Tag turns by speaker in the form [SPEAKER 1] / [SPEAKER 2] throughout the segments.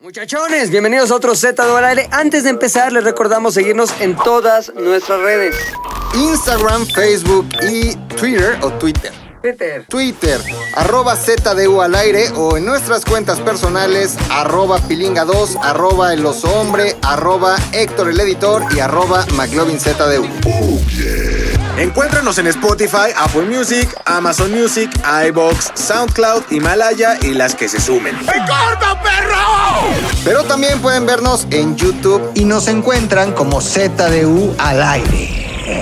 [SPEAKER 1] Muchachones, bienvenidos a otro Z al aire. Antes de empezar, les recordamos seguirnos en todas nuestras redes.
[SPEAKER 2] Instagram, Facebook y Twitter o Twitter. Twitter, @ZDU al aire o en nuestras cuentas personales, @pilinga2, @elosohombre, @Héctor el editor y @McLovinZDU.
[SPEAKER 3] Encuéntranos en Spotify, Apple Music, Amazon Music, iVoox, SoundCloud, Himalaya y las que se sumen. ¡Me corta, perro!
[SPEAKER 2] Pero también pueden vernos en YouTube
[SPEAKER 4] y nos encuentran como ZDU al aire.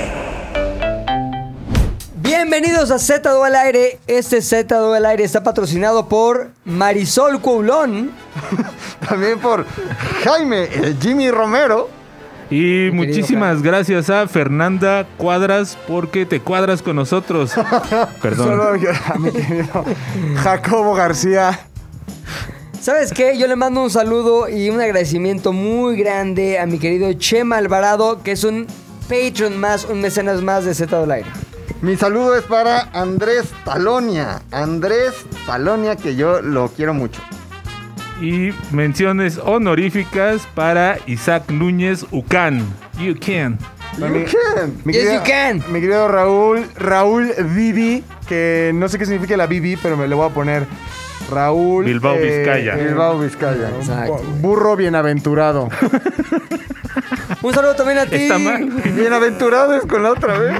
[SPEAKER 1] Bienvenidos a Z al aire. Este Z al aire está patrocinado por Marisol Coulón.
[SPEAKER 4] También por Jaime, el Jimmy Romero.
[SPEAKER 5] Y muchísimas gracias a Fernanda Cuadras porque te cuadras con nosotros. Perdón.
[SPEAKER 6] Solo a mi querido Jacobo García.
[SPEAKER 1] ¿Sabes qué? Yo le mando un saludo y un agradecimiento muy grande a mi querido Chema Alvarado, que es un Patreon más, un mecenas más de Z al aire.
[SPEAKER 4] Mi saludo es para Andrés Talonia. Andrés Talonia, que yo lo quiero mucho.
[SPEAKER 5] Y menciones honoríficas para Isaac Núñez Ucán. You can.
[SPEAKER 1] Yes, you can.
[SPEAKER 6] Mi querido Raúl Bibi, que no sé qué significa la Bibi, pero me le voy a poner Raúl
[SPEAKER 5] Bilbao, Vizcaya.
[SPEAKER 6] Bilbao Vizcaya.
[SPEAKER 1] Exacto.
[SPEAKER 6] Burro bienaventurado.
[SPEAKER 1] Un saludo también a ti.
[SPEAKER 5] Está mal.
[SPEAKER 4] Bienaventurado es con la otra vez.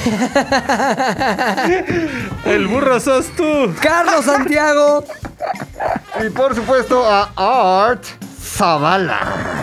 [SPEAKER 5] El burro sos tú.
[SPEAKER 1] Carlos Santiago.
[SPEAKER 4] Y por supuesto a Art Zavala.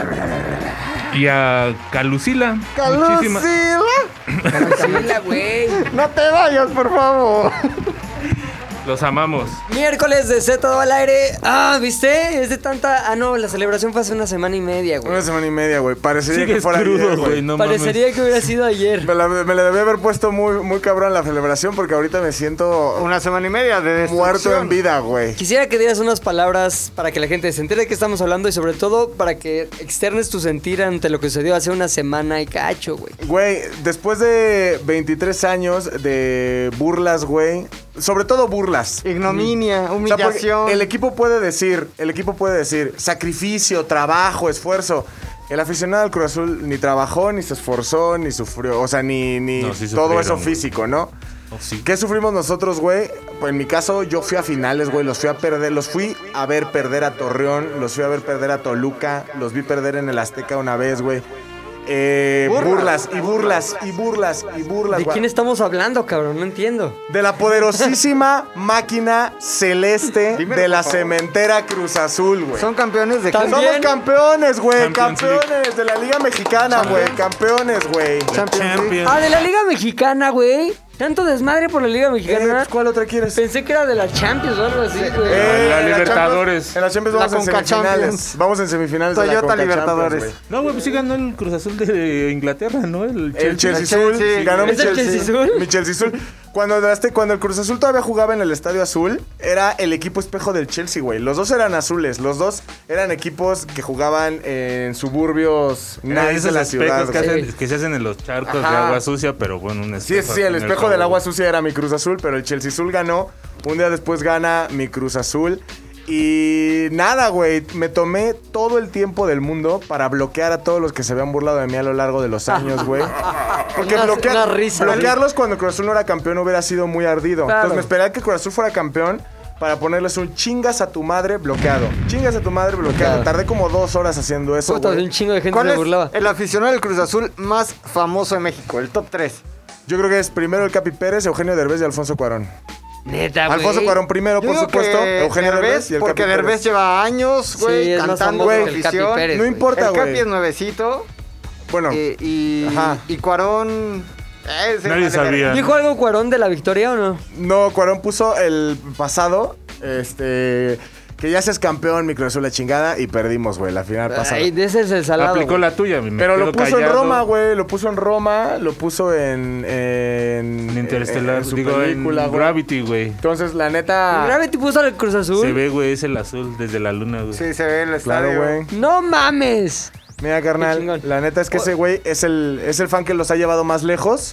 [SPEAKER 5] Y a Calucila.
[SPEAKER 4] ¡Calucila!
[SPEAKER 1] Cancela, güey.
[SPEAKER 4] ¡No te vayas, por favor!
[SPEAKER 5] Los amamos.
[SPEAKER 1] Miércoles de Z al aire. ¿Viste? Es de tanta... no, la celebración fue hace una semana y media, güey.
[SPEAKER 6] Una semana y media, güey. Parecería que
[SPEAKER 5] Sigues
[SPEAKER 6] fuera
[SPEAKER 5] crudo,
[SPEAKER 6] ayer,
[SPEAKER 5] güey. No
[SPEAKER 1] Parecería
[SPEAKER 5] mames.
[SPEAKER 1] que hubiera sido ayer.
[SPEAKER 6] Me le debí haber puesto muy cabrón la celebración porque ahorita me siento
[SPEAKER 4] Una semana y media de destrucción.
[SPEAKER 6] muerto en vida, güey.
[SPEAKER 1] Quisiera que dieras unas palabras para que la gente se entere de qué estamos hablando y sobre todo para que externes tu sentir ante lo que sucedió hace una semana y cacho, güey.
[SPEAKER 6] Güey, después de 23 años de burlas, güey. Sobre todo burlas.
[SPEAKER 4] Ignominia,
[SPEAKER 6] O sea, porque
[SPEAKER 4] humillación.
[SPEAKER 6] el equipo puede decir sacrificio, trabajo, esfuerzo. El aficionado al Cruz Azul ni trabajó, ni se esforzó, ni sufrió. O sea, ni
[SPEAKER 5] No, sí
[SPEAKER 6] todo
[SPEAKER 5] sufrieron,
[SPEAKER 6] eso
[SPEAKER 5] güey.
[SPEAKER 6] físico, ¿no?
[SPEAKER 5] Oh, sí.
[SPEAKER 6] ¿Qué sufrimos nosotros, güey? Pues en mi caso, yo fui a finales, güey. Los fui a ver perder a Torreón, los fui a ver perder a Toluca, los vi perder en el Azteca una vez, güey. Burlas.
[SPEAKER 1] ¿De
[SPEAKER 6] güey.
[SPEAKER 1] quién estamos hablando, cabrón? No entiendo.
[SPEAKER 6] De la poderosísima máquina celeste
[SPEAKER 4] Dímelo,
[SPEAKER 6] de la
[SPEAKER 4] por favor.
[SPEAKER 6] cementera Cruz Azul, güey.
[SPEAKER 4] Son campeones de
[SPEAKER 1] También.
[SPEAKER 6] Somos campeones, güey.
[SPEAKER 5] Champions
[SPEAKER 6] Campeones de la Liga Mexicana, güey. Campeones, güey.
[SPEAKER 5] Champions.
[SPEAKER 1] De la Liga Mexicana, güey. Tanto desmadre por la Liga Mexicana.
[SPEAKER 6] Pues, ¿cuál otra quieres?
[SPEAKER 1] Pensé que era de la Champions o algo así, güey.
[SPEAKER 5] La
[SPEAKER 6] en
[SPEAKER 5] Libertadores.
[SPEAKER 6] En la Champions
[SPEAKER 4] La
[SPEAKER 6] vamos en
[SPEAKER 4] Conca
[SPEAKER 6] semifinales.
[SPEAKER 4] Champions.
[SPEAKER 6] Vamos en semifinales de la
[SPEAKER 4] Toyota
[SPEAKER 6] Conca
[SPEAKER 4] Libertadores.
[SPEAKER 6] Champions,
[SPEAKER 5] No, güey, pues sí ganó el Cruz Azul de Inglaterra, ¿no? El
[SPEAKER 6] güey. El Chelsea
[SPEAKER 4] Chelsea.
[SPEAKER 6] Azul. Ganó mi
[SPEAKER 1] ¿Es el Chelsea Azul?
[SPEAKER 6] Mi Chelsea Azul. Cuando el Cruz Azul todavía jugaba en el Estadio Azul, era el equipo espejo del Chelsea, güey. Los dos eran azules. Los dos eran equipos que jugaban en suburbios nice de la ciudad,
[SPEAKER 5] que,
[SPEAKER 6] güey.
[SPEAKER 5] que se hacen en los charcos de
[SPEAKER 6] Ajá.
[SPEAKER 5] agua sucia, pero bueno, un
[SPEAKER 6] Sí,
[SPEAKER 5] espejo.
[SPEAKER 6] sí, el
[SPEAKER 5] al fin y al
[SPEAKER 6] espejo
[SPEAKER 5] cabo,
[SPEAKER 6] del agua
[SPEAKER 5] güey.
[SPEAKER 6] sucia era mi Cruz Azul, pero el Chelsea Azul ganó. Un día después gana mi Cruz Azul. Y nada, güey, me tomé todo el tiempo del mundo para bloquear a todos los que se habían burlado de mí a lo largo de los años, güey. Porque
[SPEAKER 1] Una risa.
[SPEAKER 6] bloquearlos cuando Cruz Azul no era campeón hubiera sido muy ardido.
[SPEAKER 1] Claro.
[SPEAKER 6] Entonces me esperé a que Cruz Azul fuera campeón para ponerles un chingas a tu madre bloqueado. Chingas a tu madre bloqueado. Tardé como 2 horas haciendo eso,
[SPEAKER 1] Puta,
[SPEAKER 6] güey.
[SPEAKER 1] un chingo de gente
[SPEAKER 4] ¿Cuál
[SPEAKER 1] se
[SPEAKER 4] es
[SPEAKER 1] burlaba.
[SPEAKER 4] el aficionado del Cruz Azul más famoso de México? El top 3.
[SPEAKER 6] Yo creo que es primero el Capi Pérez, Eugenio Derbez y Alfonso Cuarón.
[SPEAKER 1] Neta, güey.
[SPEAKER 6] Alfonso Cuarón primero, por supuesto. Eugenio Derbez y el
[SPEAKER 4] porque
[SPEAKER 6] Capi
[SPEAKER 4] Derbez
[SPEAKER 6] Pérez.
[SPEAKER 4] lleva años, güey,
[SPEAKER 1] Sí, es más
[SPEAKER 4] cantando
[SPEAKER 1] famoso
[SPEAKER 4] en
[SPEAKER 1] que el Capi
[SPEAKER 4] televisión.
[SPEAKER 1] Pérez,
[SPEAKER 6] No
[SPEAKER 1] güey.
[SPEAKER 6] importa,
[SPEAKER 4] El Capi
[SPEAKER 6] güey.
[SPEAKER 4] es nuevecito.
[SPEAKER 6] Bueno, Ajá.
[SPEAKER 4] Y Cuarón.
[SPEAKER 5] Nadie sabía.
[SPEAKER 1] ¿Dijo algo Cuarón de la victoria o no?
[SPEAKER 6] no, Cuarón puso el pasado, que ya seas campeón, mi Cruz Azul la chingada, y perdimos, güey, la final pasada.
[SPEAKER 1] Ay, de ese es el salado.
[SPEAKER 5] Aplicó
[SPEAKER 1] güey.
[SPEAKER 5] la tuya, me
[SPEAKER 6] Pero lo
[SPEAKER 5] quedo
[SPEAKER 6] puso en
[SPEAKER 5] callado.
[SPEAKER 6] Roma, güey, lo puso en Roma, lo puso en
[SPEAKER 5] En Interestelar,
[SPEAKER 6] en su
[SPEAKER 5] digo,
[SPEAKER 6] película,
[SPEAKER 5] en
[SPEAKER 6] güey.
[SPEAKER 5] Gravity, güey.
[SPEAKER 6] Entonces, la neta...
[SPEAKER 1] Gravity puso al Cruz Azul.
[SPEAKER 5] Se ve, güey, es el azul desde la luna, güey.
[SPEAKER 4] Sí, se ve el
[SPEAKER 6] Claro,
[SPEAKER 4] estadio.
[SPEAKER 6] güey.
[SPEAKER 1] ¡No mames!
[SPEAKER 6] Mira,
[SPEAKER 1] Qué
[SPEAKER 6] carnal,
[SPEAKER 1] chingón.
[SPEAKER 6] la neta es que ese güey es el fan que los ha llevado más lejos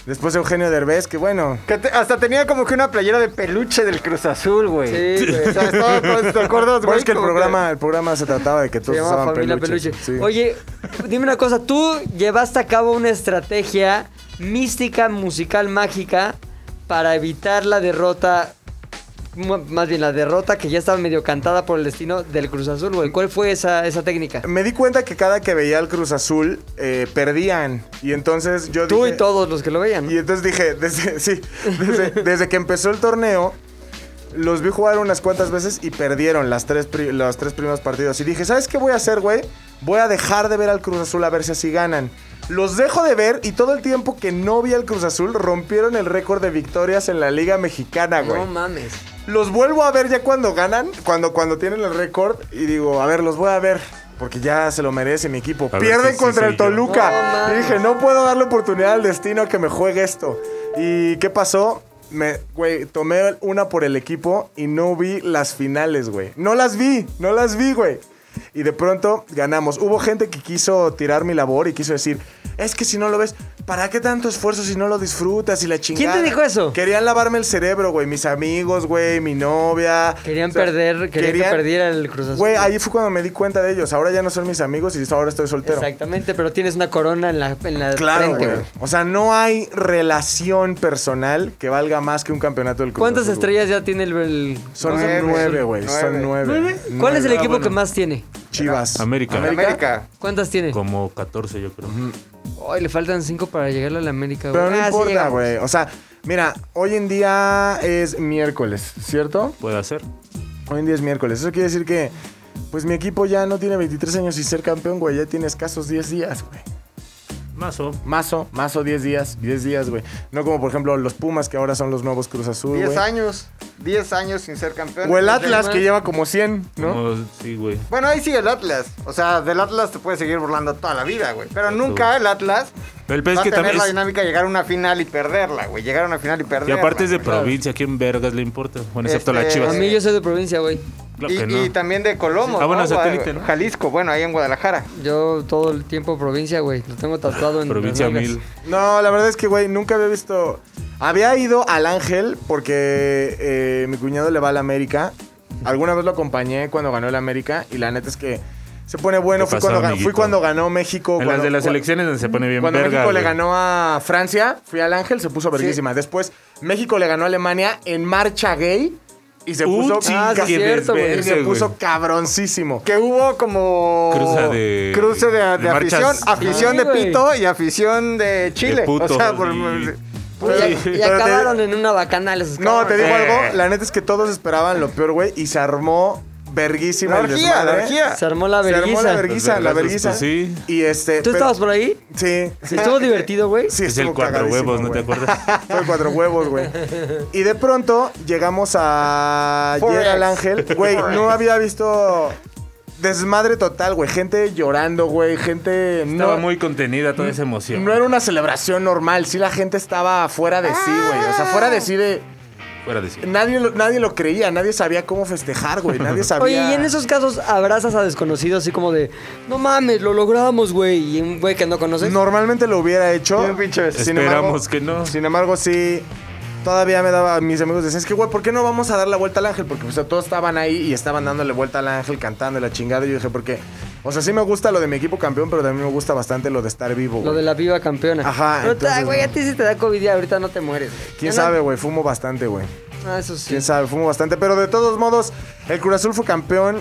[SPEAKER 6] Después Eugenio Derbez, que bueno.
[SPEAKER 4] Hasta tenía como que una playera de peluche del Cruz Azul, güey.
[SPEAKER 1] Sí, güey.
[SPEAKER 4] O sea, estaba con, ¿te acuerdas,
[SPEAKER 6] Pues
[SPEAKER 4] güey?
[SPEAKER 6] es que el
[SPEAKER 4] Como
[SPEAKER 6] programa se trataba de que todos
[SPEAKER 1] Se llama
[SPEAKER 6] usaban
[SPEAKER 1] Familia
[SPEAKER 6] peluches.
[SPEAKER 1] Peluche.
[SPEAKER 6] Sí.
[SPEAKER 1] Oye, dime una cosa. Tú llevaste a cabo una estrategia mística, musical, mágica para evitar la derrota... Más bien la derrota que ya estaba medio cantada por el destino del Cruz Azul, güey. ¿Cuál fue esa técnica?
[SPEAKER 6] Me di cuenta que cada que veía al Cruz Azul, perdían. Y entonces yo
[SPEAKER 1] Tú
[SPEAKER 6] dije...
[SPEAKER 1] y todos los que lo veían, ¿no?
[SPEAKER 6] Y entonces dije, desde que empezó el torneo, los vi jugar unas cuantas veces y perdieron los tres primeros partidos. Y dije, ¿sabes qué voy a hacer, güey? Voy a dejar de ver al Cruz Azul a ver si así ganan. Los dejo de ver y todo el tiempo que no vi al Cruz Azul rompieron el récord de victorias en la Liga Mexicana, güey.
[SPEAKER 1] No mames.
[SPEAKER 6] Los vuelvo a ver ya cuando ganan, cuando tienen el récord y digo, a ver, los voy a ver. Porque ya se lo merece mi equipo.
[SPEAKER 5] A ver
[SPEAKER 6] Pierden
[SPEAKER 5] si
[SPEAKER 6] contra
[SPEAKER 5] soy
[SPEAKER 6] el
[SPEAKER 5] yo.
[SPEAKER 6] Toluca.
[SPEAKER 1] No,
[SPEAKER 6] y
[SPEAKER 1] mames.
[SPEAKER 6] dije, no puedo darle oportunidad al destino a que me juegue esto. ¿Y qué pasó? Güey, tomé una por el equipo y no vi las finales, güey. No las vi, güey. Y de pronto ganamos. Hubo gente que quiso tirar mi labor y quiso decir, es que si no lo ves, ¿para qué tanto esfuerzo si no lo disfrutas y la chingada?
[SPEAKER 1] ¿Quién te dijo eso?
[SPEAKER 6] Querían lavarme el cerebro, güey. Mis amigos, güey, mi novia.
[SPEAKER 1] Querían
[SPEAKER 6] O sea,
[SPEAKER 1] querían que perdiera el Cruz Azul.
[SPEAKER 6] Güey, ahí fue cuando me di cuenta de ellos. Ahora ya no son mis amigos y ahora estoy soltero.
[SPEAKER 1] Exactamente, pero tienes una corona en la
[SPEAKER 6] Claro,
[SPEAKER 1] frente,
[SPEAKER 6] güey.
[SPEAKER 1] güey.
[SPEAKER 6] O sea, no hay relación personal que valga más que un campeonato del Cruz
[SPEAKER 1] ¿Cuántas
[SPEAKER 6] Azul,
[SPEAKER 1] estrellas ya tiene el...
[SPEAKER 6] Son
[SPEAKER 4] 9,
[SPEAKER 6] nueve, güey. Son 9.
[SPEAKER 1] ¿Cuál es el equipo que más tiene?
[SPEAKER 6] Chivas.
[SPEAKER 5] América.
[SPEAKER 4] América.
[SPEAKER 1] ¿Cuántas tiene?
[SPEAKER 5] Como 14, yo creo.
[SPEAKER 1] Ay, le faltan 5 para llegarle a la América, güey.
[SPEAKER 6] Pero no
[SPEAKER 1] Ah, sí
[SPEAKER 6] importa,
[SPEAKER 1] llegamos.
[SPEAKER 6] güey. O sea, mira, hoy en día es miércoles, ¿cierto?
[SPEAKER 5] Puede ser.
[SPEAKER 6] Hoy en día es miércoles. Eso quiere decir que, pues mi equipo ya no tiene 23 años y ser campeón, güey. Ya tiene escasos 10 días, güey. Mazo, 10 días, güey. No como, por ejemplo, los Pumas, que ahora son los nuevos Cruz Azul,
[SPEAKER 4] 10
[SPEAKER 6] güey.
[SPEAKER 4] años. 10 años sin ser campeón.
[SPEAKER 6] O el Atlas, que lleva como 100, ¿no?
[SPEAKER 5] Como- sí, güey.
[SPEAKER 4] Bueno, ahí sigue el Atlas. O sea, del Atlas te puedes seguir burlando toda la vida, güey. Pero nunca el Atlas
[SPEAKER 5] Pero el pez
[SPEAKER 4] va a
[SPEAKER 5] que
[SPEAKER 4] tener
[SPEAKER 5] también
[SPEAKER 4] la
[SPEAKER 5] es-
[SPEAKER 4] dinámica de llegar a una final y perderla, güey. Llegar a una final y
[SPEAKER 5] Y
[SPEAKER 4] perderla.
[SPEAKER 5] aparte es de
[SPEAKER 4] güey.
[SPEAKER 5] provincia, ¿a quién vergas le importa? Bueno, excepto
[SPEAKER 4] Este,
[SPEAKER 5] las Chivas.
[SPEAKER 1] A mí yo soy de provincia, güey.
[SPEAKER 5] Claro que no.
[SPEAKER 4] Y también de Colomo.
[SPEAKER 5] Ah, bueno,
[SPEAKER 4] ¿no?
[SPEAKER 5] satélite, ¿no?
[SPEAKER 4] Jalisco, bueno, ahí en Guadalajara.
[SPEAKER 1] Yo todo el tiempo provincia, güey. Lo tengo tatuado en
[SPEAKER 5] Provincia
[SPEAKER 1] las nalgas.
[SPEAKER 5] 1000.
[SPEAKER 6] No, la verdad es que, güey, nunca había visto... Había ido al Ángel porque mi cuñado le va al América. Alguna vez lo acompañé cuando ganó el América y la neta es que se pone bueno.
[SPEAKER 5] ¿Qué
[SPEAKER 6] Fui
[SPEAKER 5] pasó,
[SPEAKER 6] cuando,
[SPEAKER 5] amiguito?
[SPEAKER 6] fui cuando ganó México.
[SPEAKER 5] En las
[SPEAKER 6] cuando-
[SPEAKER 5] de las
[SPEAKER 6] cua-
[SPEAKER 5] elecciones donde se pone bien
[SPEAKER 6] Cuando
[SPEAKER 5] verga,
[SPEAKER 6] México le
[SPEAKER 5] güey.
[SPEAKER 6] ganó a Francia, fui al Ángel, se puso verguísima. Después México le ganó a Alemania en marcha gay y se puso...
[SPEAKER 1] Ah, sí,
[SPEAKER 5] qué
[SPEAKER 1] cierto, güey.
[SPEAKER 6] y
[SPEAKER 5] desvergue,
[SPEAKER 6] se puso
[SPEAKER 5] güey.
[SPEAKER 6] cabroncísimo.
[SPEAKER 4] Que hubo como...
[SPEAKER 5] Cruce de
[SPEAKER 4] afición.
[SPEAKER 5] marchas.
[SPEAKER 4] Afición
[SPEAKER 1] Sí,
[SPEAKER 4] de
[SPEAKER 1] güey.
[SPEAKER 4] pito y afición de Chile.
[SPEAKER 5] De putos
[SPEAKER 4] o sea, por...
[SPEAKER 5] y-
[SPEAKER 1] Y
[SPEAKER 6] Pero te-
[SPEAKER 1] acabaron en una bacanal esos
[SPEAKER 6] No, te
[SPEAKER 1] cabrones.
[SPEAKER 6] digo algo, la neta es que todos esperaban lo peor, güey, y se armó verguísima
[SPEAKER 4] La
[SPEAKER 6] el
[SPEAKER 4] orgía,
[SPEAKER 6] desmadre.
[SPEAKER 4] la orgía.
[SPEAKER 1] Se armó la
[SPEAKER 6] Se armó
[SPEAKER 1] vergüenza.
[SPEAKER 6] la verguiza, la
[SPEAKER 5] vergazos,
[SPEAKER 6] verguiza.
[SPEAKER 5] pues, sí.
[SPEAKER 6] Y
[SPEAKER 1] ¿Tú estabas por ahí?
[SPEAKER 6] Sí.
[SPEAKER 1] ¿Estuvo divertido, güey?
[SPEAKER 6] Sí,
[SPEAKER 5] Es el
[SPEAKER 6] estuvo
[SPEAKER 5] cuatro
[SPEAKER 6] cagadísimo,
[SPEAKER 5] huevos, ¿no te
[SPEAKER 6] güey.
[SPEAKER 5] acuerdas?
[SPEAKER 6] Fue el 4 huevos, güey. Y de pronto llegamos a ayer
[SPEAKER 4] Forex.
[SPEAKER 6] al Ángel. Güey, no había visto desmadre total, güey. Gente llorando, güey. Gente...
[SPEAKER 5] Estaba
[SPEAKER 6] no,
[SPEAKER 5] muy contenida toda esa emoción.
[SPEAKER 6] no era una celebración normal. Sí, la gente estaba fuera de sí, güey. O sea, fuera de sí de...
[SPEAKER 5] Fuera de sí.
[SPEAKER 6] Nadie lo creía, nadie sabía cómo festejar, güey. Nadie sabía.
[SPEAKER 1] Oye, y en esos casos abrazas a desconocidos así como de, no mames, lo logramos, güey. Y un güey que no conoces.
[SPEAKER 6] Normalmente lo hubiera hecho.
[SPEAKER 4] Bien pinche beso.
[SPEAKER 6] Sin
[SPEAKER 5] Esperamos que no.
[SPEAKER 6] Sin embargo, sí. Todavía me daba, mis amigos decían, es que, güey, ¿por qué no vamos a dar la vuelta al Ángel? Porque pues, todos estaban ahí y estaban dándole vuelta al Ángel, cantando y la chingada. Y yo dije, porque, o sea, sí me gusta lo de mi equipo campeón, pero también me gusta bastante lo de estar vivo,
[SPEAKER 1] Lo
[SPEAKER 6] güey.
[SPEAKER 1] de la viva campeona.
[SPEAKER 6] Ajá,
[SPEAKER 1] Pero,
[SPEAKER 6] entonces,
[SPEAKER 1] güey, a ti sí te da COVID y ahorita no te mueres, güey.
[SPEAKER 6] ¿Quién
[SPEAKER 1] Ya no-
[SPEAKER 6] sabe, güey? Fumo bastante, güey.
[SPEAKER 1] Ah, eso sí.
[SPEAKER 6] ¿Quién sabe? Fumo bastante. Pero de todos modos, el Cruz Azul fue campeón.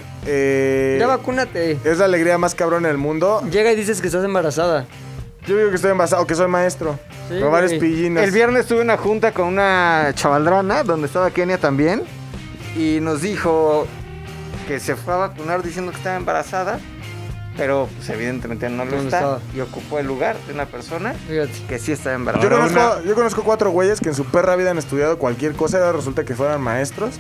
[SPEAKER 1] Ya vacúnate.
[SPEAKER 6] Es la alegría más cabrón en el mundo.
[SPEAKER 1] Llega y dices que estás embarazada.
[SPEAKER 6] Yo digo que estoy embarazado, que soy maestro.
[SPEAKER 1] Sí,
[SPEAKER 6] Con varios
[SPEAKER 1] güey.
[SPEAKER 6] pillinos.
[SPEAKER 4] El viernes tuve una junta con una chavaldrana donde estaba Kenia también. Y nos dijo que se fue a vacunar diciendo que estaba embarazada. Pero pues evidentemente no lo
[SPEAKER 1] ¿Dónde
[SPEAKER 4] está.
[SPEAKER 1] estaba?
[SPEAKER 4] Y ocupó el lugar de una persona
[SPEAKER 1] Fíjate.
[SPEAKER 4] que sí estaba
[SPEAKER 6] Yo
[SPEAKER 4] embarazada.
[SPEAKER 5] Ahora
[SPEAKER 6] yo conozco 4 güeyes que en su perra vida han estudiado cualquier cosa y ahora resulta que fueran maestros.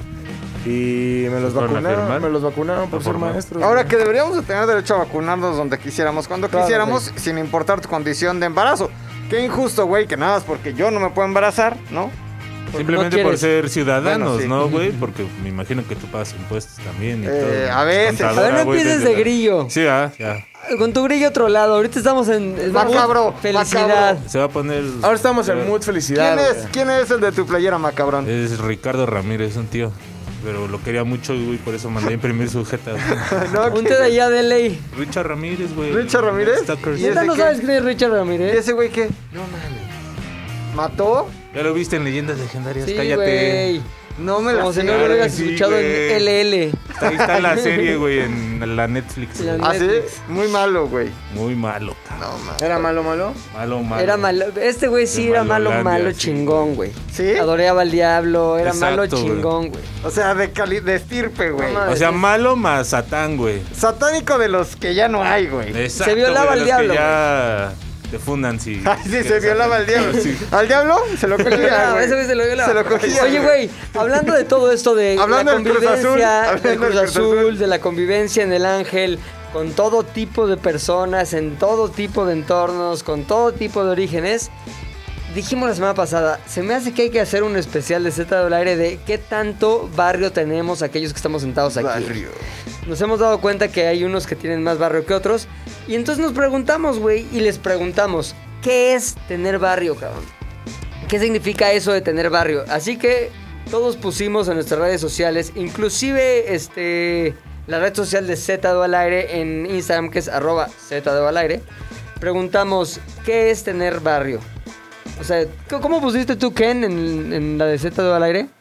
[SPEAKER 6] Y me los
[SPEAKER 5] ¿Fueron a
[SPEAKER 6] vacunaron.
[SPEAKER 5] firmar?
[SPEAKER 6] Me los vacunaron por
[SPEAKER 5] ¿A
[SPEAKER 6] ser
[SPEAKER 5] formar?
[SPEAKER 6] maestros.
[SPEAKER 4] Ahora que deberíamos de tener derecho a vacunarnos donde quisiéramos, cuando
[SPEAKER 1] Claro,
[SPEAKER 4] quisiéramos,
[SPEAKER 1] güey.
[SPEAKER 4] sin importar tu condición de embarazo. Qué injusto, güey, que nada más porque yo no me puedo embarazar, ¿no?
[SPEAKER 5] Simplemente
[SPEAKER 1] no
[SPEAKER 5] por
[SPEAKER 1] quieres.
[SPEAKER 5] ser ciudadanos,
[SPEAKER 4] Bueno, sí.
[SPEAKER 5] ¿no, güey? Porque me imagino que tú pagas impuestos también y todo.
[SPEAKER 4] A veces.
[SPEAKER 5] Contadora,
[SPEAKER 1] A ver, no
[SPEAKER 5] güey,
[SPEAKER 1] empieces
[SPEAKER 5] desde
[SPEAKER 1] de grillo.
[SPEAKER 5] Sí, ya.
[SPEAKER 1] con tu grillo otro lado. Ahorita estamos en
[SPEAKER 4] Macabro,
[SPEAKER 1] felicidad.
[SPEAKER 5] Se va a poner...
[SPEAKER 6] Ahora estamos en mood felicidad.
[SPEAKER 2] ¿Quién es el de tu playera, macabrón?
[SPEAKER 5] Es Ricardo Ramírez, un tío. Pero lo quería mucho, güey, por eso mandé a imprimir su jeta.
[SPEAKER 1] Un té de allá de ley.
[SPEAKER 5] Richard Ramírez, güey.
[SPEAKER 2] ¿Richard Ramírez?
[SPEAKER 5] Stalkers.
[SPEAKER 2] ¿Y ese
[SPEAKER 1] ¿Neta no
[SPEAKER 2] qué?
[SPEAKER 1] sabes quién es Richard
[SPEAKER 2] ¿Y
[SPEAKER 1] Ramírez?
[SPEAKER 2] ese güey qué?
[SPEAKER 1] No mames.
[SPEAKER 2] ¿Mató?
[SPEAKER 5] Ya lo viste en Leyendas Legendarias,
[SPEAKER 1] Sí,
[SPEAKER 5] cállate.
[SPEAKER 1] güey.
[SPEAKER 2] No me la
[SPEAKER 1] Como si
[SPEAKER 2] sé.
[SPEAKER 1] no lo
[SPEAKER 5] Claro
[SPEAKER 1] hubieras
[SPEAKER 5] que sí,
[SPEAKER 1] escuchado
[SPEAKER 5] güey.
[SPEAKER 1] en LL.
[SPEAKER 5] Ahí está la serie, güey, en la Netflix.
[SPEAKER 1] La
[SPEAKER 5] güey.
[SPEAKER 2] ¿Ah, sí? Muy malo, güey.
[SPEAKER 5] Muy malo, cabrón.
[SPEAKER 2] No, man.
[SPEAKER 6] ¿Era malo?
[SPEAKER 5] Malo.
[SPEAKER 1] Era malo. Este güey sí
[SPEAKER 5] De
[SPEAKER 1] era malo,
[SPEAKER 5] Malolandia, sí,
[SPEAKER 1] chingón, güey.
[SPEAKER 2] ¿Sí?
[SPEAKER 1] Adoreaba al diablo, era malo
[SPEAKER 5] Exacto, güey.
[SPEAKER 1] chingón, güey.
[SPEAKER 2] O sea, de estirpe, güey.
[SPEAKER 1] No mames.
[SPEAKER 5] O sea, malo más Satán, güey.
[SPEAKER 2] Satánico de los que ya no hay, güey.
[SPEAKER 5] Exacto,
[SPEAKER 1] Se violaba
[SPEAKER 5] güey,
[SPEAKER 1] al
[SPEAKER 5] los
[SPEAKER 1] diablo,
[SPEAKER 5] que ya te fundan, sí.
[SPEAKER 2] Ay, sí, se violaba al diablo.
[SPEAKER 5] Sí.
[SPEAKER 2] ¿Al diablo? Se lo cogía, güey.
[SPEAKER 1] Ese güey se lo violaba.
[SPEAKER 2] Se lo cogía,
[SPEAKER 1] Oye, güey, hablando de todo esto de
[SPEAKER 2] Hablando
[SPEAKER 1] la
[SPEAKER 2] del Cruz Azul,
[SPEAKER 1] convivencia,
[SPEAKER 2] hablando
[SPEAKER 1] del Cruz
[SPEAKER 2] del Cruz
[SPEAKER 1] Azul,
[SPEAKER 2] Azul.
[SPEAKER 1] de la convivencia en el Ángel, con todo tipo de personas, en todo tipo de entornos, con todo tipo de orígenes. Dijimos la semana pasada, se me hace que hay que hacer un especial de Z del Aire de qué tanto barrio tenemos aquellos que estamos sentados aquí.
[SPEAKER 2] Barrio.
[SPEAKER 1] Nos hemos dado cuenta que hay unos que tienen más barrio que otros. Y entonces nos preguntamos, güey, y les preguntamos, ¿qué es tener barrio, cabrón? ¿Qué significa eso de tener barrio? Así que todos pusimos en nuestras redes sociales, inclusive la red social de Z al Aire en Instagram, que es @Z al Aire. Preguntamos, ¿qué es tener barrio? O sea, ¿cómo pusiste tú, Ken, en la de Z al Aire?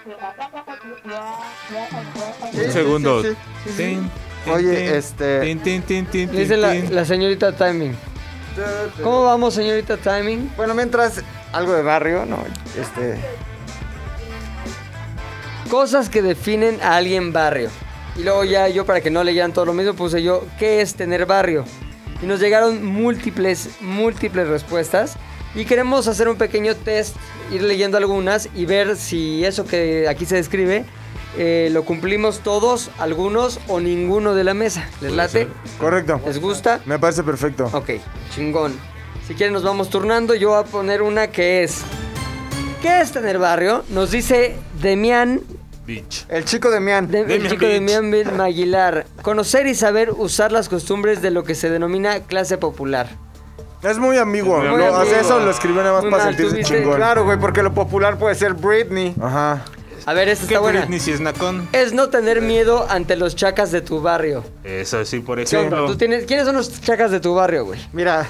[SPEAKER 5] Un segundo.
[SPEAKER 2] sí,
[SPEAKER 5] Tin, tin,
[SPEAKER 2] Oye,
[SPEAKER 5] tin, tin, tin, tin,
[SPEAKER 1] Le dice
[SPEAKER 5] tin.
[SPEAKER 1] la señorita Timing. ¿Cómo vamos, señorita Timing?
[SPEAKER 2] Bueno, mientras algo de barrio, ¿no?
[SPEAKER 1] Cosas que definen a alguien barrio. Y luego ya yo, para que no leyeran todo lo mismo, puse yo, ¿qué es tener barrio? Y nos llegaron múltiples respuestas. Y queremos hacer un pequeño test, ir leyendo algunas y ver si eso que aquí se describe lo cumplimos todos, algunos o ninguno de la mesa. ¿Les late?
[SPEAKER 6] Correcto.
[SPEAKER 1] ¿Les gusta?
[SPEAKER 6] Me parece perfecto.
[SPEAKER 1] Ok, chingón. Si quieren nos vamos turnando. Yo voy a poner una que es... ¿Qué es tener barrio? Nos dice Demián,
[SPEAKER 5] Bitch.
[SPEAKER 2] El chico de Mian.
[SPEAKER 1] el
[SPEAKER 5] Demian
[SPEAKER 1] chico
[SPEAKER 5] Beach.
[SPEAKER 1] Demián Aguilar. Conocer y saber usar las costumbres de lo que se denomina clase popular.
[SPEAKER 6] Es muy ambiguo.
[SPEAKER 5] Muy
[SPEAKER 6] ¿no?
[SPEAKER 1] ambiguo.
[SPEAKER 6] O sea, eso lo escribió nada más
[SPEAKER 1] Muy
[SPEAKER 6] para
[SPEAKER 1] mal,
[SPEAKER 6] sentirse
[SPEAKER 1] ¿tú viste?
[SPEAKER 6] chingón.
[SPEAKER 2] Claro, güey, porque lo popular puede ser Britney.
[SPEAKER 6] Ajá.
[SPEAKER 1] A ver, esta
[SPEAKER 5] ¿Qué
[SPEAKER 1] está buena.
[SPEAKER 5] Britney si es nacón?
[SPEAKER 1] Es no tener miedo ante los chacas de tu barrio.
[SPEAKER 5] Eso sí, por
[SPEAKER 1] ¿Qué onda?
[SPEAKER 5] ejemplo.
[SPEAKER 1] ¿Quiénes son los chacas de tu barrio, güey?
[SPEAKER 2] Mira,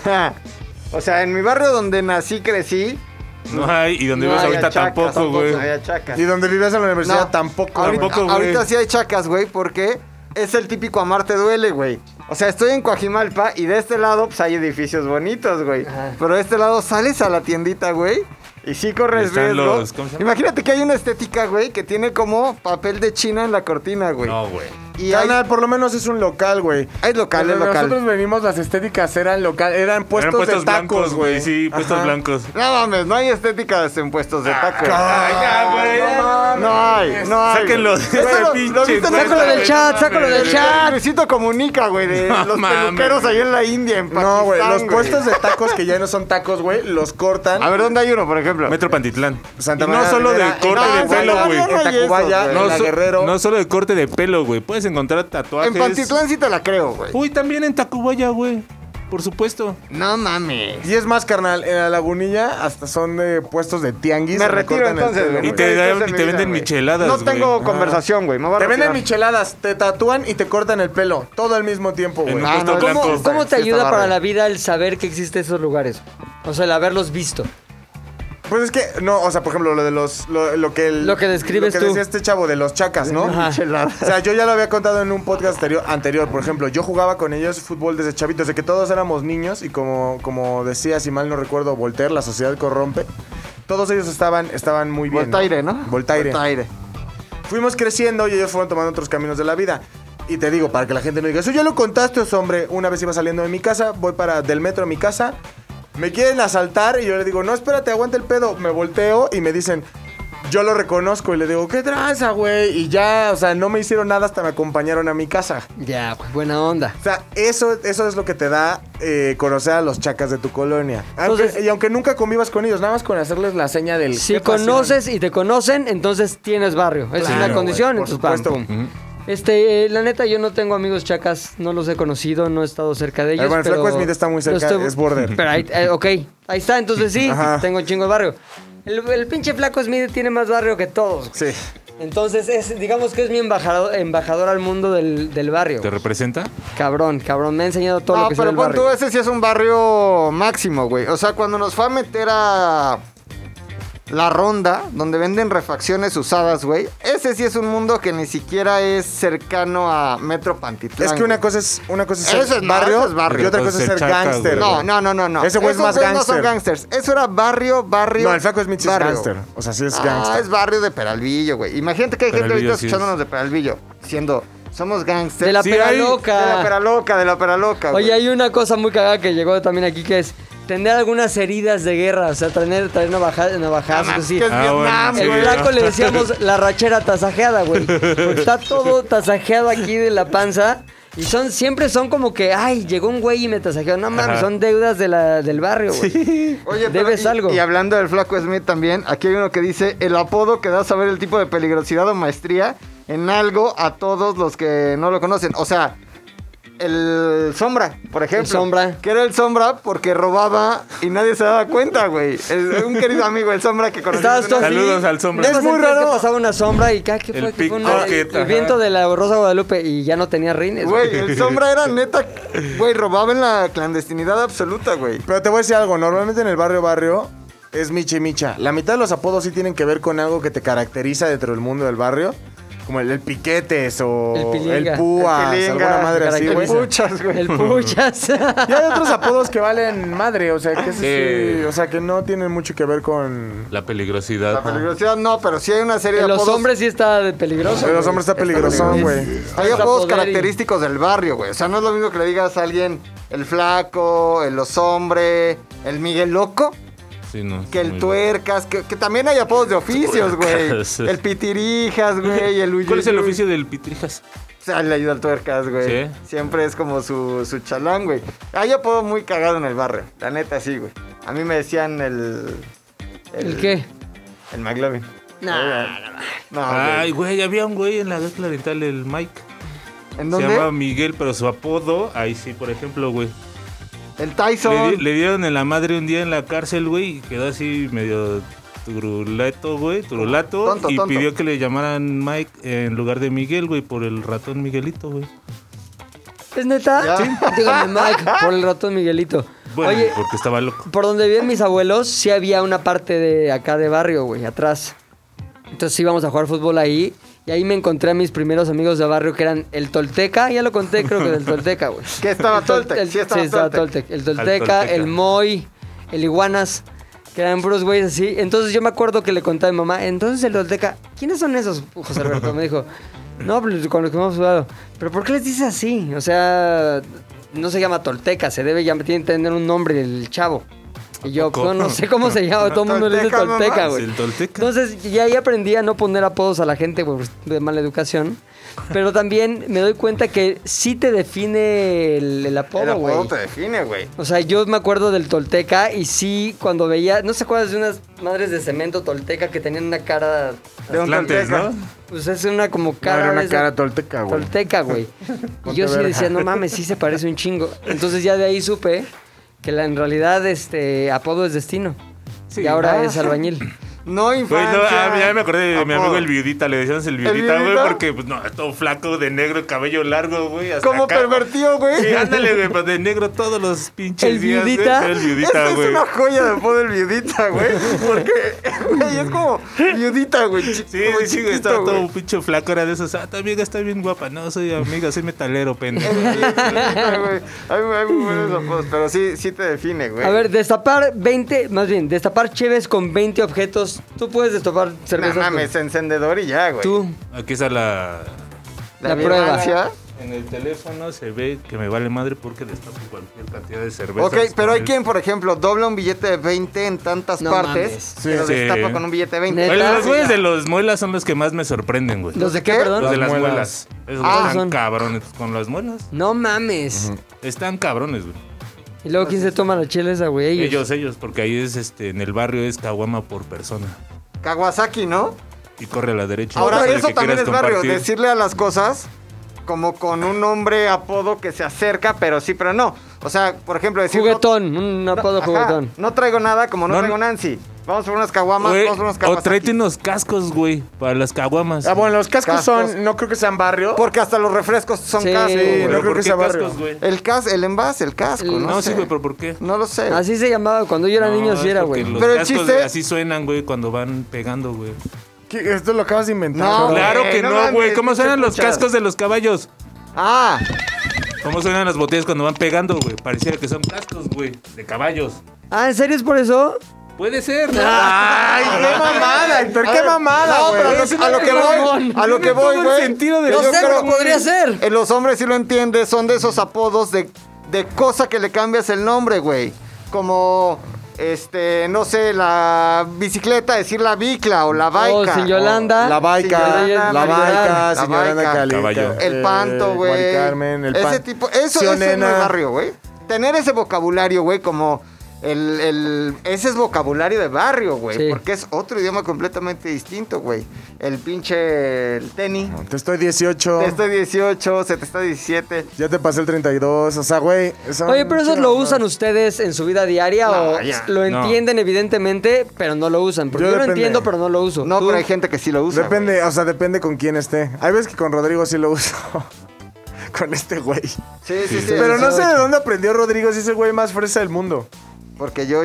[SPEAKER 2] o sea, en mi barrio donde nací, crecí.
[SPEAKER 5] No hay, y donde
[SPEAKER 2] no
[SPEAKER 5] vives
[SPEAKER 2] había
[SPEAKER 5] ahorita
[SPEAKER 2] chacas,
[SPEAKER 5] tampoco, güey.
[SPEAKER 2] No había chacas.
[SPEAKER 6] Y donde vivías en la universidad
[SPEAKER 2] No,
[SPEAKER 6] tampoco.
[SPEAKER 2] Ahorita,
[SPEAKER 5] Tampoco, güey.
[SPEAKER 2] ahorita sí hay chacas, güey, porque es el típico amarte duele, güey. O sea, estoy en Coajimalpa y de este lado, pues hay edificios bonitos, güey.
[SPEAKER 1] Ajá.
[SPEAKER 2] Pero de este lado sales a la tiendita, güey. Y sí corres
[SPEAKER 5] Están
[SPEAKER 2] riesgo.
[SPEAKER 5] los- ¿cómo se llama?
[SPEAKER 2] Imagínate que hay una estética, güey, que tiene como papel de China en la cortina, güey.
[SPEAKER 5] No, güey.
[SPEAKER 2] Y hay,
[SPEAKER 6] Canal, por lo menos es un local, güey.
[SPEAKER 2] hay local, es
[SPEAKER 6] Cuando
[SPEAKER 2] local.
[SPEAKER 6] nosotros venimos, las estéticas eran local, eran puestos,
[SPEAKER 5] Eran
[SPEAKER 6] de tacos,
[SPEAKER 5] blancos,
[SPEAKER 6] güey.
[SPEAKER 5] Sí, puestos
[SPEAKER 6] Ajá.
[SPEAKER 5] blancos.
[SPEAKER 2] No mames, no hay estéticas en puestos de tacos.
[SPEAKER 5] ya, güey.
[SPEAKER 2] No hay.
[SPEAKER 5] Sáquenlo de
[SPEAKER 2] Eso
[SPEAKER 5] ese
[SPEAKER 2] lo
[SPEAKER 5] pinche
[SPEAKER 2] viste en
[SPEAKER 5] encuesta,
[SPEAKER 1] Sácalo del
[SPEAKER 5] güey.
[SPEAKER 1] chat,
[SPEAKER 5] No
[SPEAKER 1] sácalo
[SPEAKER 5] mames.
[SPEAKER 1] del chat.
[SPEAKER 2] Luisito Comunica, güey, de
[SPEAKER 5] No
[SPEAKER 2] los
[SPEAKER 5] mames,
[SPEAKER 2] peluqueros
[SPEAKER 5] güey.
[SPEAKER 2] ahí en la India, en Pakistán,
[SPEAKER 6] No, güey, los
[SPEAKER 2] güey.
[SPEAKER 6] puestos de tacos que ya no son tacos, güey, los cortan.
[SPEAKER 2] A ver, ¿dónde hay uno, por ejemplo?
[SPEAKER 5] Metro Pantitlán.
[SPEAKER 6] Santa
[SPEAKER 5] Y no
[SPEAKER 6] María
[SPEAKER 5] solo de
[SPEAKER 6] Rivera,
[SPEAKER 5] corte
[SPEAKER 6] en
[SPEAKER 5] de pelo,
[SPEAKER 6] Tacubaya,
[SPEAKER 5] güey.
[SPEAKER 2] no, no
[SPEAKER 6] En
[SPEAKER 2] hay
[SPEAKER 6] Tacubaya,
[SPEAKER 2] esos,
[SPEAKER 6] en
[SPEAKER 2] güey.
[SPEAKER 6] La
[SPEAKER 5] so-
[SPEAKER 6] Guerrero.
[SPEAKER 5] no solo de corte de pelo, güey. Puedes encontrar tatuajes.
[SPEAKER 2] En Pantitlán sí te la creo, güey.
[SPEAKER 5] Uy, también en Tacubaya, güey. Por supuesto.
[SPEAKER 2] No mames.
[SPEAKER 6] Y es más, carnal, en la Lagunilla hasta son de puestos de tianguis.
[SPEAKER 2] Me
[SPEAKER 6] donde
[SPEAKER 2] retiro
[SPEAKER 6] cortan el
[SPEAKER 2] entonces,
[SPEAKER 6] pelo,
[SPEAKER 2] güey.
[SPEAKER 5] Y te,
[SPEAKER 2] Nunca he visto
[SPEAKER 5] dan-
[SPEAKER 2] eso en
[SPEAKER 5] y
[SPEAKER 2] mi
[SPEAKER 5] te
[SPEAKER 2] vida,
[SPEAKER 5] venden
[SPEAKER 2] güey.
[SPEAKER 5] micheladas,
[SPEAKER 2] No
[SPEAKER 5] güey.
[SPEAKER 2] tengo conversación, güey. Me voy a
[SPEAKER 6] Te venden
[SPEAKER 2] retirar.
[SPEAKER 6] micheladas, te tatúan y te cortan el pelo. Todo al mismo tiempo, güey.
[SPEAKER 5] En un
[SPEAKER 2] Ah,
[SPEAKER 5] puesto
[SPEAKER 2] no,
[SPEAKER 5] blanco.
[SPEAKER 2] ¿cómo-
[SPEAKER 1] ¿Cómo te
[SPEAKER 2] Sí, está
[SPEAKER 1] ayuda para
[SPEAKER 2] bárbaro.
[SPEAKER 1] la vida el saber que existen esos lugares? O sea, el haberlos visto.
[SPEAKER 6] Pues es que, no, o sea, por ejemplo, lo de los. Lo que
[SPEAKER 1] describes
[SPEAKER 6] lo que
[SPEAKER 1] tú.
[SPEAKER 6] decía este chavo de los chacas, ¿no?
[SPEAKER 1] Ajá.
[SPEAKER 6] O sea, yo ya lo había contado en un podcast anterior. Por ejemplo, yo jugaba con ellos fútbol desde chavitos, de que todos éramos niños y como decía, si mal no recuerdo, Voltaire, la sociedad corrompe. Todos ellos estaban muy bien.
[SPEAKER 2] Voltaire, ¿no?
[SPEAKER 6] Voltaire.
[SPEAKER 2] Voltaire.
[SPEAKER 6] Fuimos creciendo y ellos fueron tomando otros caminos de la vida. Y te digo, para que la gente no diga, eso ya lo contaste, hombre. Una vez iba saliendo de mi casa, voy del metro a mi casa, me quieren asaltar y yo le digo, no, espérate, aguanta el pedo. Me volteo y me dicen, yo lo reconozco y le digo, ¿qué tranza, güey? Y ya, o sea, no me hicieron nada hasta me acompañaron a mi casa.
[SPEAKER 1] Ya, pues buena onda.
[SPEAKER 6] O sea, eso es lo que te da conocer a los chacas de tu colonia.
[SPEAKER 1] Entonces-
[SPEAKER 6] y aunque nunca convivas con ellos, nada más con hacerles la seña del...
[SPEAKER 1] Si
[SPEAKER 6] ¿qué pasión?
[SPEAKER 1] conoces y te conocen, entonces tienes barrio. Esa es
[SPEAKER 6] Claro,
[SPEAKER 1] una condición,
[SPEAKER 6] güey, por
[SPEAKER 1] entonces pam,
[SPEAKER 6] supuesto.
[SPEAKER 1] pum. La neta, yo no tengo amigos chacas, no los he conocido, no he estado cerca de ellos.
[SPEAKER 6] Bueno, el
[SPEAKER 1] pero
[SPEAKER 6] Flaco Smith está muy cerca, es border.
[SPEAKER 1] Pero ahí, ok, ahí está, entonces sí,
[SPEAKER 6] Ajá.
[SPEAKER 1] tengo un chingo de barrio. El pinche Flaco Smith tiene más barrio que todos.
[SPEAKER 6] Sí.
[SPEAKER 1] Entonces, digamos que es mi embajador al mundo del barrio.
[SPEAKER 5] ¿Te representa?
[SPEAKER 1] Cabrón, me ha enseñado todo lo
[SPEAKER 4] No,
[SPEAKER 1] que sé
[SPEAKER 4] pero
[SPEAKER 1] del
[SPEAKER 4] pon
[SPEAKER 1] barrio.
[SPEAKER 4] tú, ese sí es un barrio máximo, güey. O sea, cuando nos fue a meter a La Ronda, donde venden refacciones usadas, güey. Ese sí es un mundo que ni siquiera es cercano a Metro Pantitlán.
[SPEAKER 6] Es que una
[SPEAKER 4] güey.
[SPEAKER 6] cosa es
[SPEAKER 4] Ese
[SPEAKER 6] ser
[SPEAKER 4] es-
[SPEAKER 6] barrio,
[SPEAKER 4] ese es barrio.
[SPEAKER 6] y otra cosa es ser
[SPEAKER 5] Chaca,
[SPEAKER 6] gángster.
[SPEAKER 5] güey.
[SPEAKER 4] No.
[SPEAKER 6] Ese güey es
[SPEAKER 4] Esos
[SPEAKER 6] más
[SPEAKER 4] güeyes no son
[SPEAKER 6] gángster.
[SPEAKER 4] gangsters. Eso era barrio.
[SPEAKER 6] No, el Flaco Smith sí es
[SPEAKER 4] barrio.
[SPEAKER 6] gángster. O sea, sí es
[SPEAKER 4] Ah,
[SPEAKER 6] gángster.
[SPEAKER 4] es barrio de Peralvillo, güey. Imagínate que hay gente
[SPEAKER 5] Peralvillo
[SPEAKER 4] ahorita
[SPEAKER 5] sí
[SPEAKER 4] escuchándonos de Peralvillo, diciendo, somos gangsters.
[SPEAKER 1] De la
[SPEAKER 5] Sí,
[SPEAKER 1] pera
[SPEAKER 5] hay-
[SPEAKER 1] loca.
[SPEAKER 4] De la pera loca, güey.
[SPEAKER 1] Oye, hay una cosa muy cagada que llegó también aquí que es tener algunas heridas de guerra, o sea, traer navajazos, así.
[SPEAKER 4] Que es
[SPEAKER 5] Ah,
[SPEAKER 4] Vietnam,
[SPEAKER 5] bueno,
[SPEAKER 1] El
[SPEAKER 5] sí.
[SPEAKER 4] güey.
[SPEAKER 1] flaco le decíamos la rachera tasajeada, güey. Porque está todo tasajeado aquí de la panza. Y siempre son como que, ay, llegó un güey y me tasajeó. No mames,
[SPEAKER 5] Ajá.
[SPEAKER 1] son deudas del barrio, güey.
[SPEAKER 4] Oye,
[SPEAKER 1] Debes algo.
[SPEAKER 4] Y hablando del Flaco Smith también, aquí hay uno que dice, el apodo que da a saber el tipo de peligrosidad o maestría en algo a todos los que no lo conocen. O sea, el Sombra, por ejemplo.
[SPEAKER 1] El Sombra.
[SPEAKER 4] Que era el Sombra porque robaba y nadie se daba cuenta, güey. Un querido amigo, el Sombra que conocimos.
[SPEAKER 1] Estabas tú así.
[SPEAKER 5] Saludos al Sombra.
[SPEAKER 1] Es
[SPEAKER 6] Es
[SPEAKER 1] muy
[SPEAKER 6] muy
[SPEAKER 1] raro.
[SPEAKER 6] raro.
[SPEAKER 1] Que pasaba una sombra y ¿qué fue?
[SPEAKER 5] El
[SPEAKER 1] Que fue el
[SPEAKER 5] pickpocket,
[SPEAKER 1] viento
[SPEAKER 5] ajá.
[SPEAKER 1] de la Rosa Guadalupe y ya no tenía rines.
[SPEAKER 4] Güey, el Sombra era neta, güey, robaba en la clandestinidad absoluta, güey.
[SPEAKER 6] Pero te voy a decir algo, normalmente en el barrio es micha y micha. La mitad de los apodos sí tienen que ver con algo que te caracteriza dentro del mundo del barrio. Como el piquetes o
[SPEAKER 1] El pilinga.
[SPEAKER 6] el púas,
[SPEAKER 4] El pilinga,
[SPEAKER 6] alguna madre así, güey.
[SPEAKER 1] caracteriza.
[SPEAKER 4] Puchas, güey.
[SPEAKER 1] El puchas.
[SPEAKER 6] Y hay otros apodos que valen madre, o sea, que ese sí,
[SPEAKER 5] Sí.
[SPEAKER 6] o sea, que no tienen mucho que ver con...
[SPEAKER 5] La peligrosidad.
[SPEAKER 4] La peligrosidad no, pero sí hay una serie de
[SPEAKER 1] Los
[SPEAKER 4] apodos.
[SPEAKER 1] hombres sí está de peligroso.
[SPEAKER 6] Pero los
[SPEAKER 1] güey.
[SPEAKER 6] hombres está peligrosón, güey.
[SPEAKER 4] Hay
[SPEAKER 1] Está
[SPEAKER 4] apodos
[SPEAKER 1] poder y-
[SPEAKER 4] característicos del barrio, güey. O sea, no es lo mismo que le digas a alguien el flaco, el osombre, el Miguel Loco,
[SPEAKER 5] Sí, no,
[SPEAKER 4] que el
[SPEAKER 5] muy
[SPEAKER 4] tuercas, que también hay apodos de oficios, güey.
[SPEAKER 5] Tuercas.
[SPEAKER 4] El pitirijas, güey, el
[SPEAKER 5] bien. ¿Cuál es el
[SPEAKER 4] uyuyuy.
[SPEAKER 5] oficio del Pitrijas?
[SPEAKER 4] O sea, le ayuda al tuercas, güey.
[SPEAKER 5] ¿Sí?
[SPEAKER 4] Siempre es como su chalán, güey. Hay apodo muy cagado en el barrio. La neta, sí, güey. A mí me decían
[SPEAKER 1] ¿El qué?
[SPEAKER 4] El McLovin.
[SPEAKER 1] Nah,
[SPEAKER 4] No,
[SPEAKER 5] Ay,
[SPEAKER 4] güey.
[SPEAKER 5] güey, había un güey en la Gas Clarental, el Mike.
[SPEAKER 4] ¿En
[SPEAKER 5] Se llamaba
[SPEAKER 4] dónde?
[SPEAKER 5] Miguel, pero su apodo, ahí sí, por ejemplo, güey.
[SPEAKER 4] El Tyson.
[SPEAKER 5] Le dieron en la madre un día en la cárcel, güey, y quedó así medio turulato, güey, turulato.
[SPEAKER 4] Tonto,
[SPEAKER 5] y
[SPEAKER 4] tonto.
[SPEAKER 5] pidió que le llamaran Mike en lugar de Miguel, güey, por el ratón Miguelito, güey.
[SPEAKER 1] ¿Es neta?
[SPEAKER 4] Ya.
[SPEAKER 1] Sí. Dígame, Mike, por el ratón Miguelito.
[SPEAKER 5] Bueno,
[SPEAKER 1] Oye,
[SPEAKER 5] porque estaba loco.
[SPEAKER 1] por donde vivían mis abuelos, sí había una parte de acá de barrio, güey, atrás. Entonces íbamos a jugar fútbol ahí. Y ahí me encontré a mis primeros amigos de barrio que eran el Tolteca. Ya lo conté, creo que del Tolteca, güey.
[SPEAKER 4] ¿Qué estaba
[SPEAKER 1] El Tol-
[SPEAKER 4] Toltec?
[SPEAKER 1] el-
[SPEAKER 4] Sí estaba Toltec.
[SPEAKER 1] Toltec. El
[SPEAKER 5] Al
[SPEAKER 1] Tolteca,
[SPEAKER 5] Tolteca.
[SPEAKER 1] el Moy, el Iguanas, que eran puros güeyes así. Entonces yo me acuerdo que le conté a mi mamá, entonces el Tolteca, ¿quiénes son esos? José Alberto me dijo, no, pues, con los que hemos jugado. ¿Pero por qué les dices así? O sea, no se llama Tolteca, se debe llamar, tiene que tener un nombre el chavo. Y yo,
[SPEAKER 5] poco?
[SPEAKER 1] no sé cómo se llama, todo el mundo le dice
[SPEAKER 4] Tolteca,
[SPEAKER 1] Tolteca,
[SPEAKER 4] mamá.
[SPEAKER 1] güey.
[SPEAKER 5] El Tolteca.
[SPEAKER 1] Entonces, ya ahí aprendí a no poner apodos a la gente pues, de mala educación. Pero también me doy cuenta que sí te define el
[SPEAKER 4] El
[SPEAKER 1] apodo, güey.
[SPEAKER 4] apodo te define, güey.
[SPEAKER 1] O sea, yo me acuerdo del Tolteca y sí, cuando veía... ¿No se acuerdas de unas madres de cemento Tolteca que tenían una cara...
[SPEAKER 4] De un
[SPEAKER 5] Atlantes,
[SPEAKER 4] Tolteca.
[SPEAKER 5] ¿no?
[SPEAKER 1] Pues es una como cara...
[SPEAKER 6] Era una
[SPEAKER 1] de esa-
[SPEAKER 6] cara tolteca, güey.
[SPEAKER 1] Tolteca, güey. Y yo sí
[SPEAKER 6] verga.
[SPEAKER 1] decía, no mames, sí se parece un chingo. Entonces ya de ahí supe que en realidad apodo es destino.
[SPEAKER 5] Sí.
[SPEAKER 1] Y ahora
[SPEAKER 4] Ah.
[SPEAKER 1] es albañil.
[SPEAKER 4] No
[SPEAKER 5] Güey,
[SPEAKER 4] infancia.
[SPEAKER 5] no, ya me acordé de mi
[SPEAKER 4] apodo.
[SPEAKER 5] amigo el Viudita, le decíamos el Viudita, güey,
[SPEAKER 4] Viudita?
[SPEAKER 5] porque, pues, no, todo flaco, de negro, cabello largo, güey, hasta
[SPEAKER 4] Como
[SPEAKER 5] acá.
[SPEAKER 4] pervertido, güey.
[SPEAKER 5] Sí, ándale, güey, pero de negro todos los pinches
[SPEAKER 1] ¿El
[SPEAKER 5] días, güey,
[SPEAKER 1] Viudita?
[SPEAKER 5] era el
[SPEAKER 4] Esta
[SPEAKER 5] Viudita,
[SPEAKER 4] es
[SPEAKER 5] güey.
[SPEAKER 4] una joya de apodo del viudita, güey. Porque, güey, es como viudita, güey.
[SPEAKER 5] Sí,
[SPEAKER 4] como
[SPEAKER 5] sí, güey, estaba
[SPEAKER 4] chiquito,
[SPEAKER 5] todo
[SPEAKER 4] güey.
[SPEAKER 5] pinche flaco, era de esos, tu amiga está bien guapa, no, soy amiga, soy metalero, pendejo.
[SPEAKER 4] Viudita, güey. Hay muy buenos apodos, pero sí te define, güey.
[SPEAKER 1] A ver, destapar 20, más bien, destapar cheves con 20 objetos. Tú puedes destapar
[SPEAKER 4] No
[SPEAKER 1] cervezas
[SPEAKER 4] mames, encendedor y ya, güey.
[SPEAKER 1] Tú.
[SPEAKER 5] Aquí está la...
[SPEAKER 1] la
[SPEAKER 4] mi
[SPEAKER 1] prueba.
[SPEAKER 4] infancia.
[SPEAKER 5] En el teléfono se ve que me vale madre porque destapo cualquier cantidad de cervezas.
[SPEAKER 4] Ok, pero
[SPEAKER 5] con
[SPEAKER 4] hay
[SPEAKER 5] el-
[SPEAKER 4] quien, por ejemplo, dobla un billete de 20 en tantas
[SPEAKER 1] No
[SPEAKER 4] partes,
[SPEAKER 1] mames.
[SPEAKER 4] pero
[SPEAKER 5] Sí.
[SPEAKER 4] destapa con un billete de 20.
[SPEAKER 1] Neta.
[SPEAKER 5] Oye, los güeyes de los muelas son los que más me sorprenden, güey.
[SPEAKER 1] ¿Los de qué,
[SPEAKER 4] ¿Qué?
[SPEAKER 1] perdón?
[SPEAKER 5] Los de
[SPEAKER 6] Las
[SPEAKER 5] las
[SPEAKER 6] muelas.
[SPEAKER 5] muelas. Esos
[SPEAKER 4] Ah,
[SPEAKER 5] están
[SPEAKER 1] son.
[SPEAKER 5] cabrones. Con las muelas.
[SPEAKER 1] No mames.
[SPEAKER 5] Están cabrones, güey.
[SPEAKER 1] Y luego, ¿quién se toma la chela esa, güey?
[SPEAKER 5] Ellos, porque ahí es, en el barrio es caguama por persona.
[SPEAKER 4] Kawasaki, ¿no?
[SPEAKER 5] y corre a la derecha.
[SPEAKER 4] Ahora,
[SPEAKER 5] Para el
[SPEAKER 4] eso
[SPEAKER 5] que
[SPEAKER 4] también es
[SPEAKER 5] quieras
[SPEAKER 4] barrio,
[SPEAKER 5] compartir.
[SPEAKER 4] decirle a las cosas como con un nombre apodo que se acerca, pero sí, pero no. O sea, por ejemplo, decir...
[SPEAKER 1] Juguetón, un apodo
[SPEAKER 4] Ajá,
[SPEAKER 1] juguetón.
[SPEAKER 4] no traigo nada como no
[SPEAKER 5] No,
[SPEAKER 4] traigo Nancy. Vamos por unas caguamas,
[SPEAKER 5] Güey,
[SPEAKER 4] vamos por unas
[SPEAKER 5] o
[SPEAKER 4] caguamas.
[SPEAKER 5] tráete unos cascos, güey, para las caguamas.
[SPEAKER 6] Ah, bueno, los cascos
[SPEAKER 4] Cascos.
[SPEAKER 6] son, no creo que sean barrio.
[SPEAKER 4] Porque hasta los refrescos son
[SPEAKER 1] Sí,
[SPEAKER 4] cascos,
[SPEAKER 6] Sí,
[SPEAKER 4] güey.
[SPEAKER 6] no
[SPEAKER 5] ¿Pero
[SPEAKER 6] creo
[SPEAKER 5] por
[SPEAKER 6] que
[SPEAKER 5] qué
[SPEAKER 6] sea barrio.
[SPEAKER 5] cascos, güey?
[SPEAKER 4] El envase, el casco,
[SPEAKER 1] El-
[SPEAKER 4] no,
[SPEAKER 5] No,
[SPEAKER 4] sé.
[SPEAKER 5] sí, güey, pero ¿por qué?
[SPEAKER 4] No lo sé.
[SPEAKER 1] Así se llamaba cuando yo era
[SPEAKER 5] No,
[SPEAKER 1] niño, sí
[SPEAKER 5] es
[SPEAKER 1] era,
[SPEAKER 5] porque
[SPEAKER 1] güey.
[SPEAKER 5] Los
[SPEAKER 4] Pero el
[SPEAKER 5] cascos
[SPEAKER 4] chiste-
[SPEAKER 5] así suenan, güey, cuando van pegando, güey.
[SPEAKER 6] ¿Qué? Esto lo acabas de inventar.
[SPEAKER 4] No,
[SPEAKER 6] Jorge.
[SPEAKER 5] Claro
[SPEAKER 4] güey,
[SPEAKER 5] que
[SPEAKER 4] no
[SPEAKER 5] no,
[SPEAKER 4] mames,
[SPEAKER 5] güey. ¿Cómo
[SPEAKER 4] ¿qué
[SPEAKER 5] suenan los
[SPEAKER 4] escuchas?
[SPEAKER 5] cascos de los caballos?
[SPEAKER 4] Ah,
[SPEAKER 5] ¿Cómo suenan las botellas cuando van pegando, güey? Pareciera que son cascos, güey, de caballos.
[SPEAKER 1] Ah, ¿en serio es por eso?
[SPEAKER 5] Puede ser, ¿no?
[SPEAKER 6] Ay, qué mamada, Héctor, qué mamada,
[SPEAKER 4] no,
[SPEAKER 6] güey.
[SPEAKER 4] pero a lo que voy, a lo que
[SPEAKER 5] Tiene todo
[SPEAKER 4] voy,
[SPEAKER 5] el
[SPEAKER 4] güey.
[SPEAKER 5] sentido de-
[SPEAKER 4] que
[SPEAKER 1] No
[SPEAKER 4] yo
[SPEAKER 1] sé,
[SPEAKER 4] creo-
[SPEAKER 1] pero podría ser.
[SPEAKER 4] Los hombres sí lo entienden, son de esos apodos de cosa que le cambias el nombre, güey. Como, no sé, la bicicleta, decir la bicla o la baica.
[SPEAKER 1] O sin Yolanda.
[SPEAKER 6] La Baica,
[SPEAKER 4] Sin Yolanda,
[SPEAKER 6] la Baica,
[SPEAKER 4] la
[SPEAKER 6] señora
[SPEAKER 4] Baica.
[SPEAKER 6] Calica.
[SPEAKER 5] Caballo.
[SPEAKER 4] El panto, güey.
[SPEAKER 6] Mari Carmen, el
[SPEAKER 4] Ese
[SPEAKER 6] pan.
[SPEAKER 4] tipo, eso no es
[SPEAKER 6] Sionena.
[SPEAKER 4] barrio, güey. Tener ese vocabulario, güey, como ese es vocabulario de barrio, güey.
[SPEAKER 1] Sí.
[SPEAKER 4] Porque es otro idioma completamente distinto, güey. El pinche el tenis.
[SPEAKER 6] Te estoy 18.
[SPEAKER 4] Te estoy 18, se te está 17.
[SPEAKER 6] Ya te pasé el 32. O sea, güey.
[SPEAKER 1] Oye, pero eso lo usan ustedes en su vida diaria
[SPEAKER 4] No,
[SPEAKER 1] o
[SPEAKER 4] ya.
[SPEAKER 1] lo
[SPEAKER 5] No.
[SPEAKER 1] entienden evidentemente, pero no lo usan. Porque
[SPEAKER 6] Yo
[SPEAKER 1] yo, lo
[SPEAKER 6] depende.
[SPEAKER 1] entiendo, pero no lo uso.
[SPEAKER 4] No,
[SPEAKER 1] ¿Tú?
[SPEAKER 4] pero hay gente que sí lo usa.
[SPEAKER 6] Depende,
[SPEAKER 4] güey.
[SPEAKER 6] o sea, depende con quién esté. Hay veces que con Rodrigo sí lo uso. Con este güey.
[SPEAKER 4] Sí, sí, sí.
[SPEAKER 6] Pero no
[SPEAKER 4] sí.
[SPEAKER 6] sé de dónde aprendió Rodrigo, si es el güey más fresa del mundo.
[SPEAKER 4] Porque yo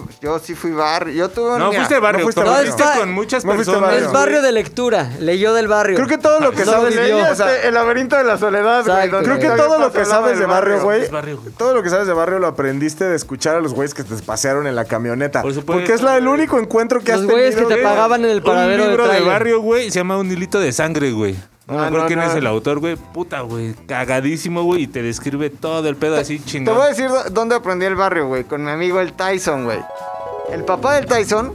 [SPEAKER 4] sí fui barrio. Yo tuve un...
[SPEAKER 5] No,
[SPEAKER 4] mira,
[SPEAKER 5] fuiste barrio.
[SPEAKER 6] no fuiste
[SPEAKER 5] conviviste
[SPEAKER 1] barrio.
[SPEAKER 5] con muchas
[SPEAKER 6] No fuiste
[SPEAKER 5] personas.
[SPEAKER 6] barrio.
[SPEAKER 1] Es barrio de lectura. Leyó del barrio.
[SPEAKER 6] Creo que todo lo que
[SPEAKER 1] No
[SPEAKER 6] sabes
[SPEAKER 1] vivió.
[SPEAKER 6] de o sea,
[SPEAKER 4] el laberinto de la soledad, güey.
[SPEAKER 1] Exacto,
[SPEAKER 4] donde
[SPEAKER 6] creo que
[SPEAKER 1] güey.
[SPEAKER 6] todo lo que
[SPEAKER 4] se hablaba
[SPEAKER 6] sabes de
[SPEAKER 4] del
[SPEAKER 6] barrio, güey,
[SPEAKER 5] Es barrio, güey.
[SPEAKER 6] todo lo que sabes de barrio lo aprendiste de escuchar a los güeyes que te pasearon en la camioneta.
[SPEAKER 5] Por supuesto.
[SPEAKER 6] Porque es el único encuentro que
[SPEAKER 1] Los
[SPEAKER 6] has
[SPEAKER 1] güeyes
[SPEAKER 6] tenido.
[SPEAKER 1] que te
[SPEAKER 6] güey.
[SPEAKER 1] pagaban en el paradero
[SPEAKER 5] Un libro de
[SPEAKER 1] tráiler.
[SPEAKER 5] barrio, güey, se llama Un hilito de sangre, güey. No me
[SPEAKER 4] Ah,
[SPEAKER 5] acuerdo
[SPEAKER 4] no,
[SPEAKER 5] quién
[SPEAKER 4] no.
[SPEAKER 5] es el autor, güey. Puta, güey. Cagadísimo, güey. Y te describe todo el pedo así
[SPEAKER 4] Te
[SPEAKER 5] chingón.
[SPEAKER 4] voy a decir dónde aprendí el barrio, güey. Con mi amigo el Tyson, güey. El papá del Tyson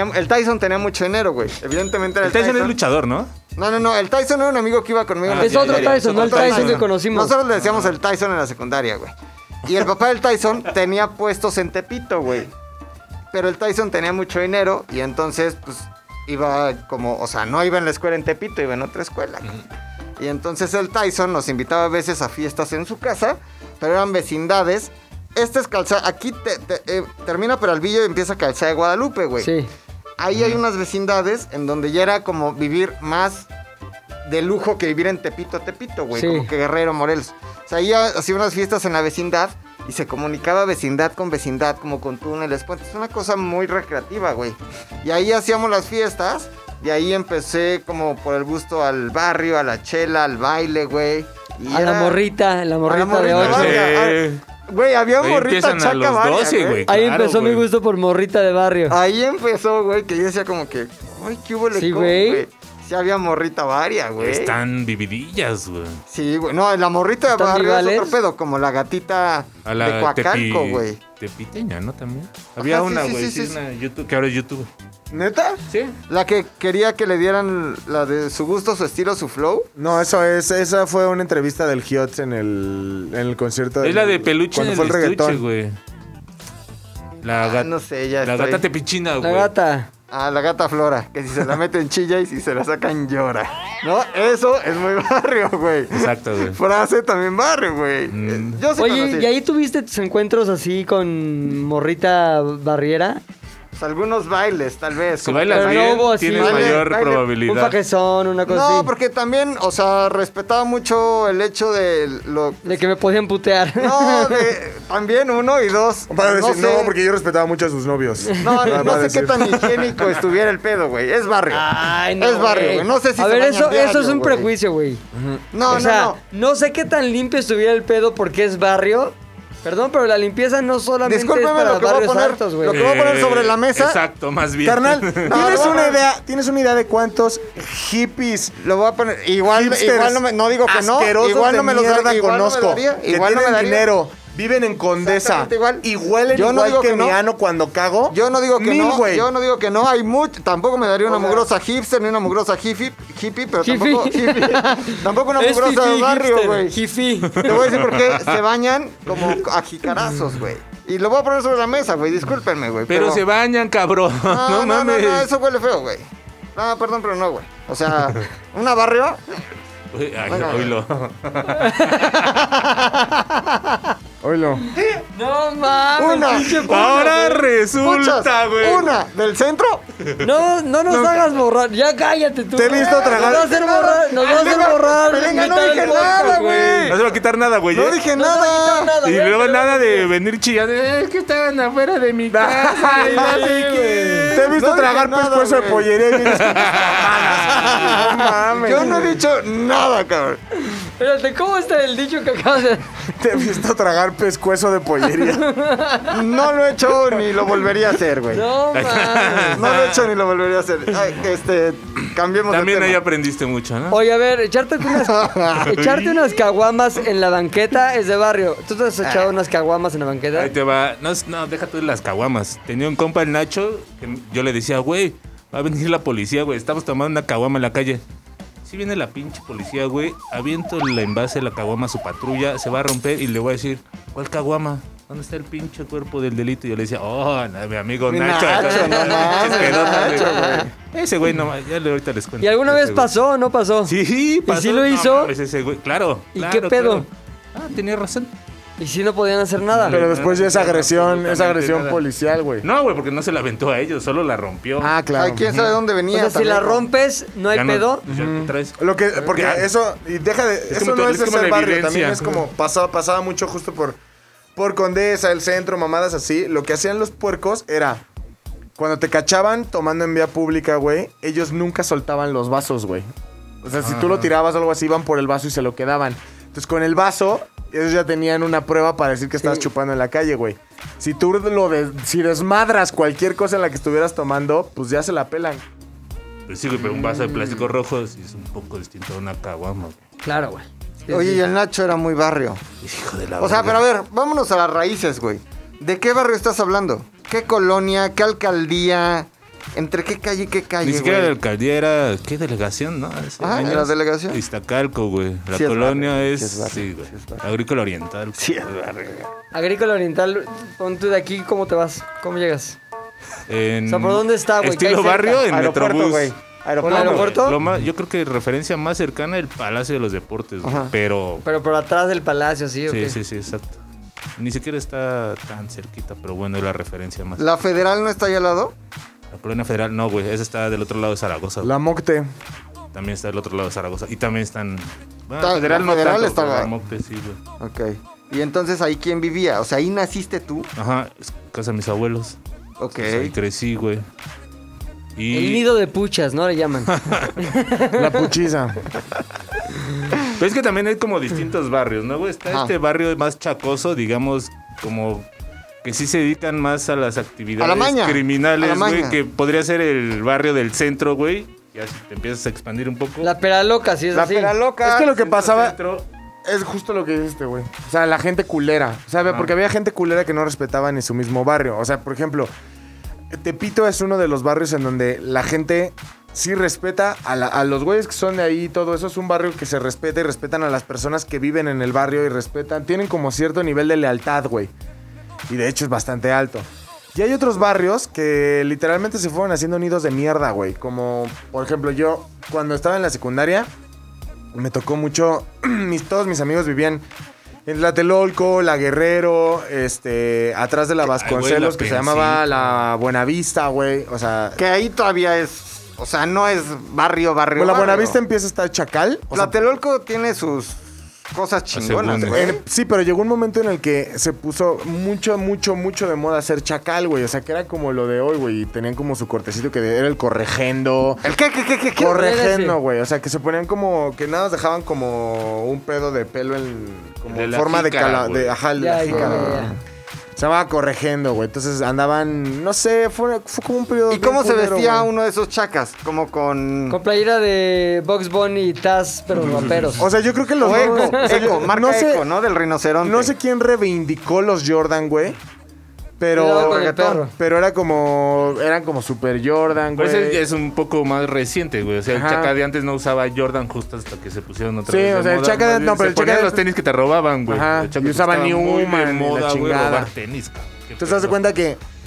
[SPEAKER 4] tenía mucho dinero, güey. Evidentemente era
[SPEAKER 5] El Tyson es luchador, ¿no?
[SPEAKER 4] No. El Tyson era un amigo que iba conmigo en la
[SPEAKER 1] Es otro
[SPEAKER 4] secundaria.
[SPEAKER 1] Tyson, no el
[SPEAKER 4] Otro
[SPEAKER 1] Tyson que conocimos.
[SPEAKER 4] Nosotros le decíamos el Tyson en la secundaria, güey. Y el papá del Tyson tenía puestos en Tepito, güey. Pero el Tyson tenía mucho dinero y entonces, pues, iba como... O sea, no iba en la escuela en Tepito, iba en otra escuela. Y entonces el Tyson nos invitaba a veces a fiestas en su casa, pero eran vecindades. Este es Calzada... Aquí termina Peralvillo y empieza Calzada de Guadalupe, güey.
[SPEAKER 1] Sí.
[SPEAKER 4] Ahí hay unas vecindades en donde ya era como vivir más de lujo que vivir en Tepito, güey.
[SPEAKER 1] Sí.
[SPEAKER 4] Como que Guerrero, Morelos. O sea, ahí hacía unas fiestas en la vecindad y se comunicaba vecindad, como con túneles, puentes. Es una cosa muy recreativa, güey. Y ahí hacíamos las fiestas y ahí empecé como por el gusto al barrio, a la chela, al baile, güey. Y
[SPEAKER 1] A la
[SPEAKER 4] era-
[SPEAKER 1] morrita de
[SPEAKER 4] morrita
[SPEAKER 1] 8.
[SPEAKER 4] barrio. Güey, había
[SPEAKER 5] Ahí
[SPEAKER 4] morrita
[SPEAKER 5] empiezan a
[SPEAKER 4] chaca
[SPEAKER 5] los
[SPEAKER 4] varia,
[SPEAKER 5] 12, güey.
[SPEAKER 1] Ahí
[SPEAKER 5] Claro,
[SPEAKER 1] empezó mi
[SPEAKER 5] güey.
[SPEAKER 1] gusto por morrita de barrio.
[SPEAKER 4] Ahí empezó, güey, que yo decía como que, ay, ¿qué hubo
[SPEAKER 1] Sí, güey.
[SPEAKER 4] Sí había morrita varia, güey.
[SPEAKER 5] Están vividillas, güey.
[SPEAKER 4] Sí, güey. No, la morrita de
[SPEAKER 1] ¿Están
[SPEAKER 4] barrio es
[SPEAKER 1] rivales?
[SPEAKER 4] otro pedo, como la gatita
[SPEAKER 5] A la
[SPEAKER 4] de Coacalco, güey.
[SPEAKER 5] Tepiteña, ¿no? También. Había
[SPEAKER 4] sí,
[SPEAKER 5] una,
[SPEAKER 4] sí,
[SPEAKER 5] güey.
[SPEAKER 4] sí,
[SPEAKER 5] Sí,
[SPEAKER 4] sí.
[SPEAKER 5] una YouTube, que ahora es YouTube.
[SPEAKER 6] ¿Neta?
[SPEAKER 5] Sí.
[SPEAKER 4] La que quería que le dieran la de su gusto, su estilo, su flow.
[SPEAKER 6] No, esa fue una entrevista del Hiots en el concierto.
[SPEAKER 5] Es la de peluche en
[SPEAKER 6] cuando
[SPEAKER 5] el
[SPEAKER 6] fue el
[SPEAKER 5] estuche,
[SPEAKER 6] reggaetón.
[SPEAKER 5] güey. La gata.
[SPEAKER 4] No sé, ya
[SPEAKER 5] La
[SPEAKER 4] estoy-
[SPEAKER 5] gata tepichina,
[SPEAKER 1] La
[SPEAKER 5] güey.
[SPEAKER 1] gata.
[SPEAKER 4] Ah, la gata Flora, que si se la meten chilla y si se la sacan llora. No, eso es muy barrio, güey.
[SPEAKER 5] Exacto, güey.
[SPEAKER 4] Frase también barrio, güey. Yo sí
[SPEAKER 1] Oye,
[SPEAKER 4] conocí.
[SPEAKER 1] ¿y ahí tuviste tus encuentros así con morrita barriera?
[SPEAKER 4] Pues, algunos bailes, tal vez.
[SPEAKER 5] Si
[SPEAKER 4] como
[SPEAKER 5] bailas
[SPEAKER 1] Pero
[SPEAKER 4] que-
[SPEAKER 1] no
[SPEAKER 5] bien,
[SPEAKER 1] hubo así-
[SPEAKER 5] tienes
[SPEAKER 4] Baile,
[SPEAKER 5] mayor
[SPEAKER 4] baile,
[SPEAKER 1] Un
[SPEAKER 5] probabilidad.
[SPEAKER 1] fajezón, una cosa
[SPEAKER 4] No,
[SPEAKER 1] así.
[SPEAKER 4] porque también, o sea, respetaba mucho el hecho de lo...
[SPEAKER 1] De que me podían putear.
[SPEAKER 4] No, también uno y dos.
[SPEAKER 6] Para
[SPEAKER 4] no
[SPEAKER 6] decir,
[SPEAKER 4] sé,
[SPEAKER 6] no, porque yo respetaba mucho a sus novios.
[SPEAKER 4] No,
[SPEAKER 6] Para
[SPEAKER 4] no sé
[SPEAKER 6] decir.
[SPEAKER 4] qué tan higiénico estuviera el pedo, güey. Es barrio.
[SPEAKER 1] Ay, no,
[SPEAKER 4] es barrio, güey. No sé si
[SPEAKER 1] A
[SPEAKER 4] se
[SPEAKER 1] ver,
[SPEAKER 4] bañan
[SPEAKER 1] eso
[SPEAKER 4] diario,
[SPEAKER 1] es un
[SPEAKER 4] güey.
[SPEAKER 1] prejuicio, güey.
[SPEAKER 4] No,
[SPEAKER 1] O sea,
[SPEAKER 4] no.
[SPEAKER 1] no sé qué tan limpio estuviera el pedo porque es barrio. Perdón, pero la limpieza no solamente es
[SPEAKER 4] Discúlpeme
[SPEAKER 1] para
[SPEAKER 4] lo que voy a
[SPEAKER 1] barrios
[SPEAKER 4] poner.
[SPEAKER 1] altos, güey.
[SPEAKER 4] Lo que voy a poner sobre la mesa.
[SPEAKER 5] Exacto, más bien.
[SPEAKER 6] Carnal,
[SPEAKER 4] no.
[SPEAKER 6] ¿tienes una idea de cuántos hippies
[SPEAKER 4] Lo voy a poner. Igual
[SPEAKER 6] hipsters
[SPEAKER 4] no digo que no.
[SPEAKER 6] asquerosos
[SPEAKER 4] Igual no
[SPEAKER 6] de
[SPEAKER 4] me los
[SPEAKER 6] mierda
[SPEAKER 4] daría. Igual no me
[SPEAKER 6] conozco?
[SPEAKER 4] daría.
[SPEAKER 6] Que
[SPEAKER 4] Igual no me
[SPEAKER 6] tienen
[SPEAKER 4] daría.
[SPEAKER 6] dinero, viven en Condesa
[SPEAKER 4] Exactamente igual.
[SPEAKER 6] y huelen
[SPEAKER 4] Yo no
[SPEAKER 6] igual
[SPEAKER 4] digo
[SPEAKER 6] que
[SPEAKER 4] que
[SPEAKER 6] mi
[SPEAKER 4] no.
[SPEAKER 6] ano cuando cago.
[SPEAKER 4] Yo no digo que
[SPEAKER 6] Mil,
[SPEAKER 4] no.
[SPEAKER 6] güey.
[SPEAKER 4] Yo no digo que no. Hay mucho. Tampoco me daría una
[SPEAKER 6] O sea,
[SPEAKER 4] mugrosa hipster ni una mugrosa hippie, pero
[SPEAKER 1] Hippie.
[SPEAKER 4] tampoco una
[SPEAKER 1] Es
[SPEAKER 4] mugrosa
[SPEAKER 1] fifí,
[SPEAKER 4] de barrio,
[SPEAKER 1] hipster.
[SPEAKER 4] güey.
[SPEAKER 1] Jifi.
[SPEAKER 4] Te voy a decir por qué se bañan como a jicarazos, güey. Y lo voy a poner sobre la mesa, güey. Discúlpenme, güey.
[SPEAKER 5] Pero se bañan, cabrón. No, mames.
[SPEAKER 4] No, eso huele feo, güey. Ah, perdón, pero no, güey. O sea, una barrio.
[SPEAKER 5] Uy, ay,
[SPEAKER 4] Bueno.
[SPEAKER 5] oílo.
[SPEAKER 6] Oílo.
[SPEAKER 1] No mames,
[SPEAKER 4] Una.
[SPEAKER 1] pinche puto,
[SPEAKER 5] Ahora
[SPEAKER 1] güey.
[SPEAKER 5] resulta,
[SPEAKER 4] Muchas.
[SPEAKER 5] güey.
[SPEAKER 4] Una del centro.
[SPEAKER 1] No nos hagas borrar. Ya cállate tú.
[SPEAKER 6] Te he visto tragar-
[SPEAKER 1] Nos va a hacer borrar. Nos va a hacer borrar.
[SPEAKER 4] Venga, no
[SPEAKER 1] mitad del
[SPEAKER 4] dije
[SPEAKER 1] podcast,
[SPEAKER 4] nada, güey.
[SPEAKER 5] No se va a quitar nada, güey.
[SPEAKER 4] No
[SPEAKER 5] ¿eh?
[SPEAKER 4] dije
[SPEAKER 1] No se va a quitar
[SPEAKER 4] nada.
[SPEAKER 1] nada,
[SPEAKER 5] Y
[SPEAKER 1] güey,
[SPEAKER 5] luego
[SPEAKER 1] pero-
[SPEAKER 5] nada de venir chillando. Es que estaban afuera de mi casa. y no sé qué.
[SPEAKER 6] Te he visto
[SPEAKER 4] No dije
[SPEAKER 6] tragar
[SPEAKER 4] nada,
[SPEAKER 6] pescuezo de
[SPEAKER 4] güey.
[SPEAKER 6] pollería y vienes con tus mamadas. No mames.
[SPEAKER 4] Yo no he dicho nada, cabrón.
[SPEAKER 1] Espérate, ¿cómo está el dicho que acabas de...?
[SPEAKER 6] Te he visto tragar pescuezo de pollería.
[SPEAKER 4] No lo he hecho ni lo volvería a hacer, güey.
[SPEAKER 1] No mames.
[SPEAKER 4] No lo he hecho ni lo volvería a hacer. Ay, cambiemos
[SPEAKER 5] También
[SPEAKER 4] de
[SPEAKER 5] ahí
[SPEAKER 4] tema.
[SPEAKER 5] aprendiste mucho, ¿no?
[SPEAKER 1] Oye, a ver, echarte unas caguamas en la banqueta es de barrio. ¿Tú te has echado unas caguamas en la banqueta?
[SPEAKER 5] Ahí te va. No, déjate de las caguamas. Tenía un compa, el Nacho, que yo le decía, güey, va a venir la policía, güey. Estamos tomando una caguama en la calle. Si viene la pinche policía, güey, aviento el envase de la caguama a su patrulla, se va a romper y le voy a decir, ¿cuál caguama? ¿Dónde está el pinche cuerpo del delito? Y yo le decía, oh, no, mi amigo
[SPEAKER 4] Mi
[SPEAKER 5] Nacho.
[SPEAKER 4] Nacho, no mames,
[SPEAKER 5] Pedota,
[SPEAKER 4] Nacho,
[SPEAKER 5] güey. Ese güey, no, ya ahorita les cuento.
[SPEAKER 1] ¿Y alguna
[SPEAKER 5] Ese
[SPEAKER 1] vez
[SPEAKER 5] güey.
[SPEAKER 1] pasó o no pasó?
[SPEAKER 5] Sí, pasó.
[SPEAKER 1] sí lo
[SPEAKER 5] No
[SPEAKER 1] hizo?
[SPEAKER 5] mames, ese güey, claro.
[SPEAKER 1] ¿Y
[SPEAKER 5] claro,
[SPEAKER 1] qué pedo?
[SPEAKER 5] claro. Ah, tenía razón.
[SPEAKER 1] ¿Y si no podían hacer nada?
[SPEAKER 6] Pero después ya es agresión
[SPEAKER 5] Absolutamente nada.
[SPEAKER 6] policial, güey.
[SPEAKER 5] No, güey, porque no se la aventó a ellos, solo la rompió.
[SPEAKER 6] Ah, claro.
[SPEAKER 4] Ay, quién sabe dónde
[SPEAKER 1] O
[SPEAKER 4] venía.
[SPEAKER 1] sea, si
[SPEAKER 4] también,
[SPEAKER 1] la
[SPEAKER 4] ¿no?
[SPEAKER 1] rompes, ¿no hay
[SPEAKER 5] Ya
[SPEAKER 1] pedo?
[SPEAKER 5] Ya te traes.
[SPEAKER 6] Lo que, porque
[SPEAKER 5] Ya.
[SPEAKER 6] eso, y deja de,
[SPEAKER 5] Es
[SPEAKER 6] eso
[SPEAKER 5] como
[SPEAKER 6] no
[SPEAKER 5] tu-
[SPEAKER 6] es de
[SPEAKER 5] es como
[SPEAKER 6] ser
[SPEAKER 5] la
[SPEAKER 6] barrio,
[SPEAKER 5] evidencia.
[SPEAKER 6] también es como pasaba mucho justo por Condesa, el centro, mamadas así. Lo que hacían los puercos era, cuando te cachaban tomando en vía pública, güey, ellos nunca soltaban los vasos, güey. O sea, si tú lo tirabas o algo así, iban por el vaso y se lo quedaban. Entonces, con el vaso, ellos ya tenían una prueba para decir que estabas chupando en la calle, güey. Si tú si desmadras cualquier cosa en la que estuvieras tomando, pues ya se la pelan.
[SPEAKER 5] Pues sí, güey, pero un vaso de plástico rojo sí es un poco distinto a una caguama, güey.
[SPEAKER 1] Claro, güey. Sí,
[SPEAKER 4] Oye,
[SPEAKER 1] sí.
[SPEAKER 4] y el Nacho era muy barrio.
[SPEAKER 5] Hijo de la
[SPEAKER 4] O sea,
[SPEAKER 5] verga.
[SPEAKER 4] pero a ver, vámonos a las raíces, güey. ¿De qué barrio estás hablando? ¿Qué colonia? ¿Qué alcaldía? ¿Entre qué calle y qué calle,
[SPEAKER 5] Ni siquiera la
[SPEAKER 4] güey?
[SPEAKER 5] alcaldía era... ¿Qué delegación, no? Hace
[SPEAKER 4] Ajá,
[SPEAKER 5] años.
[SPEAKER 4] la delegación.
[SPEAKER 5] Iztacalco, güey. La
[SPEAKER 4] Sí es
[SPEAKER 5] colonia
[SPEAKER 4] barrio,
[SPEAKER 5] es...
[SPEAKER 4] sí es barrio,
[SPEAKER 5] Sí, güey.
[SPEAKER 4] sí es barrio.
[SPEAKER 5] Agrícola Oriental.
[SPEAKER 4] Sí, es barrio.
[SPEAKER 1] Agrícola Oriental, pon tú de aquí, ¿cómo te vas? ¿Cómo llegas?
[SPEAKER 5] En
[SPEAKER 1] O sea, ¿por dónde está, güey?
[SPEAKER 5] Estilo
[SPEAKER 1] ¿Qué hay cerca?
[SPEAKER 5] barrio, en
[SPEAKER 4] Aeropuerto,
[SPEAKER 5] Metrobús.
[SPEAKER 4] güey.
[SPEAKER 1] ¿Por el aeropuerto?
[SPEAKER 5] Lo más- yo creo que referencia más cercana el Palacio de los Deportes, güey.
[SPEAKER 4] Ajá.
[SPEAKER 5] Pero...
[SPEAKER 1] Pero por atrás del palacio, ¿sí? ¿o
[SPEAKER 5] Sí,
[SPEAKER 1] qué?
[SPEAKER 5] sí, sí, exacto. Ni siquiera está tan cerquita, pero bueno, es la referencia más.
[SPEAKER 4] ¿La federal no está ahí al lado?
[SPEAKER 5] La Colonia Federal, no, güey. Esa está del otro lado de Zaragoza.
[SPEAKER 6] La Mocte.
[SPEAKER 5] También está del otro lado de Zaragoza. Y también están... Bueno,
[SPEAKER 4] Ta-
[SPEAKER 5] Federal
[SPEAKER 4] la
[SPEAKER 5] no
[SPEAKER 4] Federal
[SPEAKER 5] tanto,
[SPEAKER 4] estaba-
[SPEAKER 5] pero la Mocte sí, güey.
[SPEAKER 4] Ok. ¿Y entonces ahí quién vivía? O sea, ahí naciste tú.
[SPEAKER 5] Ajá, es casa de mis abuelos.
[SPEAKER 4] Ok.
[SPEAKER 5] Pues ahí crecí, güey. Y...
[SPEAKER 1] El nido de puchas, ¿no? Le llaman.
[SPEAKER 6] La puchiza.
[SPEAKER 5] Pero es que también hay como distintos barrios, ¿no, güey? Está
[SPEAKER 4] Ajá.
[SPEAKER 5] este barrio más chacoso, digamos, como... Que sí se dedican más a las actividades
[SPEAKER 4] A la maña, a
[SPEAKER 5] criminales,
[SPEAKER 4] la
[SPEAKER 5] güey.
[SPEAKER 4] maña.
[SPEAKER 5] Que podría ser el barrio del centro, güey. Ya si te empiezas a expandir un poco.
[SPEAKER 1] La peraloca, sí es
[SPEAKER 4] La
[SPEAKER 1] así.
[SPEAKER 4] peraloca.
[SPEAKER 6] Es que lo que
[SPEAKER 5] Centro,
[SPEAKER 6] pasaba
[SPEAKER 5] centro.
[SPEAKER 6] es justo lo que dijiste, güey. O sea, la gente culera. O sea, porque había gente culera que no respetaba ni su mismo barrio. O sea, por ejemplo, Tepito es uno de los barrios en donde la gente sí respeta a los güeyes que son de ahí y todo eso. Es un barrio que se respeta y respetan a las personas que viven en el barrio y respetan. Tienen como cierto nivel de lealtad, güey. Y de hecho es bastante alto. Y hay otros barrios que literalmente se fueron haciendo nidos de mierda, güey. Como, por ejemplo, yo cuando estaba en la secundaria, me tocó mucho. Todos mis amigos vivían en Tlatelolco, La Guerrero, atrás de la Vasconcelos,
[SPEAKER 5] la
[SPEAKER 6] que se llamaba
[SPEAKER 5] Pencita.
[SPEAKER 6] La Buenavista, güey. O sea,
[SPEAKER 4] Que ahí todavía es... O sea, no es barrio.
[SPEAKER 6] pues la
[SPEAKER 4] barrio.
[SPEAKER 6] Buenavista empieza a estar Chacal. O sea,
[SPEAKER 4] Tlatelolco tiene sus cosas chingonas,
[SPEAKER 5] segunda.
[SPEAKER 4] güey.
[SPEAKER 6] sí, pero llegó un momento en el que se puso mucho de moda hacer Chacal, güey. O sea, que era como lo de hoy, güey. Y tenían como su cortecito que era el corregendo.
[SPEAKER 4] ¿El qué?
[SPEAKER 6] Corregendo, güey. O sea, que se ponían como... Que nada más dejaban como un pedo de pelo como
[SPEAKER 5] De
[SPEAKER 6] en
[SPEAKER 5] la
[SPEAKER 6] forma
[SPEAKER 5] jícara,
[SPEAKER 6] de
[SPEAKER 5] güey.
[SPEAKER 6] ajá, el de
[SPEAKER 1] Ya,
[SPEAKER 6] la
[SPEAKER 1] ya,
[SPEAKER 6] jícara,
[SPEAKER 1] ya,
[SPEAKER 6] güey.
[SPEAKER 1] ya.
[SPEAKER 6] Se llamaba Corregendo, güey. Entonces andaban... No sé, fue como un periodo
[SPEAKER 4] ¿Y cómo
[SPEAKER 6] bien
[SPEAKER 4] se
[SPEAKER 6] culero,
[SPEAKER 4] vestía
[SPEAKER 6] güey.
[SPEAKER 4] uno de esos chacas? Como con...
[SPEAKER 1] Con playera de Bugs Bunny y Taz, pero raperos.
[SPEAKER 6] O sea, yo creo que los...
[SPEAKER 4] O Eco,
[SPEAKER 6] o sea,
[SPEAKER 4] Eco, marca
[SPEAKER 6] no sé,
[SPEAKER 4] Eco, ¿no? Del rinoceronte.
[SPEAKER 6] No sé quién reivindicó los Jordan, güey.
[SPEAKER 1] Cuidado con el
[SPEAKER 6] Pero...
[SPEAKER 1] perro.
[SPEAKER 6] Pero eran como Super Jordan, güey.
[SPEAKER 5] Pues es un poco más reciente, güey. O sea,
[SPEAKER 6] Ajá.
[SPEAKER 5] el Chaca de antes no usaba Jordan justo hasta que se pusieron otra
[SPEAKER 6] Sí,
[SPEAKER 5] vez de
[SPEAKER 6] o sea, el
[SPEAKER 5] moda.
[SPEAKER 6] Chaca de-
[SPEAKER 5] Más bien
[SPEAKER 6] no, pero
[SPEAKER 5] se
[SPEAKER 6] el Chaca
[SPEAKER 5] ponían
[SPEAKER 6] de-
[SPEAKER 5] los tenis que te robaban, güey.
[SPEAKER 6] Ajá,
[SPEAKER 5] El Chaca
[SPEAKER 6] y usaba
[SPEAKER 5] estaba muy de
[SPEAKER 6] Newman y la
[SPEAKER 5] moda, güey,
[SPEAKER 6] chingada.
[SPEAKER 5] robar tenis, cabrón. Qué
[SPEAKER 6] Entonces, haz de
[SPEAKER 5] pedo.
[SPEAKER 6] cuenta que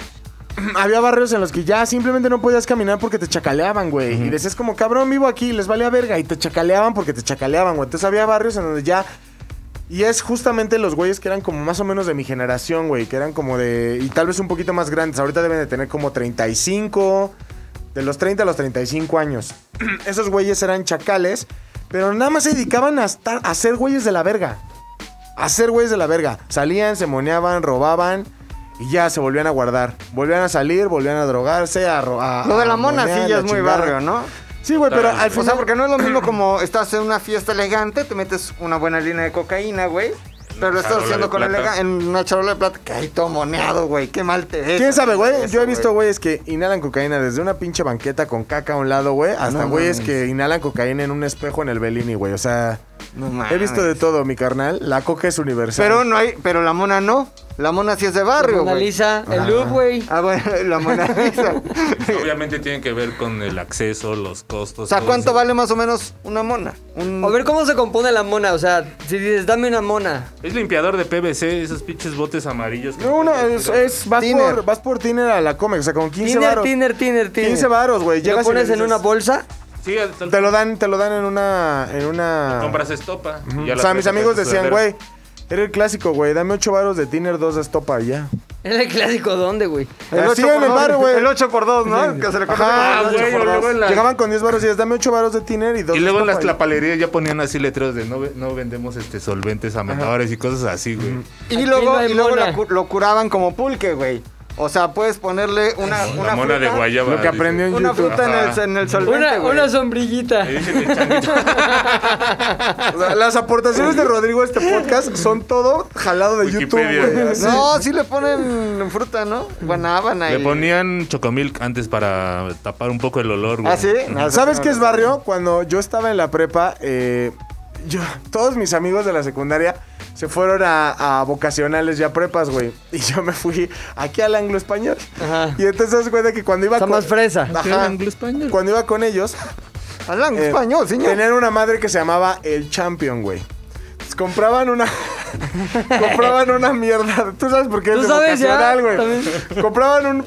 [SPEAKER 6] había barrios en los que ya simplemente no podías caminar porque te chacaleaban, güey. Y decías como, cabrón, vivo aquí, les valía verga. Y te chacaleaban porque te chacaleaban, güey. Entonces había barrios en donde ya... Y es justamente los güeyes que eran como más o menos de mi generación, güey. Que eran como de... Y tal vez un poquito más grandes. Ahorita deben de tener como 35... De los 30 a los 35 años. Esos güeyes eran chacales, pero nada más se dedicaban a ser güeyes de la verga. A ser güeyes de la verga. Salían, se moneaban, robaban y ya se volvían a guardar. Volvían a salir, volvían a drogarse,
[SPEAKER 4] Lo de la mona
[SPEAKER 6] monear,
[SPEAKER 4] sí ya
[SPEAKER 6] la
[SPEAKER 4] es muy
[SPEAKER 6] chingada.
[SPEAKER 4] barrio, ¿no?
[SPEAKER 6] Sí, güey, pero al
[SPEAKER 4] O
[SPEAKER 6] final...
[SPEAKER 4] sea, porque no es lo mismo como estás en una fiesta elegante, te metes una buena línea de cocaína, güey. Pero lo estás
[SPEAKER 5] charola
[SPEAKER 4] haciendo
[SPEAKER 5] de
[SPEAKER 4] con
[SPEAKER 5] plata.
[SPEAKER 4] en una charola de plata que hay todo moneado, güey. Qué mal te ves.
[SPEAKER 6] ¿Quién sabe, güey?
[SPEAKER 4] Eso,
[SPEAKER 6] Yo he visto güeyes que inhalan cocaína desde una pinche banqueta con caca a un lado, güey, hasta
[SPEAKER 4] No
[SPEAKER 6] güeyes
[SPEAKER 4] mames.
[SPEAKER 6] que inhalan cocaína en un espejo en el Bellini, güey. O sea,
[SPEAKER 4] No mames.
[SPEAKER 6] he visto de todo, mi carnal. La coca es universal.
[SPEAKER 4] Pero no hay, pero la mona no. La mona sí es de barrio,
[SPEAKER 1] Mona
[SPEAKER 4] güey.
[SPEAKER 1] Lisa, el loop, güey.
[SPEAKER 4] Ah, bueno, la Mona Lisa.
[SPEAKER 5] Obviamente tiene que ver con el acceso, los costos.
[SPEAKER 4] O sea,
[SPEAKER 5] todo
[SPEAKER 4] ¿cuánto
[SPEAKER 5] eso.
[SPEAKER 4] vale más o menos una mona?
[SPEAKER 1] A ver cómo se compone la mona. O sea, si dices, dame una mona.
[SPEAKER 5] Es limpiador de PVC, esos pinches botes amarillos. que-
[SPEAKER 6] No,
[SPEAKER 4] Tiner.
[SPEAKER 6] vas por Tiner a la Comex, o sea, con 15
[SPEAKER 1] Tiner,
[SPEAKER 6] varos.
[SPEAKER 1] tiner, tiner, tiner.
[SPEAKER 6] 15 varos, güey.
[SPEAKER 1] ¿Y ¿Lo
[SPEAKER 6] Llegas y
[SPEAKER 1] pones
[SPEAKER 6] le
[SPEAKER 1] en una
[SPEAKER 6] dices-
[SPEAKER 1] bolsa?
[SPEAKER 5] Sí,
[SPEAKER 6] Te lo dan en una...
[SPEAKER 5] compras estopa. y ya
[SPEAKER 6] O
[SPEAKER 5] la
[SPEAKER 6] sea, mis
[SPEAKER 5] traes acá
[SPEAKER 6] amigos
[SPEAKER 5] en tu
[SPEAKER 6] decían,
[SPEAKER 5] sudadera.
[SPEAKER 6] güey, era el clásico, güey. Dame 8 varos de Tiner, 2 de estopa y ya.
[SPEAKER 1] ¿Es el clásico dónde, güey?
[SPEAKER 6] Así en el bar, güey.
[SPEAKER 4] El 8x2, ¿no? Que se le conoce
[SPEAKER 6] Ajá,
[SPEAKER 4] como el
[SPEAKER 5] güey,
[SPEAKER 4] 8x2.
[SPEAKER 5] luego en la-
[SPEAKER 6] Llegaban con 10 varos y decías, dame 8 varos de Tiner y 2
[SPEAKER 5] Y
[SPEAKER 6] de
[SPEAKER 5] luego en las
[SPEAKER 6] estopa.
[SPEAKER 5] tlapalerías ya ponían así letreros de no vendemos solventes a menores y cosas así, güey.
[SPEAKER 4] Y
[SPEAKER 1] Aquí
[SPEAKER 4] luego,
[SPEAKER 1] no hay mona.
[SPEAKER 4] lo curaban como pulque, güey. O sea, puedes ponerle una
[SPEAKER 5] La mona de
[SPEAKER 4] fruta,
[SPEAKER 5] guayaba.
[SPEAKER 6] Lo que aprendió en
[SPEAKER 4] Una
[SPEAKER 6] YouTube.
[SPEAKER 4] fruta
[SPEAKER 5] Ajá.
[SPEAKER 4] en el solvente,
[SPEAKER 1] Una,
[SPEAKER 4] güey.
[SPEAKER 1] una sombrillita.
[SPEAKER 5] Le dicen el changuito.
[SPEAKER 6] O sea, las aportaciones de Rodrigo a este podcast son todo jalado de
[SPEAKER 5] Wikipedia.
[SPEAKER 6] YouTube, güey. así.
[SPEAKER 4] No, sí le ponen fruta, ¿no? Guanábana
[SPEAKER 5] Le
[SPEAKER 4] y...
[SPEAKER 5] ponían chocomilk antes para tapar un poco el olor, güey.
[SPEAKER 4] ¿Ah, sí? No,
[SPEAKER 6] ¿Sabes qué es barrio? Cuando yo estaba en la prepa, todos mis amigos de la secundaria se fueron a vocacionales y a prepas, güey. Y yo me fui aquí al anglo español.
[SPEAKER 1] Ajá.
[SPEAKER 6] Y entonces te das cuenta que cuando iba
[SPEAKER 1] Está más fresa.
[SPEAKER 6] Ajá.
[SPEAKER 5] anglo-español.
[SPEAKER 6] Cuando iba con ellos,
[SPEAKER 4] Hablan
[SPEAKER 6] eh,
[SPEAKER 4] español, señor.
[SPEAKER 6] tenían una madre que se llamaba El Champion, güey. Entonces, compraban una mierda. Tú sabes por qué es
[SPEAKER 1] ¿Tú
[SPEAKER 6] de
[SPEAKER 1] sabes ya?
[SPEAKER 6] vocacional, güey.
[SPEAKER 1] También.
[SPEAKER 6] Compraban un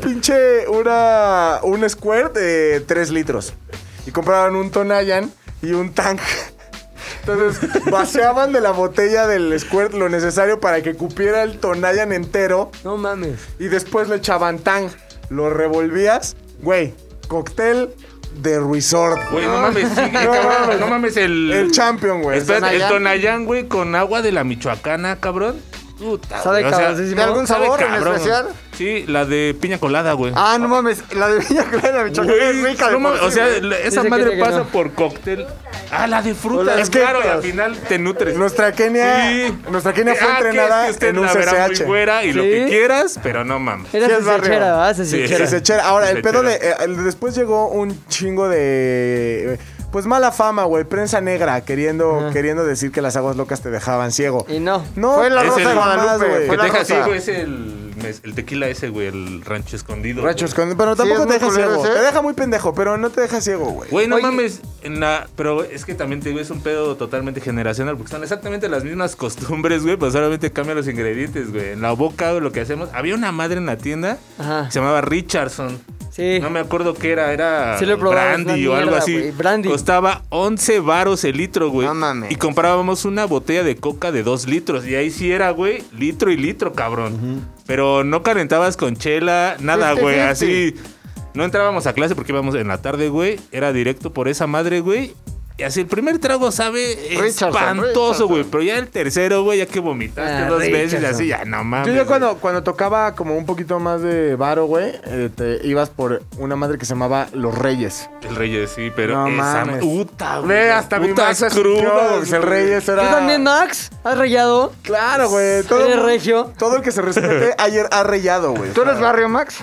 [SPEAKER 6] un square de 3 litros. Y compraban un Tonayan y un tank. Entonces, vaciaban de la botella del squirt lo necesario para que cupiera el Tonayan entero.
[SPEAKER 1] No mames.
[SPEAKER 6] Y después le echaban tang. Lo revolvías. Güey, cóctel de resort.
[SPEAKER 5] Güey, no mames, sí,
[SPEAKER 6] No
[SPEAKER 5] cabrón,
[SPEAKER 6] mames.
[SPEAKER 5] no mames
[SPEAKER 6] El Champion, güey.
[SPEAKER 5] Espérate, el
[SPEAKER 4] Tonayán.
[SPEAKER 5] Tonayán, güey, con agua de la Michoacana, cabrón. Puta,
[SPEAKER 1] ¿Sabe
[SPEAKER 5] güey, o sea,
[SPEAKER 1] cabroncísimo?
[SPEAKER 4] ¿De algún
[SPEAKER 5] sabe
[SPEAKER 4] sabor en
[SPEAKER 5] cabrón,
[SPEAKER 4] especial?
[SPEAKER 5] Sí, la de piña colada, güey.
[SPEAKER 4] Ah, no mames. La de Villa Clara, Michoacán, es rica de
[SPEAKER 5] No mames,
[SPEAKER 4] por
[SPEAKER 5] o
[SPEAKER 4] sí,
[SPEAKER 5] sea,
[SPEAKER 4] güey.
[SPEAKER 5] esa
[SPEAKER 1] Dice
[SPEAKER 5] madre
[SPEAKER 1] que
[SPEAKER 5] pasa
[SPEAKER 1] no.
[SPEAKER 5] por cóctel. Ah, la de fruta.
[SPEAKER 6] Es que-
[SPEAKER 5] claro, y al final te nutres.
[SPEAKER 6] Nuestra Kenia,
[SPEAKER 5] Sí.
[SPEAKER 6] nuestra Kenia fue
[SPEAKER 5] Ah, que
[SPEAKER 6] entrenada
[SPEAKER 5] es que usted
[SPEAKER 6] en un
[SPEAKER 5] la verá muy
[SPEAKER 6] CCH.
[SPEAKER 5] fuera y lo
[SPEAKER 1] ¿Sí?
[SPEAKER 5] que quieras, pero no mames.
[SPEAKER 1] Era
[SPEAKER 6] Sí, es barrio.
[SPEAKER 1] cesechera, ¿verdad?
[SPEAKER 5] Sí,
[SPEAKER 1] Cesechera.
[SPEAKER 6] CCH. Ahora, el pedo de...
[SPEAKER 5] Cesechera.
[SPEAKER 6] después llegó un chingo de... Pues mala fama, güey. Prensa negra queriendo decir que las aguas locas te dejaban ciego.
[SPEAKER 1] Y no.
[SPEAKER 6] No,
[SPEAKER 4] Fue la
[SPEAKER 5] Es
[SPEAKER 4] Rosa
[SPEAKER 5] el-
[SPEAKER 4] de Guadalupe.
[SPEAKER 6] güey.
[SPEAKER 5] Que
[SPEAKER 4] Fue
[SPEAKER 5] te
[SPEAKER 4] la
[SPEAKER 5] deja así,
[SPEAKER 4] Rosa.
[SPEAKER 5] güey, es el tequila ese, güey, el rancho escondido.
[SPEAKER 6] Rachos,
[SPEAKER 5] güey.
[SPEAKER 6] pero
[SPEAKER 4] Sí,
[SPEAKER 6] tampoco
[SPEAKER 4] es
[SPEAKER 6] te
[SPEAKER 4] muy
[SPEAKER 6] deja
[SPEAKER 4] culero
[SPEAKER 6] ciego.
[SPEAKER 4] ese.
[SPEAKER 6] Te deja muy pendejo, pero no te deja ciego, güey.
[SPEAKER 5] Güey, no
[SPEAKER 1] Oye.
[SPEAKER 5] mames, pero es que también te digo, es un pedo totalmente generacional, porque son exactamente las mismas costumbres, güey, pues solamente cambian los ingredientes, güey. En la boca, güey, lo que hacemos, había una madre en la tienda
[SPEAKER 1] Ajá.
[SPEAKER 5] que se llamaba Richardson.
[SPEAKER 1] Sí.
[SPEAKER 5] No me acuerdo qué era
[SPEAKER 1] Sí lo he probado, es
[SPEAKER 5] brandy
[SPEAKER 1] una
[SPEAKER 5] o algo
[SPEAKER 1] mierda,
[SPEAKER 5] así.
[SPEAKER 1] güey, brandy.
[SPEAKER 5] Costaba 11 varos el litro, güey.
[SPEAKER 4] No mames.
[SPEAKER 5] Y comprábamos una botella de coca de 2 litros. Y ahí sí era, güey, litro y litro, cabrón. Pero no calentabas con chela, nada, güey.
[SPEAKER 4] 50-50.
[SPEAKER 5] Así. No entrábamos a clase porque íbamos en la tarde, güey. Era directo por esa madre, güey. Y así el primer trago sabe
[SPEAKER 4] Richardson,
[SPEAKER 5] espantoso, güey. Pero ya el tercero, güey, ya que vomitaste 2 veces,
[SPEAKER 1] Richardson.
[SPEAKER 5] así, ya no mames.
[SPEAKER 6] Yo ya
[SPEAKER 5] güey.
[SPEAKER 6] cuando tocaba como un poquito más de varo, güey, te ibas por una madre que se llamaba Los Reyes.
[SPEAKER 5] El Reyes, sí, pero
[SPEAKER 6] No
[SPEAKER 5] esa
[SPEAKER 6] mames.
[SPEAKER 5] puta, güey.
[SPEAKER 6] Ve,
[SPEAKER 5] las
[SPEAKER 6] hasta mi
[SPEAKER 5] putas
[SPEAKER 6] Max crudas,
[SPEAKER 5] crudas,
[SPEAKER 6] el
[SPEAKER 5] güey.
[SPEAKER 6] Reyes era...
[SPEAKER 1] ¿Tú también, Max? ¿Has rayado?
[SPEAKER 6] Claro, güey.
[SPEAKER 1] ¿Eres regio?
[SPEAKER 6] Todo el que se respete ayer ha rellado, güey.
[SPEAKER 4] ¿Tú eres barrio, Max?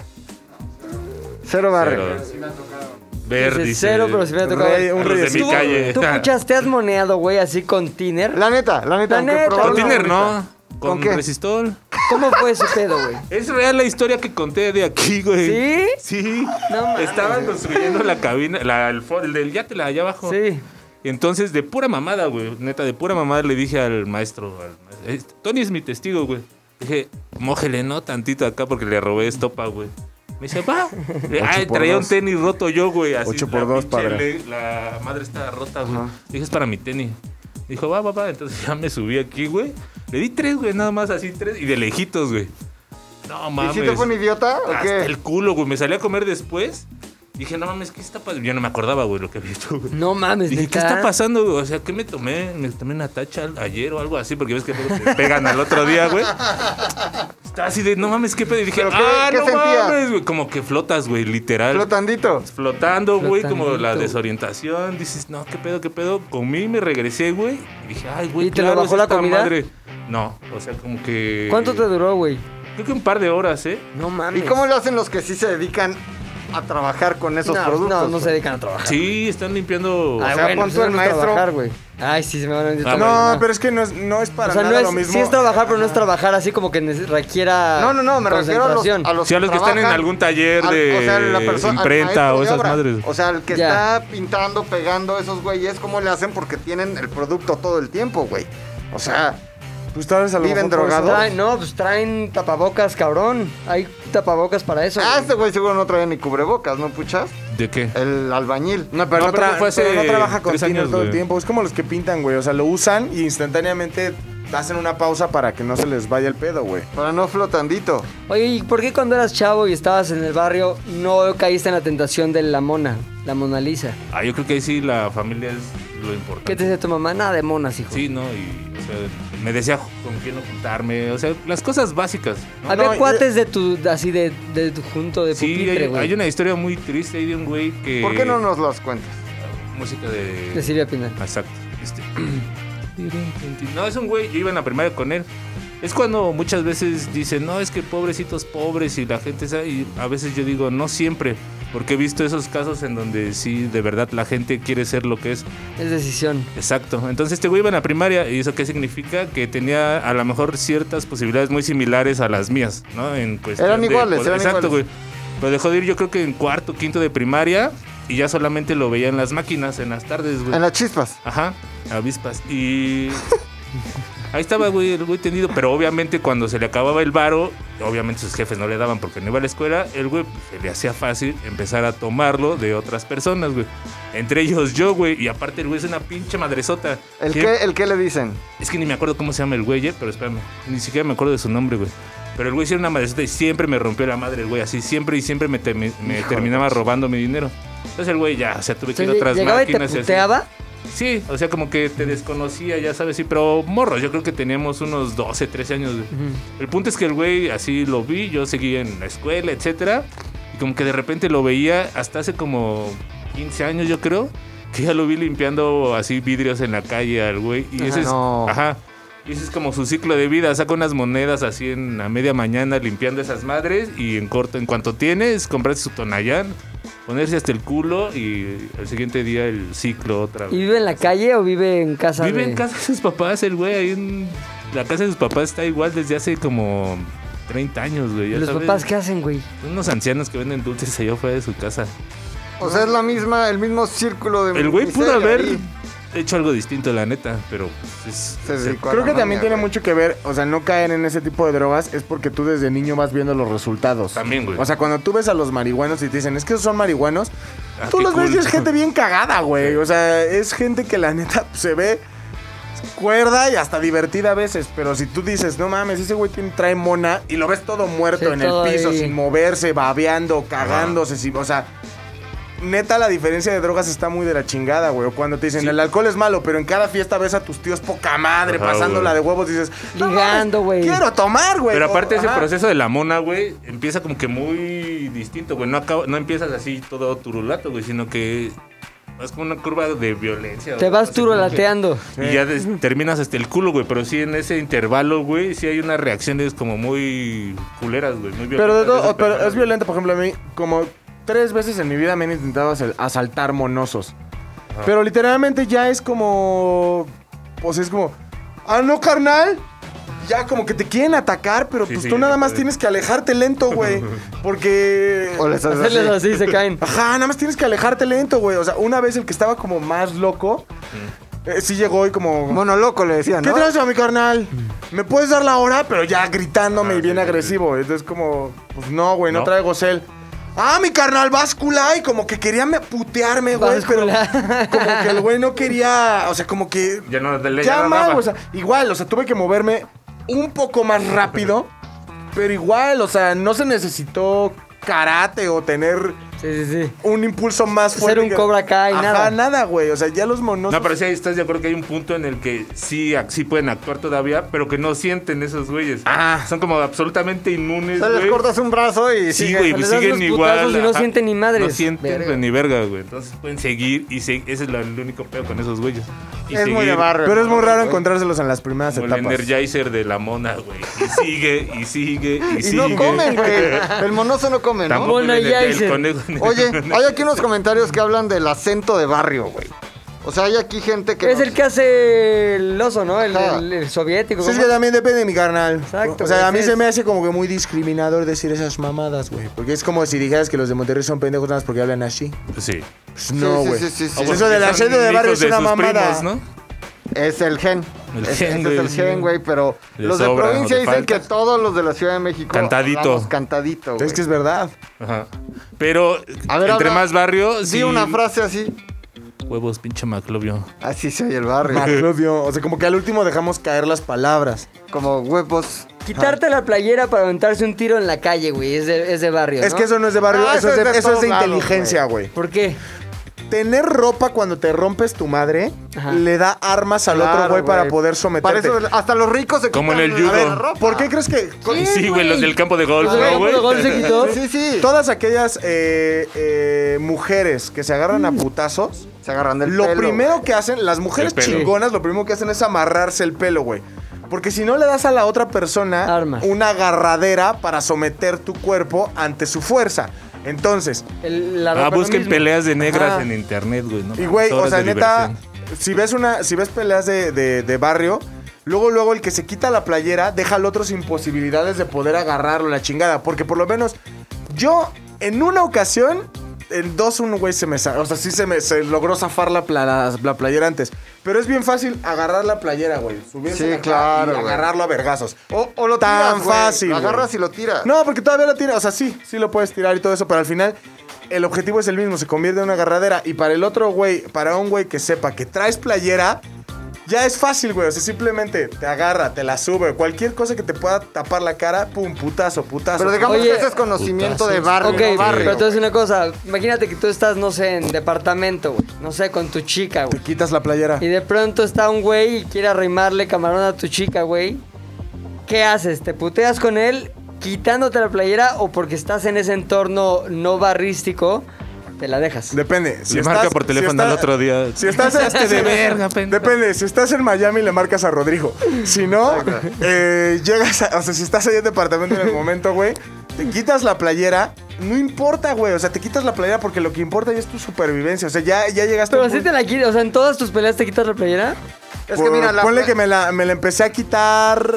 [SPEAKER 4] Cero barrio.
[SPEAKER 5] Ver,
[SPEAKER 1] Dice
[SPEAKER 5] dice.
[SPEAKER 1] cero, pero sí me ha tocado.
[SPEAKER 6] Rey, un
[SPEAKER 5] Los de
[SPEAKER 6] reyesito.
[SPEAKER 5] mi calle.
[SPEAKER 1] ¿Tú puchas, te has moneado, güey, así con tiner?
[SPEAKER 4] La neta, aunque
[SPEAKER 1] neta,
[SPEAKER 4] probarlo
[SPEAKER 5] Con Tiner,
[SPEAKER 4] ahorita.
[SPEAKER 5] no.
[SPEAKER 4] ¿Con
[SPEAKER 5] Con
[SPEAKER 4] qué?
[SPEAKER 5] resistol.
[SPEAKER 1] ¿Cómo fue ese pedo, güey?
[SPEAKER 5] Es real la historia que conté de aquí, güey.
[SPEAKER 1] ¿Sí?
[SPEAKER 5] Sí.
[SPEAKER 1] No mames.
[SPEAKER 5] Estaban construyendo la cabina, el del yátela allá abajo.
[SPEAKER 1] Sí.
[SPEAKER 5] Y entonces, de pura mamada, güey. Neta, de pura mamada le dije al maestro. Tony es mi testigo, güey. Dije, mójele, ¿no? Tantito acá porque le robé estopa, güey. Me dice, va. Ay,
[SPEAKER 6] por
[SPEAKER 5] traía un
[SPEAKER 6] dos.
[SPEAKER 5] tenis roto yo, güey. Así,
[SPEAKER 6] 8 por
[SPEAKER 5] la
[SPEAKER 6] 2,
[SPEAKER 5] pinche
[SPEAKER 6] padre.
[SPEAKER 5] La madre está rota, güey. Dije, es para mi tenis. Dijo, va. Entonces ya me subí aquí, güey. Le di 3, güey, nada más así 3. Y de lejitos, güey. No mames.
[SPEAKER 4] ¿Y si te fue un idiota o
[SPEAKER 5] Hasta
[SPEAKER 4] qué?
[SPEAKER 5] el culo, güey. Me salí a comer después. Dije, no mames, ¿qué está pasando? Yo no me acordaba, güey, lo que había hecho, güey.
[SPEAKER 1] No mames,
[SPEAKER 5] Dije, ¿qué
[SPEAKER 1] neta.
[SPEAKER 5] está pasando, güey? O sea, ¿qué me tomé? ¿Me tomé una tacha ayer o algo así? Porque ves que luego te pegan al otro día, güey. Estaba así de, no mames, ¿qué pedo? Y dije,
[SPEAKER 4] ¿Pero qué
[SPEAKER 5] no
[SPEAKER 4] sentías?
[SPEAKER 5] mames, güey. Como que flotas, güey, literal.
[SPEAKER 4] Flotandito.
[SPEAKER 5] Flotando, güey, como
[SPEAKER 1] Flotandito.
[SPEAKER 5] la desorientación. Dices, no, ¿qué pedo? Comí, me regresé, güey. Y dije, ay, güey,
[SPEAKER 1] ¿Y te lo
[SPEAKER 5] claro,
[SPEAKER 1] bajó
[SPEAKER 5] es
[SPEAKER 1] la
[SPEAKER 5] esta
[SPEAKER 1] comida?
[SPEAKER 5] madre. No, o sea, como que...
[SPEAKER 1] ¿Cuánto te duró, güey?
[SPEAKER 5] Creo que un par de horas, ¿eh?
[SPEAKER 1] No
[SPEAKER 4] ¿Y
[SPEAKER 1] mames.
[SPEAKER 4] cómo lo hacen los que sí se dedican a trabajar con esos productos?
[SPEAKER 1] No se dedican a trabajar.
[SPEAKER 5] Sí, están limpiando...
[SPEAKER 1] Ay,
[SPEAKER 4] o sea,
[SPEAKER 1] bueno,
[SPEAKER 4] pon tú
[SPEAKER 1] pues
[SPEAKER 4] el
[SPEAKER 1] no es
[SPEAKER 4] maestro.
[SPEAKER 1] trabajar, güey. Ay, sí, se me van a venir.
[SPEAKER 5] Ah,
[SPEAKER 6] No,
[SPEAKER 5] bueno,
[SPEAKER 6] pero es que no es para
[SPEAKER 1] O sea,
[SPEAKER 6] nada
[SPEAKER 1] no
[SPEAKER 6] lo
[SPEAKER 1] es,
[SPEAKER 6] mismo.
[SPEAKER 1] sí es trabajar, pero no es trabajar así como que requiera
[SPEAKER 4] No, me refiero
[SPEAKER 1] concentración.
[SPEAKER 4] a los
[SPEAKER 5] Sí, a los que están en
[SPEAKER 4] trabajan,
[SPEAKER 5] algún taller
[SPEAKER 4] al-
[SPEAKER 5] de
[SPEAKER 4] o sea, la persona- al
[SPEAKER 5] imprenta
[SPEAKER 4] maestro
[SPEAKER 5] o
[SPEAKER 4] de
[SPEAKER 5] esas
[SPEAKER 4] obra.
[SPEAKER 5] madres.
[SPEAKER 4] O sea, el que
[SPEAKER 1] Ya.
[SPEAKER 4] está pintando, pegando esos güeyes, ¿cómo le hacen? Porque tienen el producto todo el tiempo, güey. O sea,
[SPEAKER 6] Pues tal vez a lo
[SPEAKER 4] ¿Viven
[SPEAKER 6] mejor por eso-
[SPEAKER 4] drogados?
[SPEAKER 1] Pues traen tapabocas, cabrón. Hay tapabocas para eso. güey.
[SPEAKER 4] este güey seguro no traía ni cubrebocas, ¿no, puchas?
[SPEAKER 5] ¿De qué?
[SPEAKER 4] El albañil.
[SPEAKER 6] No, pero
[SPEAKER 5] No,
[SPEAKER 6] no,
[SPEAKER 5] pero fue hace
[SPEAKER 6] pero no trabaja
[SPEAKER 5] 3
[SPEAKER 6] continuo
[SPEAKER 5] años,
[SPEAKER 6] todo el
[SPEAKER 5] güey.
[SPEAKER 6] tiempo. Es como los que pintan, güey. O sea, lo usan y instantáneamente hacen una pausa para que no se les vaya el pedo, güey.
[SPEAKER 4] Para no flotandito.
[SPEAKER 1] Oye, ¿y por qué cuando eras chavo y estabas en el barrio no caíste en la tentación de la Mona Lisa?
[SPEAKER 5] Ah, yo creo que ahí sí la familia es lo importante.
[SPEAKER 1] ¿Qué te decía tu mamá? Nada de monas, hijo.
[SPEAKER 5] Sí, ¿no? Y, o sea, me decía con quién juntarme. O sea, las cosas básicas. ¿no?
[SPEAKER 1] Había
[SPEAKER 6] No,
[SPEAKER 1] cuates de tu, así de tu junto de
[SPEAKER 5] Sí,
[SPEAKER 1] pupitre,
[SPEAKER 5] hay
[SPEAKER 1] güey.
[SPEAKER 5] una historia muy triste ahí de un güey que...
[SPEAKER 4] ¿Por qué no nos las cuentas?
[SPEAKER 5] Música de...
[SPEAKER 1] De Silvia Pinal.
[SPEAKER 5] Exacto. No, es un güey, yo iba en la primaria con él. Es cuando muchas veces dicen, no, es que pobrecitos pobres y la gente sabe. Y a veces yo digo, no siempre. Porque he visto esos casos en donde sí, de verdad, la gente quiere ser lo que es.
[SPEAKER 1] Es decisión.
[SPEAKER 5] Exacto. Entonces este güey iba en la primaria. ¿Y eso qué significa? Que tenía a lo mejor ciertas posibilidades muy similares a las mías, ¿no? En cuestión
[SPEAKER 4] Eran
[SPEAKER 5] de
[SPEAKER 4] iguales,
[SPEAKER 5] poder-
[SPEAKER 4] eran
[SPEAKER 5] Exacto,
[SPEAKER 4] iguales.
[SPEAKER 5] güey. Pero dejó de ir yo creo que en cuarto, quinto de primaria. Y ya solamente lo veía en las máquinas, en las tardes, güey.
[SPEAKER 4] En las chispas.
[SPEAKER 5] Ajá, avispas. Y ahí estaba, güey, el güey tendido. Pero obviamente cuando se le acababa el varo, obviamente sus jefes no le daban porque no iba a la escuela, el güey pues, se le hacía fácil empezar a tomarlo de otras personas, güey. Entre ellos yo, güey. Y aparte el güey es una pinche madresota.
[SPEAKER 4] ¿El
[SPEAKER 5] Siem-
[SPEAKER 4] qué le dicen?
[SPEAKER 5] Es que ni me acuerdo cómo se llama el güey, pero espérame. Ni siquiera me acuerdo de su nombre, güey. Pero el güey sí era una madresota y siempre me rompió la madre el güey. Así siempre me terminaba robando mi dinero. Entonces el güey ya, o sea, tuve
[SPEAKER 1] O
[SPEAKER 5] que
[SPEAKER 1] sea,
[SPEAKER 5] ir a otras
[SPEAKER 1] llegaba y te
[SPEAKER 5] máquinas y así.
[SPEAKER 1] puteaba.
[SPEAKER 5] Sí, o sea, como que te desconocía, ya sabes, sí, pero morros, yo creo que teníamos unos 12, 13 años. Güey. El punto es que el güey así lo vi, yo seguí en la escuela, etcétera, y como que de repente lo veía hasta hace como 15 años, yo creo, que ya lo vi limpiando así vidrios en la calle al güey, y ese es,
[SPEAKER 4] no.
[SPEAKER 5] ajá, y ese es como su ciclo de vida, saca unas monedas así en a media mañana limpiando esas madres, y en corto, en cuanto tienes, comprarse su Tonayán, ponerse hasta el culo y el siguiente día el ciclo otra vez.
[SPEAKER 1] ¿Y vive en la calle o vive en casa?
[SPEAKER 5] Vive
[SPEAKER 1] de-
[SPEAKER 5] en casa de sus papás, el güey, ahí en la casa de sus papás está igual desde hace como 30 años, güey.
[SPEAKER 1] ¿Y
[SPEAKER 5] ya
[SPEAKER 1] los
[SPEAKER 5] sabes.
[SPEAKER 1] papás qué hacen, güey?
[SPEAKER 5] Son unos ancianos que venden dulces allá afuera de su casa.
[SPEAKER 4] O sea, es el mismo círculo de
[SPEAKER 5] El güey pudo
[SPEAKER 4] miseria
[SPEAKER 5] haber
[SPEAKER 4] ahí.
[SPEAKER 5] hecho algo distinto, la neta, pero pues,
[SPEAKER 4] Se dedicó a
[SPEAKER 6] Creo
[SPEAKER 4] la
[SPEAKER 6] que también
[SPEAKER 4] maña,
[SPEAKER 6] tiene
[SPEAKER 4] güey.
[SPEAKER 6] mucho que ver, o sea, no caer en ese tipo de drogas es porque tú desde niño vas viendo los resultados.
[SPEAKER 5] También, güey.
[SPEAKER 6] O sea, cuando tú ves a los marihuanos y te dicen, es que esos son marihuanos,
[SPEAKER 5] Ah,
[SPEAKER 6] tú
[SPEAKER 5] qué
[SPEAKER 6] los ves
[SPEAKER 5] cool.
[SPEAKER 6] y es gente bien cagada, güey. O sea, es gente que la neta se ve cuerda y hasta divertida a veces. Pero si tú dices, no mames, ese güey trae mona y lo ves todo muerto
[SPEAKER 1] Sí,
[SPEAKER 6] en el
[SPEAKER 1] todo
[SPEAKER 6] piso,
[SPEAKER 1] ahí.
[SPEAKER 6] sin moverse, babeando, cagándose, o sea... Neta, la diferencia de drogas está muy de la chingada, güey. O cuando te dicen,
[SPEAKER 5] Sí.
[SPEAKER 6] el alcohol es malo, pero en cada fiesta ves a tus tíos poca madre,
[SPEAKER 5] Ajá,
[SPEAKER 6] pasándola
[SPEAKER 5] güey.
[SPEAKER 6] de huevos, dices, "No
[SPEAKER 1] Ligando,
[SPEAKER 6] mames,
[SPEAKER 1] güey".
[SPEAKER 6] Quiero tomar, güey.
[SPEAKER 5] Pero aparte ese
[SPEAKER 6] Ajá.
[SPEAKER 5] proceso de la mona, güey, empieza como que muy distinto, güey. No empiezas así todo turulato, güey, sino que es como una curva de violencia.
[SPEAKER 1] Te
[SPEAKER 5] o
[SPEAKER 1] vas
[SPEAKER 5] así como que-
[SPEAKER 1] turolateando.
[SPEAKER 5] Y ya terminas hasta el culo, güey. Pero sí, en ese intervalo, güey, sí hay unas reacciones como muy culeras, güey. Muy violentas.
[SPEAKER 6] Pero, de todo,
[SPEAKER 5] esas
[SPEAKER 6] pero
[SPEAKER 5] personas,
[SPEAKER 6] es violento, por ejemplo, a mí, como 3 veces en mi vida me han intentado asaltar monosos.
[SPEAKER 5] Ajá.
[SPEAKER 6] Pero literalmente ya es como. Pues es como. Ah, no, carnal. Ya como que te quieren atacar, pero
[SPEAKER 5] Sí,
[SPEAKER 6] pues
[SPEAKER 5] sí,
[SPEAKER 6] tú nada
[SPEAKER 5] sí,
[SPEAKER 6] más
[SPEAKER 5] sí.
[SPEAKER 6] tienes que alejarte lento, güey. Porque.
[SPEAKER 4] O les haces
[SPEAKER 1] Hacerles
[SPEAKER 4] así.
[SPEAKER 1] así, se caen.
[SPEAKER 6] Ajá, nada más tienes que alejarte lento, güey. O sea, una vez el que estaba como más loco, sí llegó y como.
[SPEAKER 4] Mono loco le decían,
[SPEAKER 6] ¿Qué
[SPEAKER 4] ¿no?
[SPEAKER 6] traes a mi carnal? ¿Me puedes dar la hora? Pero ya gritándome
[SPEAKER 5] Ah,
[SPEAKER 6] y bien
[SPEAKER 5] sí, sí,
[SPEAKER 6] agresivo. Entonces como, pues no, güey, no
[SPEAKER 5] ¿No?
[SPEAKER 6] traigo cel. mi carnal, báscula. Y como que quería putearme, güey. Pero
[SPEAKER 1] Báscula.
[SPEAKER 6] como que el güey no quería, o sea, como que...
[SPEAKER 5] Ya no le
[SPEAKER 6] Ya mal,
[SPEAKER 5] daba.
[SPEAKER 6] o sea, igual, o sea, tuve que moverme un poco más rápido. Pero igual, o sea, no se necesitó karate o tener
[SPEAKER 1] Sí.
[SPEAKER 6] un impulso más
[SPEAKER 1] Ser
[SPEAKER 6] fuerte.
[SPEAKER 1] un Cobra Kai,
[SPEAKER 6] Ajá,
[SPEAKER 1] nada.
[SPEAKER 6] nada, güey. O sea, ya los monos.
[SPEAKER 5] No, pero sí, estás de acuerdo que hay un punto en el que sí pueden actuar todavía, pero que no sienten esos güeyes. Son como absolutamente inmunes,
[SPEAKER 4] O sea, les
[SPEAKER 5] güey.
[SPEAKER 4] cortas un brazo y
[SPEAKER 5] Sí,
[SPEAKER 4] sigue.
[SPEAKER 5] güey,
[SPEAKER 1] O sea,
[SPEAKER 5] pues
[SPEAKER 1] les das
[SPEAKER 5] siguen
[SPEAKER 1] los
[SPEAKER 5] igual.
[SPEAKER 1] putazos y no
[SPEAKER 5] ajá.
[SPEAKER 1] sienten ni madres.
[SPEAKER 5] No sienten
[SPEAKER 1] Verga.
[SPEAKER 5] ni verga, güey. Entonces pueden seguir y ese es el único pedo con esos güeyes. Y
[SPEAKER 4] Es muy de barrio.
[SPEAKER 6] Pero es muy raro
[SPEAKER 4] güey.
[SPEAKER 6] encontrárselos en las primeras
[SPEAKER 5] Como el
[SPEAKER 6] etapas.
[SPEAKER 5] Energizer de la mona, güey. Y sigue, y sigue, y
[SPEAKER 4] Y
[SPEAKER 5] sigue.
[SPEAKER 4] no comen, güey. El monoso no come, ¿no?
[SPEAKER 5] Tampoco el
[SPEAKER 1] Energizer.
[SPEAKER 5] conejo.
[SPEAKER 4] Oye, hay aquí unos comentarios que hablan del acento de barrio, güey. O sea, hay aquí gente que...
[SPEAKER 1] Es el que hace el oso, ¿no?
[SPEAKER 4] Ajá.
[SPEAKER 1] El soviético.
[SPEAKER 6] Sí, es
[SPEAKER 1] ¿cómo?
[SPEAKER 6] que también depende de mi carnal.
[SPEAKER 1] Exacto,
[SPEAKER 6] O sea, a mí
[SPEAKER 1] güey,
[SPEAKER 6] se
[SPEAKER 1] es-
[SPEAKER 6] me hace como que muy discriminador decir esas mamadas, güey. Porque es como si dijeras que los de Monterrey son pendejos nada más porque hablan así.
[SPEAKER 5] Pues sí.
[SPEAKER 6] Pues no, güey.
[SPEAKER 4] Sí.
[SPEAKER 6] Pues eso del acento de barrio es una mamada.
[SPEAKER 5] ¿No?
[SPEAKER 4] Es el gen.
[SPEAKER 5] El
[SPEAKER 4] Ese
[SPEAKER 5] gen,
[SPEAKER 4] es
[SPEAKER 5] güey,
[SPEAKER 4] el gen,
[SPEAKER 5] sí.
[SPEAKER 4] güey, pero
[SPEAKER 5] Le
[SPEAKER 4] los de
[SPEAKER 5] sobra,
[SPEAKER 4] provincia
[SPEAKER 5] o le
[SPEAKER 4] dicen
[SPEAKER 5] falta.
[SPEAKER 4] que todos los de la Ciudad de México
[SPEAKER 5] Cantadito.
[SPEAKER 4] hablamos cantadito, güey.
[SPEAKER 6] Es que es verdad.
[SPEAKER 5] Ajá. Pero
[SPEAKER 4] A ver,
[SPEAKER 5] entre
[SPEAKER 4] habla-
[SPEAKER 5] más barrio,
[SPEAKER 4] Di
[SPEAKER 5] sí.
[SPEAKER 4] una frase así.
[SPEAKER 5] Huevos, pinche maclovio.
[SPEAKER 4] Así se oye el barrio.
[SPEAKER 6] Maclovio. O sea, como que al último dejamos caer las palabras.
[SPEAKER 4] Como huevos.
[SPEAKER 1] Quitarte la playera para aventarse un tiro en la calle, güey. Es de barrio, ¿no?
[SPEAKER 6] Es que eso no es de barrio,
[SPEAKER 4] Ah,
[SPEAKER 6] eso es de
[SPEAKER 4] todos lados,
[SPEAKER 6] inteligencia, güey.
[SPEAKER 1] ¿Por qué?
[SPEAKER 6] Tener ropa cuando te rompes tu madre
[SPEAKER 1] Ajá.
[SPEAKER 6] le da armas al
[SPEAKER 4] Claro,
[SPEAKER 6] otro güey para
[SPEAKER 4] güey.
[SPEAKER 6] poder someterte.
[SPEAKER 4] Para eso, hasta los ricos se
[SPEAKER 5] Como en
[SPEAKER 4] quitan
[SPEAKER 5] el judo.
[SPEAKER 4] la ropa.
[SPEAKER 6] ¿Por qué crees que
[SPEAKER 5] Sí, güey, los del campo de golf,
[SPEAKER 1] Los del
[SPEAKER 5] ¿no,
[SPEAKER 1] campo de
[SPEAKER 5] güey?
[SPEAKER 1] golf se quitó.
[SPEAKER 4] Sí.
[SPEAKER 6] todas aquellas mujeres que se agarran a putazos,
[SPEAKER 4] Se agarran del
[SPEAKER 6] lo
[SPEAKER 4] pelo,
[SPEAKER 6] primero
[SPEAKER 4] güey.
[SPEAKER 6] que hacen, las mujeres
[SPEAKER 5] El pelo.
[SPEAKER 6] chingonas, lo primero que hacen es amarrarse el pelo, güey. Porque si no le das a la otra persona
[SPEAKER 1] Armas.
[SPEAKER 6] una agarradera para someter tu cuerpo ante su fuerza. Entonces,
[SPEAKER 1] La ropa es lo
[SPEAKER 5] Busquen
[SPEAKER 1] mismo.
[SPEAKER 5] peleas de negras
[SPEAKER 6] Ajá.
[SPEAKER 5] en internet, güey. ¿no?
[SPEAKER 6] y güey, o
[SPEAKER 5] Horas
[SPEAKER 6] sea,
[SPEAKER 5] de
[SPEAKER 6] neta,
[SPEAKER 5] diversión.
[SPEAKER 6] si ves peleas de barrio, luego el que se quita la playera deja al otro sin posibilidades de poder agarrarlo, la chingada. Porque por lo menos yo, en una ocasión, en dos, un güey se me... O sea, sí se logró zafar la playera antes. Pero es bien fácil agarrar la playera, güey. Subirse
[SPEAKER 4] Sí,
[SPEAKER 6] acá
[SPEAKER 4] claro,
[SPEAKER 6] y
[SPEAKER 4] güey.
[SPEAKER 6] agarrarlo a vergazos.
[SPEAKER 4] O lo
[SPEAKER 6] Tan
[SPEAKER 4] tiras, güey.
[SPEAKER 6] fácil,
[SPEAKER 4] Lo
[SPEAKER 6] güey.
[SPEAKER 4] agarras y lo tiras.
[SPEAKER 6] No, porque todavía lo tiras. O sea, sí lo puedes tirar y todo eso. Pero al final, el objetivo es el mismo. Se convierte en una agarradera. Y para el otro güey, para un güey que sepa que traes playera... Ya es fácil, güey. O sea, simplemente te agarra, te la sube. Cualquier cosa que te pueda tapar la cara, pum, putazo.
[SPEAKER 4] Pero digamos
[SPEAKER 1] Oye,
[SPEAKER 4] que ese es conocimiento de barrio,
[SPEAKER 1] Ok,
[SPEAKER 4] no barrio.
[SPEAKER 1] pero te voy a decir una cosa. Imagínate que tú estás, no sé, en departamento, güey. No sé, con tu chica,
[SPEAKER 6] Te
[SPEAKER 1] güey.
[SPEAKER 6] quitas la playera.
[SPEAKER 1] Y de pronto está un güey y quiere arrimarle camarón a tu chica, güey. ¿Qué haces? ¿Te puteas con él quitándote la playera o porque estás en ese entorno no barrístico, te la dejas?
[SPEAKER 6] Depende.
[SPEAKER 5] Le marca por teléfono al otro día.
[SPEAKER 6] Si estás de verga, depende. Si estás en Miami, le marcas a Rodrigo. Si no, llegas o sea, si estás ahí en departamento en el momento, güey, te quitas la playera. No importa, güey. O sea, te quitas la playera porque lo que importa ya es tu supervivencia. O sea, ya llegaste
[SPEAKER 1] Pero
[SPEAKER 6] a un
[SPEAKER 1] así
[SPEAKER 6] punto-
[SPEAKER 1] te la quitas. O sea, en todas tus peleas te quitas la playera.
[SPEAKER 4] Es que mira,
[SPEAKER 6] Ponle que me la empecé a quitar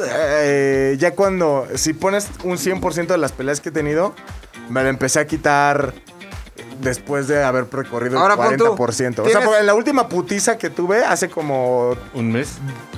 [SPEAKER 6] ya cuando... Si pones un 100% de las peleas que he tenido, me la empecé a quitar después de haber recorrido
[SPEAKER 4] Ahora,
[SPEAKER 6] el
[SPEAKER 4] pon tú,
[SPEAKER 6] 40%. O sea,
[SPEAKER 4] tienes-
[SPEAKER 6] porque en la última putiza que tuve hace como
[SPEAKER 5] Un mes.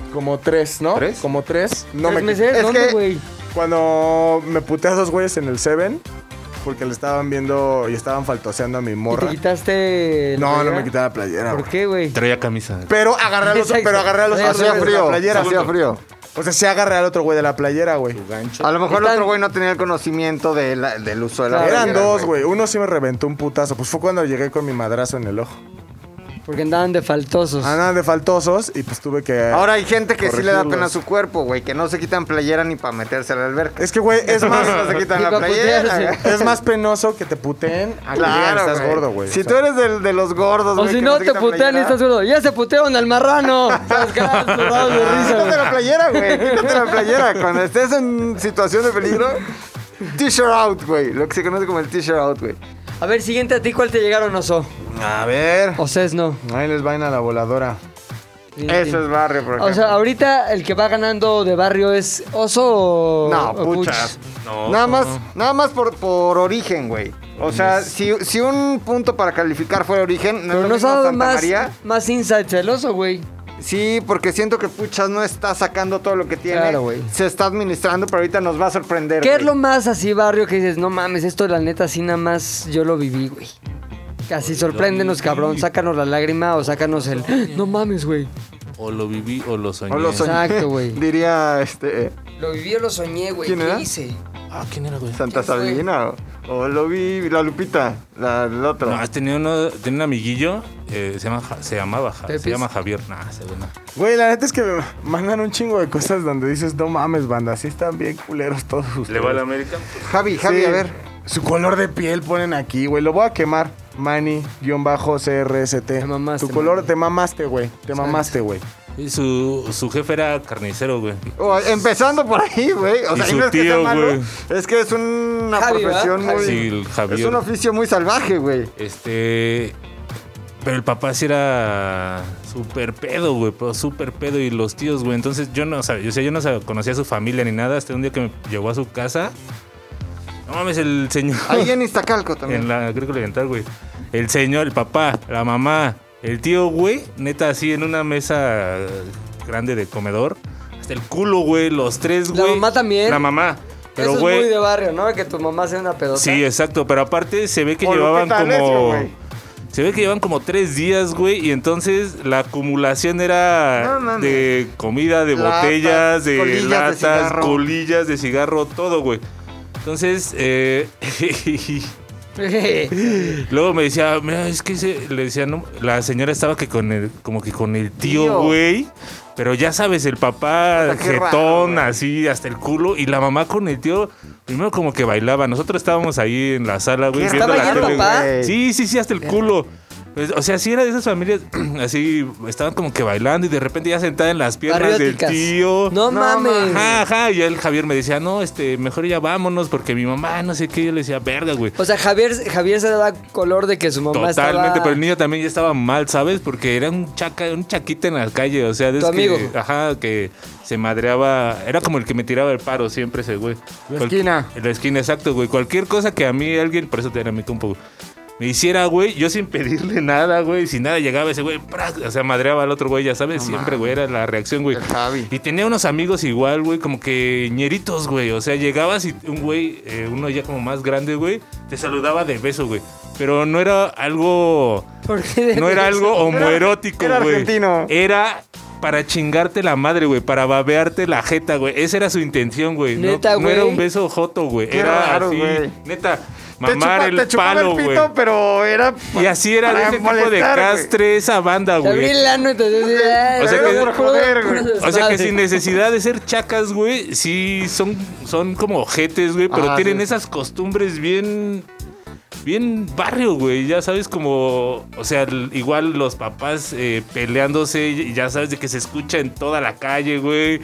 [SPEAKER 6] 3, ¿no?
[SPEAKER 5] ¿Tres?
[SPEAKER 6] Como 3. No
[SPEAKER 1] ¿Tres
[SPEAKER 6] me
[SPEAKER 1] meses?
[SPEAKER 4] es
[SPEAKER 1] ¿Dónde,
[SPEAKER 4] que-
[SPEAKER 1] güey?
[SPEAKER 6] Cuando me puteé a dos güeyes en el Seven porque le estaban viendo y estaban faltoseando a mi
[SPEAKER 1] ¿Y te
[SPEAKER 6] morra.
[SPEAKER 1] quitaste la
[SPEAKER 6] No, no
[SPEAKER 1] playera?
[SPEAKER 6] me quité la playera.
[SPEAKER 1] ¿Por
[SPEAKER 6] güey.
[SPEAKER 1] qué, güey?
[SPEAKER 5] Traía camisa.
[SPEAKER 6] Pero agarré a los
[SPEAKER 1] Exacto.
[SPEAKER 6] otros
[SPEAKER 4] Hacía
[SPEAKER 6] güeyes de la
[SPEAKER 4] frío,
[SPEAKER 6] playera.
[SPEAKER 4] hacía frío.
[SPEAKER 6] O sea, sí agarré al otro güey de la playera, güey.
[SPEAKER 4] A lo mejor el
[SPEAKER 1] Están-
[SPEAKER 4] otro güey no tenía el conocimiento del uso de la
[SPEAKER 1] Claro.
[SPEAKER 6] Eran
[SPEAKER 4] playera,
[SPEAKER 6] dos, güey. Uno sí me reventó un putazo. Pues fue cuando llegué con mi madrazo en el ojo.
[SPEAKER 1] Porque andaban de faltosos.
[SPEAKER 6] Andaban de faltosos y pues tuve que...
[SPEAKER 4] Ahora hay gente que sí le da
[SPEAKER 6] corregirlos.
[SPEAKER 4] pena a su cuerpo, güey, que no se quitan playera ni para meterse a la alberca.
[SPEAKER 6] Es que, güey, es más...
[SPEAKER 4] No se quitan
[SPEAKER 1] Ni
[SPEAKER 4] la
[SPEAKER 1] pa'
[SPEAKER 4] playera.
[SPEAKER 1] putearse.
[SPEAKER 6] Es más penoso que te puteen a que digan
[SPEAKER 4] Claro,
[SPEAKER 6] estás
[SPEAKER 4] güey.
[SPEAKER 6] gordo, güey.
[SPEAKER 4] Si
[SPEAKER 6] O sea,
[SPEAKER 4] tú eres de los gordos,
[SPEAKER 1] O
[SPEAKER 4] güey,
[SPEAKER 1] si
[SPEAKER 4] que
[SPEAKER 1] no,
[SPEAKER 4] se
[SPEAKER 1] te
[SPEAKER 4] quitan
[SPEAKER 1] putean y
[SPEAKER 4] playera,
[SPEAKER 1] estás gordo. ¡Ya se putearon al marrano! Las caras zurradas de risa,
[SPEAKER 4] Quítate
[SPEAKER 1] güey.
[SPEAKER 4] la playera, güey. Quítate la playera. Cuando estés en situación de peligro, t-shirt out, güey. Lo que se conoce como el t-shirt out, güey.
[SPEAKER 1] A ver, siguiente a ti, ¿cuál te llegaron, Oso?
[SPEAKER 6] A ver...
[SPEAKER 1] O Cés, no.
[SPEAKER 6] Ahí les vaina la voladora.
[SPEAKER 4] Eso es barrio, por ejemplo.
[SPEAKER 1] O sea, ahorita el que va ganando de barrio es Oso o...
[SPEAKER 4] No,
[SPEAKER 1] o Puch.
[SPEAKER 4] puchas.
[SPEAKER 5] No,
[SPEAKER 4] Nada más por origen, güey. O sea, si un punto para calificar fuera origen,
[SPEAKER 1] Pero
[SPEAKER 4] es lo
[SPEAKER 1] nos
[SPEAKER 4] mismo
[SPEAKER 1] ha dado
[SPEAKER 4] Santa
[SPEAKER 1] más,
[SPEAKER 4] María.
[SPEAKER 1] más insights el Oso, güey.
[SPEAKER 4] Sí, porque siento que Puchas no está sacando todo lo que tiene.
[SPEAKER 1] Claro, güey.
[SPEAKER 4] Se está administrando, pero ahorita nos va a sorprender.
[SPEAKER 1] ¿Qué es
[SPEAKER 4] güey.
[SPEAKER 1] lo más así, barrio, que dices, no mames, esto la neta así nada más yo lo viví, güey? Casi sorpréndenos, cabrón, sácanos la lágrima o sácanos el... No mames, güey.
[SPEAKER 5] O lo viví o lo soñé.
[SPEAKER 4] O lo soñé.
[SPEAKER 1] Exacto, güey.
[SPEAKER 4] Diría
[SPEAKER 1] Lo viví o lo soñé, güey.
[SPEAKER 4] ¿Quién
[SPEAKER 1] ¿Qué
[SPEAKER 4] era?
[SPEAKER 1] hice?
[SPEAKER 5] Ah, ¿quién era, güey?
[SPEAKER 4] Santa
[SPEAKER 1] ¿Quién fue?
[SPEAKER 4] Sabina. O lo vi, la Lupita, el otro.
[SPEAKER 5] No, tenía un amiguillo, se llamaba
[SPEAKER 1] ¿Pepis?
[SPEAKER 5] Javier. Nah, se ve nada.
[SPEAKER 6] Güey, la neta es que me mandan un chingo de cosas donde dices, no mames, banda, así están bien culeros todos ustedes.
[SPEAKER 5] ¿Le va a la América?
[SPEAKER 4] Javi,
[SPEAKER 6] Sí,
[SPEAKER 4] a ver.
[SPEAKER 6] Su color de piel ponen aquí, güey. Lo voy a quemar. Manny-CRST.
[SPEAKER 1] Te mamaste,
[SPEAKER 6] Tu color,
[SPEAKER 1] Manny.
[SPEAKER 6] te mamaste, güey. Te
[SPEAKER 1] Exacto.
[SPEAKER 6] mamaste, güey.
[SPEAKER 5] Y su jefe era carnicero, güey.
[SPEAKER 4] Empezando por ahí, güey. O
[SPEAKER 5] Y
[SPEAKER 4] sea, y
[SPEAKER 5] su
[SPEAKER 4] no es que sea
[SPEAKER 5] tío,
[SPEAKER 4] malo,
[SPEAKER 5] güey.
[SPEAKER 4] es que es una
[SPEAKER 1] Javi, ¿verdad?
[SPEAKER 4] profesión
[SPEAKER 1] Javi.
[SPEAKER 4] muy...
[SPEAKER 5] Sí, el Javier.
[SPEAKER 4] Es un oficio muy salvaje, güey.
[SPEAKER 5] Pero el papá sí era súper pedo, güey, pero súper pedo. Y los tíos, güey. Entonces yo no conocía a su familia ni nada. Hasta un día que me llegó a su casa. No mames, el señor.
[SPEAKER 4] Ahí en Iztacalco también.
[SPEAKER 5] En la agrícola oriental, güey. El señor, el papá, la mamá, el tío, güey. Neta, así en una mesa grande de comedor. Hasta el culo, güey. Los tres,
[SPEAKER 1] ¿La
[SPEAKER 5] güey.
[SPEAKER 1] mamá también?
[SPEAKER 5] La mamá. Pero,
[SPEAKER 1] Eso es
[SPEAKER 5] güey.
[SPEAKER 1] muy de barrio, ¿no? Que tu mamá sea una pedota.
[SPEAKER 5] Sí, exacto. Pero aparte se ve que
[SPEAKER 4] O
[SPEAKER 5] llevaban
[SPEAKER 4] Lupita D'Alessio,
[SPEAKER 5] como.
[SPEAKER 4] güey.
[SPEAKER 5] Se ve que llevan como 3 días, güey, y entonces la acumulación era
[SPEAKER 4] No mames.
[SPEAKER 5] de comida, de
[SPEAKER 4] Latas,
[SPEAKER 5] botellas, de
[SPEAKER 4] colillas de
[SPEAKER 5] latas,
[SPEAKER 4] cigarro.
[SPEAKER 5] colillas de cigarro, todo, güey. Entonces, luego me decía, mira, es que le decía, no, la señora estaba que como que con el tío,
[SPEAKER 4] Tío.
[SPEAKER 5] güey. Pero ya sabes, el papá
[SPEAKER 4] Puta, qué raro,
[SPEAKER 5] jetón,
[SPEAKER 4] güey.
[SPEAKER 5] así, hasta el culo, y la mamá con el tío, primero como que bailaba. Nosotros estábamos ahí en la sala, güey,
[SPEAKER 4] ¿Qué
[SPEAKER 5] viendo
[SPEAKER 1] estaba
[SPEAKER 5] la
[SPEAKER 1] ahí el
[SPEAKER 5] tele,
[SPEAKER 1] papá?
[SPEAKER 5] güey. Sí, hasta el culo. Pues, o sea, sí era de esas familias, así, estaban como que bailando y de repente ya sentada en las piernas del
[SPEAKER 1] Patrióticas.
[SPEAKER 5] tío.
[SPEAKER 1] No mames.
[SPEAKER 5] Ajá, y el Javier me decía, no, mejor ya vámonos porque mi mamá, no sé qué. Yo le decía, verga, güey.
[SPEAKER 1] O sea, Javier se daba color de que su mamá
[SPEAKER 5] Totalmente,
[SPEAKER 1] estaba...
[SPEAKER 5] pero el niño también ya estaba mal, ¿sabes? Porque era un chaquita en la calle, o sea,
[SPEAKER 1] Tu
[SPEAKER 5] desde
[SPEAKER 1] amigo.
[SPEAKER 5] que, ajá, que se madreaba, era como el que me tiraba el paro siempre ese güey.
[SPEAKER 4] La esquina.
[SPEAKER 5] En la esquina, exacto, güey. Cualquier cosa que a mí alguien, por eso te era mi compa, güey, me hiciera, güey, yo sin pedirle nada, güey, sin nada llegaba ese güey, ¡prac! O sea, madreaba al otro güey, ya sabes, siempre, güey, era la reacción, güey.
[SPEAKER 4] El Javi.
[SPEAKER 5] Y tenía unos amigos igual, güey, como que ñeritos, güey. O sea, llegabas y un güey, uno ya como más grande, güey, te saludaba de beso, güey. Pero no era algo.
[SPEAKER 1] ¿Por qué de
[SPEAKER 5] No era
[SPEAKER 1] beso?
[SPEAKER 5] algo homoerótico,
[SPEAKER 4] era
[SPEAKER 5] güey.
[SPEAKER 4] argentino.
[SPEAKER 5] Era para chingarte la madre, güey. Para babearte la jeta, güey. Esa era su intención, güey.
[SPEAKER 1] Neta,
[SPEAKER 5] no era
[SPEAKER 1] güey.
[SPEAKER 5] un beso joto, güey.
[SPEAKER 4] Qué
[SPEAKER 5] Era
[SPEAKER 4] raro,
[SPEAKER 5] así.
[SPEAKER 4] güey.
[SPEAKER 5] Neta, mamar
[SPEAKER 4] te chupaba
[SPEAKER 5] palo,
[SPEAKER 4] el
[SPEAKER 5] güey.
[SPEAKER 4] pito, pero era...
[SPEAKER 5] Y así era de
[SPEAKER 4] para
[SPEAKER 5] ese tipo de
[SPEAKER 4] molestar, güey.
[SPEAKER 5] castre esa banda,
[SPEAKER 1] Te abrí
[SPEAKER 5] güey.
[SPEAKER 1] el ano y te decía...
[SPEAKER 5] O sea que-
[SPEAKER 4] por joder, güey.
[SPEAKER 5] O sea que sin necesidad de ser chacas, güey, sí son como ojetes, güey, pero
[SPEAKER 4] Ajá,
[SPEAKER 5] tienen
[SPEAKER 4] sí.
[SPEAKER 5] esas costumbres bien barrio, güey, ya sabes como, o sea, igual los papás peleándose, y ya sabes de que se escucha en toda la calle, güey.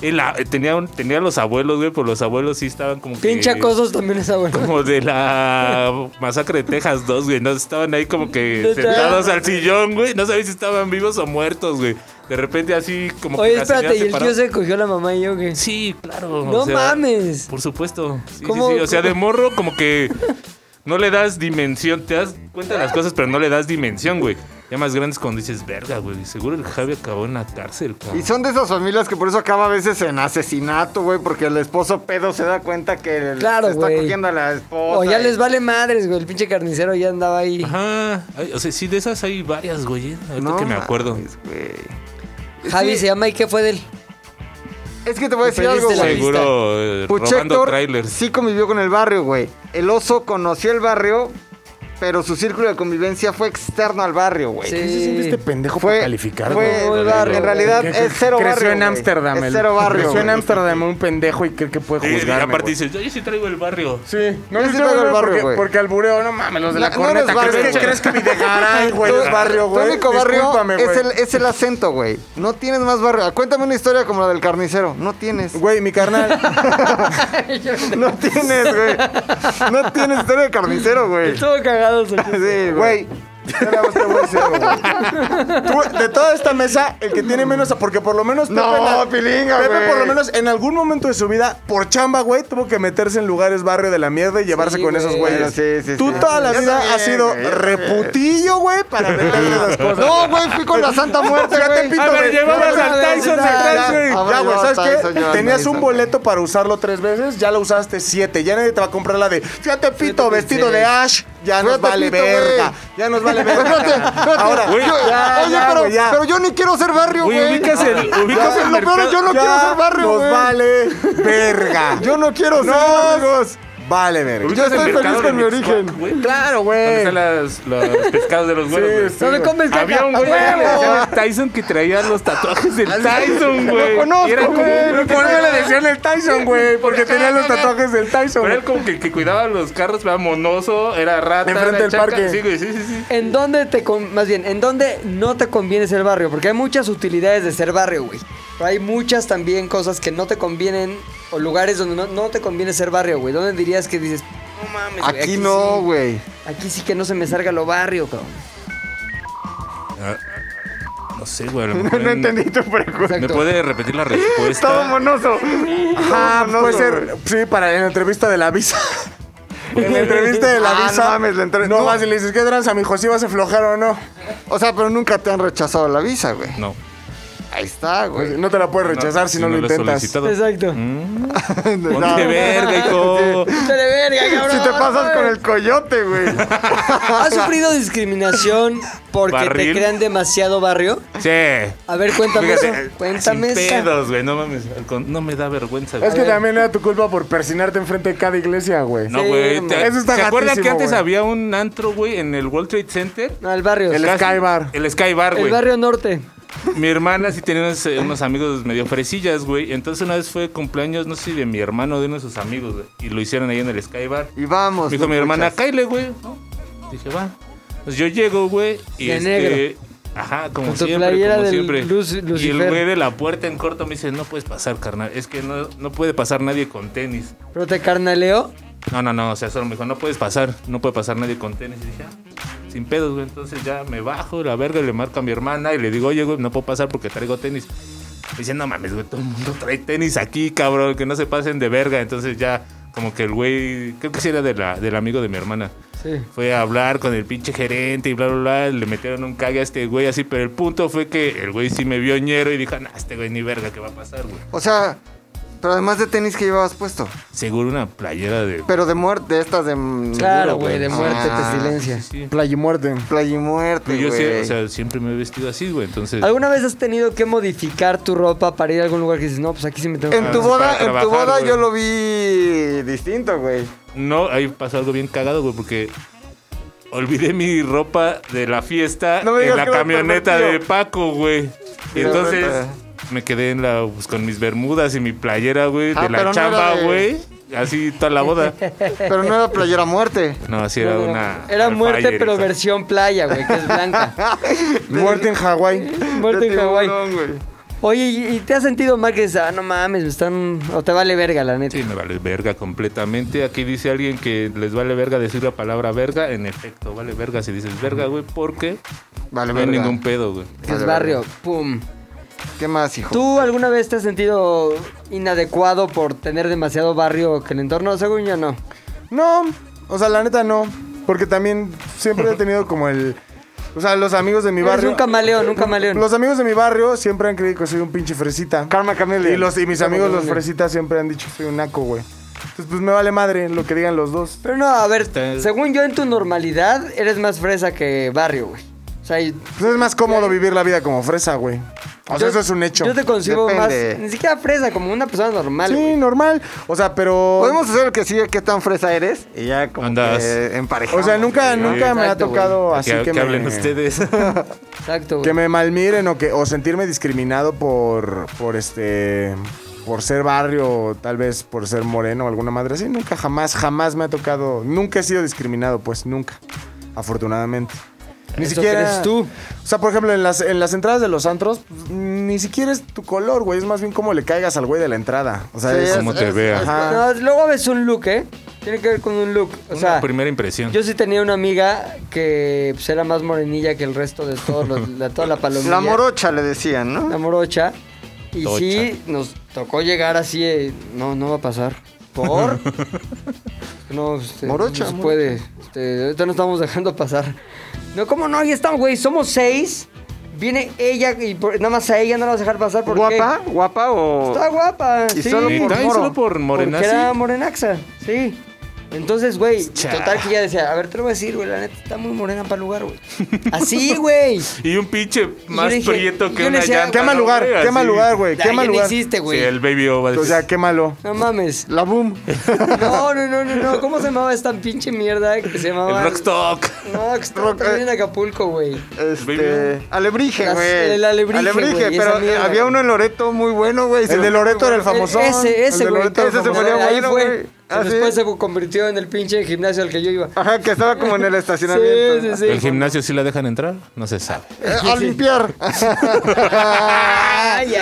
[SPEAKER 5] Tenía los abuelos, güey, pero los abuelos sí estaban como que...
[SPEAKER 1] Pinche acosos también esa güey.
[SPEAKER 5] Como de la masacre de Texas 2, güey. No, estaban ahí como que
[SPEAKER 1] ¿Neta?
[SPEAKER 5] sentados al sillón, güey. No sabías si estaban vivos o muertos, güey. De repente así como
[SPEAKER 1] Oye,
[SPEAKER 5] que la señora
[SPEAKER 1] espérate, ¿y
[SPEAKER 5] se
[SPEAKER 1] el
[SPEAKER 5] paró.
[SPEAKER 1] tío se cogió a la mamá y yo qué?
[SPEAKER 5] Sí, claro.
[SPEAKER 1] ¡No
[SPEAKER 5] o sea,
[SPEAKER 1] mames!
[SPEAKER 5] Por supuesto. Sí,
[SPEAKER 1] ¿Cómo-
[SPEAKER 5] sí. O sea,
[SPEAKER 1] cómo?
[SPEAKER 5] de morro como que no le das dimensión. Te das cuenta de las cosas, pero no le das dimensión, güey. Ya más grandes cuando dices, verga, güey. Seguro el Javi acabó en la cárcel, cabrón.
[SPEAKER 4] Y son de esas familias que por eso acaba a veces en asesinato, güey, porque el esposo pedo se da cuenta que
[SPEAKER 1] Claro,
[SPEAKER 4] se está
[SPEAKER 1] güey.
[SPEAKER 4] cogiendo a la esposa.
[SPEAKER 1] O ya
[SPEAKER 4] y-
[SPEAKER 1] les vale madres, güey. El pinche carnicero ya andaba ahí.
[SPEAKER 5] Ajá. Ay, o sea, sí, de esas hay varias, güey. Ahorita
[SPEAKER 4] No
[SPEAKER 5] que me acuerdo.
[SPEAKER 4] mames, güey.
[SPEAKER 1] Javi
[SPEAKER 4] Sí,
[SPEAKER 1] se llama, ¿y qué fue de él?
[SPEAKER 4] Es que te voy a decir
[SPEAKER 1] Perdiste
[SPEAKER 4] algo,
[SPEAKER 1] la
[SPEAKER 4] güey.
[SPEAKER 1] vista.
[SPEAKER 5] Seguro robando
[SPEAKER 4] Puchector
[SPEAKER 5] trailers.
[SPEAKER 4] sí convivió con el barrio, güey. El oso conoció el barrio, pero su círculo de convivencia fue externo al barrio, güey.
[SPEAKER 1] Sí.
[SPEAKER 6] ¿Qué se siente este pendejo
[SPEAKER 4] Fue,
[SPEAKER 6] para calificar,
[SPEAKER 4] fue-
[SPEAKER 6] güey?
[SPEAKER 1] el barrio,
[SPEAKER 4] en realidad
[SPEAKER 6] Que-
[SPEAKER 4] es cero
[SPEAKER 6] creció
[SPEAKER 4] barrio.
[SPEAKER 6] en
[SPEAKER 4] güey.
[SPEAKER 6] Ámsterdam.
[SPEAKER 4] Es
[SPEAKER 6] el-
[SPEAKER 4] cero barrio.
[SPEAKER 6] Creció en
[SPEAKER 4] güey.
[SPEAKER 6] Ámsterdam un pendejo y cree que puede
[SPEAKER 5] Sí, y
[SPEAKER 6] juzgarme,
[SPEAKER 5] aparte
[SPEAKER 6] güey.
[SPEAKER 5] dices, yo sí traigo el barrio.
[SPEAKER 6] Sí, no,
[SPEAKER 4] Yo sí
[SPEAKER 6] yo
[SPEAKER 4] traigo el barrio,
[SPEAKER 6] porque,
[SPEAKER 4] güey.
[SPEAKER 6] porque albureo, no mames, los de la
[SPEAKER 4] No, no
[SPEAKER 6] corneta.
[SPEAKER 4] eres barrio,
[SPEAKER 6] ¿Crees, que,
[SPEAKER 4] güey.
[SPEAKER 6] ¿Crees que Videgaray, güey,
[SPEAKER 4] Tu-
[SPEAKER 6] es barrio, güey?
[SPEAKER 4] Tu único barrio
[SPEAKER 6] Discúlpame, güey.
[SPEAKER 4] es el acento, güey. No tienes más barrio. Cuéntame una historia como la del carnicero. No tienes.
[SPEAKER 6] Güey, mi carnal.
[SPEAKER 4] No tienes, güey. No tienes historia de carnicero, güey.
[SPEAKER 1] Estuvo cagado su
[SPEAKER 4] Sí,
[SPEAKER 6] Güey, Yo nada más te voy a decir algo, güey. Tú, de toda esta mesa, el que tiene menos... Porque por lo menos...
[SPEAKER 4] No, Pilinga,
[SPEAKER 6] Pepe,
[SPEAKER 4] güey.
[SPEAKER 6] por lo menos, en algún momento de su vida, por chamba, güey, tuvo que meterse en lugares barrio de la mierda y llevarse
[SPEAKER 1] Sí,
[SPEAKER 6] con esos
[SPEAKER 1] güey.
[SPEAKER 6] güeyes.
[SPEAKER 4] Sí.
[SPEAKER 6] Tú toda la
[SPEAKER 4] Yo
[SPEAKER 6] vida
[SPEAKER 4] también,
[SPEAKER 6] has sido
[SPEAKER 4] güey, yo
[SPEAKER 6] reputillo, güey, para meterle esas cosas.
[SPEAKER 4] No, güey, fui con la Santa Muerte,
[SPEAKER 6] Ya te
[SPEAKER 4] güey.
[SPEAKER 6] pito,
[SPEAKER 5] A ver,
[SPEAKER 6] güey.
[SPEAKER 5] llevabas
[SPEAKER 6] Ya,
[SPEAKER 5] al
[SPEAKER 6] ya,
[SPEAKER 5] Tyson
[SPEAKER 6] ya,
[SPEAKER 5] detrás,
[SPEAKER 6] ya.
[SPEAKER 5] güey.
[SPEAKER 4] Ah,
[SPEAKER 6] Ya, güey,
[SPEAKER 4] yo
[SPEAKER 6] ¿sabes
[SPEAKER 4] al Tyson,
[SPEAKER 6] qué?
[SPEAKER 4] yo al
[SPEAKER 6] Tenías
[SPEAKER 4] Tyson.
[SPEAKER 6] un boleto para usarlo 3 veces, ya lo usaste 7. Ya nadie te va a comprar la de fíjate pito, vestido de Ash. Ya nos
[SPEAKER 4] Fíjate,
[SPEAKER 6] vale
[SPEAKER 4] pito,
[SPEAKER 6] verga.
[SPEAKER 4] güey.
[SPEAKER 6] Ya nos vale verga.
[SPEAKER 4] Espérate.
[SPEAKER 6] Ahora,
[SPEAKER 5] Güey,
[SPEAKER 4] Yo-
[SPEAKER 6] ya,
[SPEAKER 4] oye,
[SPEAKER 6] ya,
[SPEAKER 4] pero,
[SPEAKER 6] güey, ya.
[SPEAKER 4] pero yo ni quiero ser barrio,
[SPEAKER 5] Güey,
[SPEAKER 4] güey.
[SPEAKER 5] ubicas el
[SPEAKER 4] Lo peor es
[SPEAKER 5] mercado.
[SPEAKER 4] yo no
[SPEAKER 6] ya
[SPEAKER 4] quiero ser barrio,
[SPEAKER 6] nos
[SPEAKER 4] güey.
[SPEAKER 6] vale verga.
[SPEAKER 4] Yo no quiero ser,
[SPEAKER 6] No,
[SPEAKER 4] amigos.
[SPEAKER 6] Vale verga.
[SPEAKER 4] Yo
[SPEAKER 5] ¿Ubicas el
[SPEAKER 4] estoy
[SPEAKER 5] mercado
[SPEAKER 4] feliz
[SPEAKER 5] de
[SPEAKER 4] con mi
[SPEAKER 5] Mixcoac,
[SPEAKER 4] origen.
[SPEAKER 5] güey?
[SPEAKER 6] Claro,
[SPEAKER 5] ¿Dónde
[SPEAKER 6] güey.
[SPEAKER 5] están los pescados de los güeros, güey?
[SPEAKER 6] Sí,
[SPEAKER 1] ¿Dónde comes caca?
[SPEAKER 5] Había un güey que le decían el Tyson que traía los tatuajes del Tyson, güey.
[SPEAKER 4] conozco,
[SPEAKER 5] Y era como-
[SPEAKER 4] güey.
[SPEAKER 6] ¿Por qué le decían el Tyson, güey? Porque tenía los tatuajes del Tyson.
[SPEAKER 5] Pero él como que cuidaba los carros, era monoso, era rata.
[SPEAKER 6] Enfrente
[SPEAKER 5] era
[SPEAKER 6] del
[SPEAKER 5] chaca.
[SPEAKER 6] parque.
[SPEAKER 5] Sí, güey, sí.
[SPEAKER 1] ¿En dónde más bien, en dónde no te conviene ser barrio? Porque hay muchas utilidades de ser barrio, güey. Pero hay muchas también cosas que no te convienen o lugares donde no te conviene ser barrio, güey. ¿Dónde dirías que dices, no mames, güey,
[SPEAKER 4] Aquí no,
[SPEAKER 1] sí,
[SPEAKER 4] güey.
[SPEAKER 1] aquí sí que no se me salga lo barrio, cabrón.
[SPEAKER 5] No sé, güey. a lo mejor
[SPEAKER 4] No entendí tu pregunta.
[SPEAKER 5] ¿Me puede repetir la respuesta?
[SPEAKER 4] Estaba monoso.
[SPEAKER 6] Ajá,
[SPEAKER 4] Monoso,
[SPEAKER 6] puede ser.
[SPEAKER 4] güey.
[SPEAKER 6] Sí, para en la entrevista de la visa. En la entrevista de la
[SPEAKER 4] Ah,
[SPEAKER 6] visa.
[SPEAKER 4] no mames,
[SPEAKER 6] no
[SPEAKER 4] no.
[SPEAKER 6] vas y le dices, ¿qué tranza, mijo? ¿Si vas a aflojar o no?
[SPEAKER 4] O sea, pero nunca te han rechazado la visa, güey.
[SPEAKER 5] No.
[SPEAKER 4] Ahí está,
[SPEAKER 6] Pues
[SPEAKER 4] güey.
[SPEAKER 6] no te la puedes rechazar si no lo
[SPEAKER 5] he
[SPEAKER 6] intentas.
[SPEAKER 5] solicitado.
[SPEAKER 1] Exacto.
[SPEAKER 5] Ponte verga, hijo.
[SPEAKER 1] ¡Dale verga, cabrón!
[SPEAKER 4] Si te pasas con el coyote, güey.
[SPEAKER 1] ¿Has sufrido discriminación porque
[SPEAKER 5] ¿Barril?
[SPEAKER 1] te crean demasiado barrio?
[SPEAKER 5] Sí.
[SPEAKER 1] A ver, cuéntame
[SPEAKER 5] Fíjate,
[SPEAKER 1] eso. Cuéntame
[SPEAKER 5] sin
[SPEAKER 1] esa.
[SPEAKER 5] pedos, güey. No mames. No me da vergüenza, güey.
[SPEAKER 6] Es que también era tu culpa por persinarte enfrente de cada iglesia, güey.
[SPEAKER 5] No,
[SPEAKER 1] Sí,
[SPEAKER 5] güey.
[SPEAKER 1] hombre.
[SPEAKER 6] Eso está
[SPEAKER 5] ¿Se acuerdan que
[SPEAKER 6] gatísimo,
[SPEAKER 5] antes
[SPEAKER 6] güey.
[SPEAKER 5] había un antro, güey, en el World Trade Center?
[SPEAKER 1] No, el barrio.
[SPEAKER 6] El Sky Bar.
[SPEAKER 5] El Sky Bar,
[SPEAKER 1] El
[SPEAKER 5] güey.
[SPEAKER 1] barrio norte.
[SPEAKER 5] Mi hermana sí tenía unos amigos medio fresillas, güey. Entonces una vez fue cumpleaños, no sé si de mi hermano o de uno de sus amigos, güey. Y lo hicieron ahí en el Sky Bar.
[SPEAKER 4] Y vamos.
[SPEAKER 5] Me dijo
[SPEAKER 4] no
[SPEAKER 5] mi hermana,
[SPEAKER 4] escuchas.
[SPEAKER 5] cáile, güey. ¿No? Dije, va. Pues yo llego, güey. Y
[SPEAKER 1] De negro.
[SPEAKER 5] Ajá, como
[SPEAKER 1] Con tu
[SPEAKER 5] siempre,
[SPEAKER 1] playera
[SPEAKER 5] como
[SPEAKER 1] del
[SPEAKER 5] siempre. Y
[SPEAKER 1] Lucifer.
[SPEAKER 5] el güey de la puerta en corto me dice, no puedes pasar, carnal. Es que no puede pasar nadie con tenis.
[SPEAKER 1] ¿Pero te carnaleó?
[SPEAKER 5] No, o sea, solo me dijo, no puede pasar nadie con tenis. Y dije, sin pedos, güey. Entonces ya me bajo, la verga, y le marco a mi hermana y le digo, oye, güey, no puedo pasar porque traigo tenis. Me dice, no mames, güey, todo el mundo trae tenis aquí, cabrón, que no se pasen de verga. Entonces ya, como que el güey, creo que sí era del amigo de mi hermana.
[SPEAKER 1] Sí.
[SPEAKER 5] Fue a hablar con el pinche gerente y bla, bla, bla. Le metieron un cague a este güey así, pero el punto fue que el güey sí me vio ñero y dijo, nah, este güey ni verga, ¿qué va a pasar, güey?
[SPEAKER 4] O sea, pero además de tenis que llevabas puesto.
[SPEAKER 5] Seguro una playera de...
[SPEAKER 4] Pero de muerte, de estas de.
[SPEAKER 1] Claro,
[SPEAKER 4] seguro,
[SPEAKER 1] güey, de muerte,
[SPEAKER 4] Ah,
[SPEAKER 1] pestilencia.
[SPEAKER 5] Sí.
[SPEAKER 6] Playa y muerte.
[SPEAKER 4] Playa y muerte,
[SPEAKER 5] Pero yo sí,
[SPEAKER 4] güey.
[SPEAKER 5] o sea, siempre me he vestido así, güey, entonces...
[SPEAKER 1] ¿Alguna vez has tenido que modificar tu ropa para ir a algún lugar que dices, no, pues aquí sí me tengo que...
[SPEAKER 4] En tu
[SPEAKER 5] para
[SPEAKER 4] boda,
[SPEAKER 5] trabajar, güey.
[SPEAKER 4] yo lo vi distinto, güey.
[SPEAKER 5] No, ahí pasó algo bien cagado, güey, porque olvidé mi ropa de la fiesta
[SPEAKER 4] No me
[SPEAKER 5] en
[SPEAKER 4] digas
[SPEAKER 5] la
[SPEAKER 4] que era
[SPEAKER 5] camioneta
[SPEAKER 4] pervertido.
[SPEAKER 5] de Paco, güey. Y
[SPEAKER 4] Era
[SPEAKER 5] entonces
[SPEAKER 4] neta.
[SPEAKER 5] me quedé pues, con mis bermudas y mi playera, güey,
[SPEAKER 4] Ah,
[SPEAKER 5] de
[SPEAKER 4] pero
[SPEAKER 5] la
[SPEAKER 4] no
[SPEAKER 5] chamba,
[SPEAKER 4] era de-
[SPEAKER 5] güey. Así toda la boda.
[SPEAKER 4] Pero no era playera muerte.
[SPEAKER 5] No, así era
[SPEAKER 1] No,
[SPEAKER 5] una...
[SPEAKER 1] Era
[SPEAKER 5] al
[SPEAKER 1] muerte,
[SPEAKER 5] fire,
[SPEAKER 1] pero
[SPEAKER 5] esa.
[SPEAKER 1] versión playa, güey, que es blanca.
[SPEAKER 6] Muerte en Hawái.
[SPEAKER 1] Muerte
[SPEAKER 4] De
[SPEAKER 1] en Hawái.
[SPEAKER 4] tiburón, güey.
[SPEAKER 1] Oye, ¿y te has sentido mal que dices, no mames, me están... o te vale verga, la neta?
[SPEAKER 5] Sí, me vale verga completamente. Aquí dice alguien que les vale verga decir la palabra verga. En efecto, vale verga si dices verga, güey, porque
[SPEAKER 4] Vale,
[SPEAKER 5] no hay
[SPEAKER 4] verga.
[SPEAKER 5] ningún pedo, güey.
[SPEAKER 1] Que es
[SPEAKER 4] Vale,
[SPEAKER 1] barrio, pum.
[SPEAKER 4] ¿Qué más, hijo?
[SPEAKER 1] ¿Tú alguna vez te has sentido inadecuado por tener demasiado barrio que el entorno? Según yo, no.
[SPEAKER 6] No, o sea, la neta no. Porque también siempre he tenido como el... O sea, los amigos de mi
[SPEAKER 1] Eres
[SPEAKER 6] barrio...
[SPEAKER 1] un camaleón, un camaleón.
[SPEAKER 6] Los amigos de mi barrio siempre han creído que soy un pinche fresita.
[SPEAKER 4] Karma Chameleon.
[SPEAKER 6] Y mis amigos los
[SPEAKER 1] Chameleon.
[SPEAKER 6] fresitas siempre han dicho que soy un naco, güey. Entonces, pues me vale madre lo que digan los dos.
[SPEAKER 1] Pero no, a ver,
[SPEAKER 5] Está-
[SPEAKER 1] según yo en tu normalidad, eres más fresa que barrio, güey. O sea,
[SPEAKER 6] Pues es más cómodo vivir la vida como fresa, güey. O sea, eso es un hecho.
[SPEAKER 1] Yo te consigo
[SPEAKER 4] Depende.
[SPEAKER 1] más, ni siquiera fresa, como una persona normal,
[SPEAKER 6] Sí,
[SPEAKER 1] güey.
[SPEAKER 6] normal. O sea, pero...
[SPEAKER 4] Podemos hacer el que sigue qué tan fresa eres y ya como
[SPEAKER 5] Andas.
[SPEAKER 4] que emparejamos.
[SPEAKER 6] O sea, nunca me ha
[SPEAKER 1] Exacto,
[SPEAKER 6] tocado así
[SPEAKER 5] que
[SPEAKER 6] que,
[SPEAKER 5] hablen
[SPEAKER 6] me...
[SPEAKER 5] ustedes.
[SPEAKER 1] Exacto, güey.
[SPEAKER 6] Que me malmiren o sentirme discriminado por ser barrio o tal vez por ser moreno o alguna madre así. Nunca, jamás me ha tocado. Nunca he sido discriminado, pues nunca. Afortunadamente. Ni
[SPEAKER 1] Eso
[SPEAKER 6] siquiera
[SPEAKER 1] crees tú.
[SPEAKER 6] O sea, por ejemplo, en las entradas de los antros, pues, ni siquiera es tu color, güey. Es más bien cómo le caigas al güey de la entrada. O sea,
[SPEAKER 4] Sí,
[SPEAKER 6] es
[SPEAKER 5] Cómo te vea.
[SPEAKER 6] Ajá.
[SPEAKER 1] No, luego ves un look, ¿eh? Tiene que ver con un look. O
[SPEAKER 5] Una
[SPEAKER 1] sea,
[SPEAKER 5] primera impresión.
[SPEAKER 1] yo sí tenía una amiga que pues, era más morenilla que el resto de toda la palomilla.
[SPEAKER 4] La morocha le decían, ¿no?
[SPEAKER 1] La morocha. Y
[SPEAKER 5] Tocha.
[SPEAKER 1] sí, nos tocó llegar así, no va a pasar. ¿Por? No,
[SPEAKER 4] Morocha,
[SPEAKER 1] no se
[SPEAKER 4] morocha.
[SPEAKER 1] puede. Ahorita no estamos dejando pasar. No, ¿cómo no? Ahí estamos, güey. Somos 6. Viene ella y nada más a ella no la vas a dejar pasar. ¿Por
[SPEAKER 4] ¿Guapa? ¿Guapa o...?
[SPEAKER 1] Está guapa.
[SPEAKER 4] Y
[SPEAKER 1] sí.
[SPEAKER 4] solo por
[SPEAKER 5] ¿Neta? ¿Y
[SPEAKER 4] moro?
[SPEAKER 5] solo por morenazi?
[SPEAKER 1] Porque era morenaxa, sí. Entonces, güey,
[SPEAKER 5] Cha.
[SPEAKER 1] total que ella decía, a ver, te lo voy a decir, güey, la neta está muy morena para el lugar, güey. Así, güey.
[SPEAKER 5] Y un pinche más
[SPEAKER 1] dije-
[SPEAKER 5] prieto que
[SPEAKER 1] yo le
[SPEAKER 5] una
[SPEAKER 1] decía,
[SPEAKER 5] llanta.
[SPEAKER 6] Qué mal
[SPEAKER 5] ¿no,
[SPEAKER 6] lugar,
[SPEAKER 5] güey?
[SPEAKER 6] qué mal
[SPEAKER 5] Así.
[SPEAKER 6] lugar, güey.
[SPEAKER 1] Ya,
[SPEAKER 6] Qué mal
[SPEAKER 1] ya no
[SPEAKER 6] lugar.
[SPEAKER 1] existe,
[SPEAKER 5] Sí,
[SPEAKER 1] güey.
[SPEAKER 5] el Baby O va a
[SPEAKER 6] O
[SPEAKER 5] decir.
[SPEAKER 6] sea, qué malo.
[SPEAKER 1] No mames.
[SPEAKER 4] La boom.
[SPEAKER 1] No. ¿Cómo se llamaba esta pinche mierda que se llamaba?
[SPEAKER 5] El Rockstock.
[SPEAKER 1] No, que estaba también en Acapulco, güey.
[SPEAKER 4] Alebrije,
[SPEAKER 1] Las-
[SPEAKER 4] güey.
[SPEAKER 1] el alebrije, güey,
[SPEAKER 4] pero
[SPEAKER 1] esa mierda,
[SPEAKER 4] había
[SPEAKER 1] güey.
[SPEAKER 4] uno en Loreto muy bueno, güey.
[SPEAKER 6] El de Loreto era el famoso.
[SPEAKER 1] Ese,
[SPEAKER 6] El de
[SPEAKER 1] güey.
[SPEAKER 6] Loreto era el
[SPEAKER 4] Ese se
[SPEAKER 6] famoso.
[SPEAKER 4] ponía
[SPEAKER 1] Ahí
[SPEAKER 4] bueno,
[SPEAKER 1] fue.
[SPEAKER 4] güey. Ah,
[SPEAKER 1] Después
[SPEAKER 4] ¿sí?
[SPEAKER 1] se convirtió en el pinche gimnasio al que yo iba.
[SPEAKER 4] Ajá, que estaba como en el estacionamiento.
[SPEAKER 1] Sí.
[SPEAKER 5] ¿El gimnasio sí la dejan entrar? No se sabe.
[SPEAKER 4] A limpiar.
[SPEAKER 1] Ay.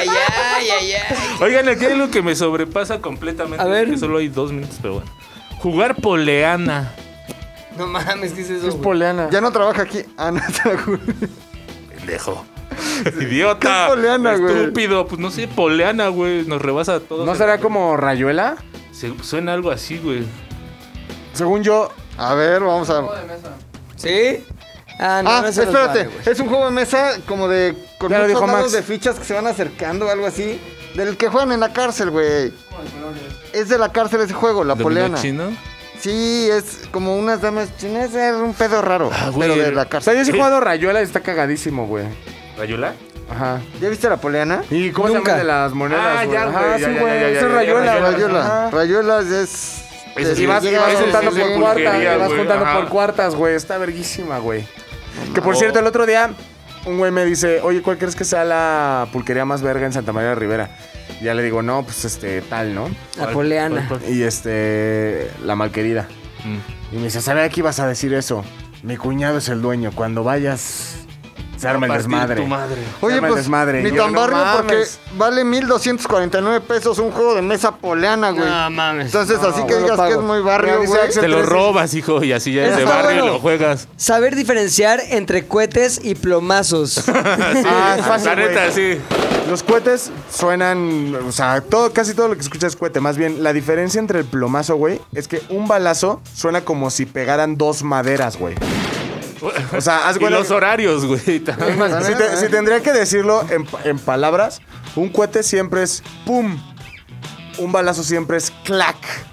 [SPEAKER 5] Oigan, aquí hay algo que me sobrepasa completamente.
[SPEAKER 1] A ver.
[SPEAKER 5] Que solo hay 2 minutos, pero bueno. Jugar poleana.
[SPEAKER 1] No mames, ¿qué es eso?
[SPEAKER 6] Es
[SPEAKER 1] güey?
[SPEAKER 6] poleana.
[SPEAKER 4] Ya no trabaja aquí. Ah, no, te la juro.
[SPEAKER 5] Pendejo. Idiota.
[SPEAKER 4] ¿Qué es poleana, güey?
[SPEAKER 5] Estúpido. Pues no sé, poleana, güey. Nos rebasa a todos.
[SPEAKER 6] ¿No será como rayuela?
[SPEAKER 5] Suena algo así, güey.
[SPEAKER 6] Según yo,
[SPEAKER 4] A ver, vamos a...
[SPEAKER 1] ¿Sí? Ah, no,
[SPEAKER 4] Ah,
[SPEAKER 1] no se nos
[SPEAKER 4] espérate.
[SPEAKER 1] vale, güey.
[SPEAKER 4] Es un juego de mesa como de... Con
[SPEAKER 6] Ya lo
[SPEAKER 4] muchos
[SPEAKER 6] dijo
[SPEAKER 4] dados
[SPEAKER 6] Max.
[SPEAKER 4] de fichas que se van acercando, algo así. Del que juegan en la cárcel, güey. Es de la cárcel ese juego, la
[SPEAKER 5] ¿Dominó
[SPEAKER 4] poleana.
[SPEAKER 5] chino?
[SPEAKER 4] Sí, es como unas damas chinas. Es un pedo raro.
[SPEAKER 5] Ah, güey.
[SPEAKER 4] Pero de la
[SPEAKER 6] o sea,
[SPEAKER 4] cárcel.
[SPEAKER 6] yo sí he jugado rayuela y está cagadísimo, güey.
[SPEAKER 5] ¿Rayula?
[SPEAKER 6] Ajá.
[SPEAKER 4] ¿Ya viste la poleana?
[SPEAKER 6] ¿Y cómo se
[SPEAKER 1] Nunca.
[SPEAKER 6] llama el de las monedas,
[SPEAKER 5] Ah,
[SPEAKER 6] güey?
[SPEAKER 5] ya,
[SPEAKER 6] Ajá,
[SPEAKER 5] güey,
[SPEAKER 6] sí,
[SPEAKER 5] ya,
[SPEAKER 6] güey.
[SPEAKER 5] ya,
[SPEAKER 6] Eso
[SPEAKER 5] ya,
[SPEAKER 6] es
[SPEAKER 5] ya,
[SPEAKER 6] rayuela.
[SPEAKER 5] ya, ya,
[SPEAKER 4] Rayuela.
[SPEAKER 6] Ajá.
[SPEAKER 4] Rayuelas es...
[SPEAKER 5] Ese sí,
[SPEAKER 6] Y vas,
[SPEAKER 5] sí,
[SPEAKER 6] vas
[SPEAKER 5] ese
[SPEAKER 6] juntando
[SPEAKER 5] sí,
[SPEAKER 6] por
[SPEAKER 5] sí,
[SPEAKER 6] cuartas,
[SPEAKER 5] pulquería,
[SPEAKER 6] vas
[SPEAKER 5] güey,
[SPEAKER 6] juntando
[SPEAKER 5] ajá.
[SPEAKER 6] por cuartas, güey. Está verguísima, güey. Que por
[SPEAKER 5] No.
[SPEAKER 6] cierto, el otro día un güey me dice, oye, ¿cuál crees que sea la pulquería más verga en Santa María de Rivera? Y ya le digo, no, pues tal, ¿no?
[SPEAKER 1] La poleana.
[SPEAKER 6] Y la malquerida.
[SPEAKER 5] Mm.
[SPEAKER 6] Y me dice, ¿sabes qué ibas a decir eso? Mi cuñado es el dueño. Cuando vayas, se arma el
[SPEAKER 5] Partir
[SPEAKER 6] desmadre.
[SPEAKER 5] tu madre.
[SPEAKER 4] Oye,
[SPEAKER 6] Llama el
[SPEAKER 4] pues,
[SPEAKER 6] desmadre.
[SPEAKER 4] ni
[SPEAKER 6] Y yo,
[SPEAKER 4] tan
[SPEAKER 6] no
[SPEAKER 4] barrio porque
[SPEAKER 6] mames.
[SPEAKER 4] vale 1,249 pesos un juego de mesa poleana, güey.
[SPEAKER 1] No mames.
[SPEAKER 4] Entonces, así que
[SPEAKER 1] no lo
[SPEAKER 4] digas que
[SPEAKER 1] pago.
[SPEAKER 4] es muy barrio,
[SPEAKER 6] Mira, dice
[SPEAKER 4] güey.
[SPEAKER 6] Axel
[SPEAKER 5] Te lo
[SPEAKER 6] 13.
[SPEAKER 5] robas, hijo, y así ya es
[SPEAKER 1] Eso
[SPEAKER 5] de
[SPEAKER 1] está
[SPEAKER 5] barrio y
[SPEAKER 1] bueno.
[SPEAKER 5] lo juegas.
[SPEAKER 1] Saber diferenciar entre cohetes y plomazos.
[SPEAKER 6] Ah, es fácil,
[SPEAKER 5] La neta,
[SPEAKER 6] güey.
[SPEAKER 5] sí.
[SPEAKER 6] Los cohetes suenan, o sea, casi todo lo que escuchas es cohete. Más bien, la diferencia entre el plomazo, güey, es que un balazo suena como si pegaran 2 maderas, güey. O sea, haz
[SPEAKER 5] Y
[SPEAKER 6] cuenta
[SPEAKER 5] los
[SPEAKER 6] que-
[SPEAKER 5] horarios, güey. también.
[SPEAKER 6] si tendría que decirlo en palabras, un cohete siempre es pum. Un balazo siempre es clac.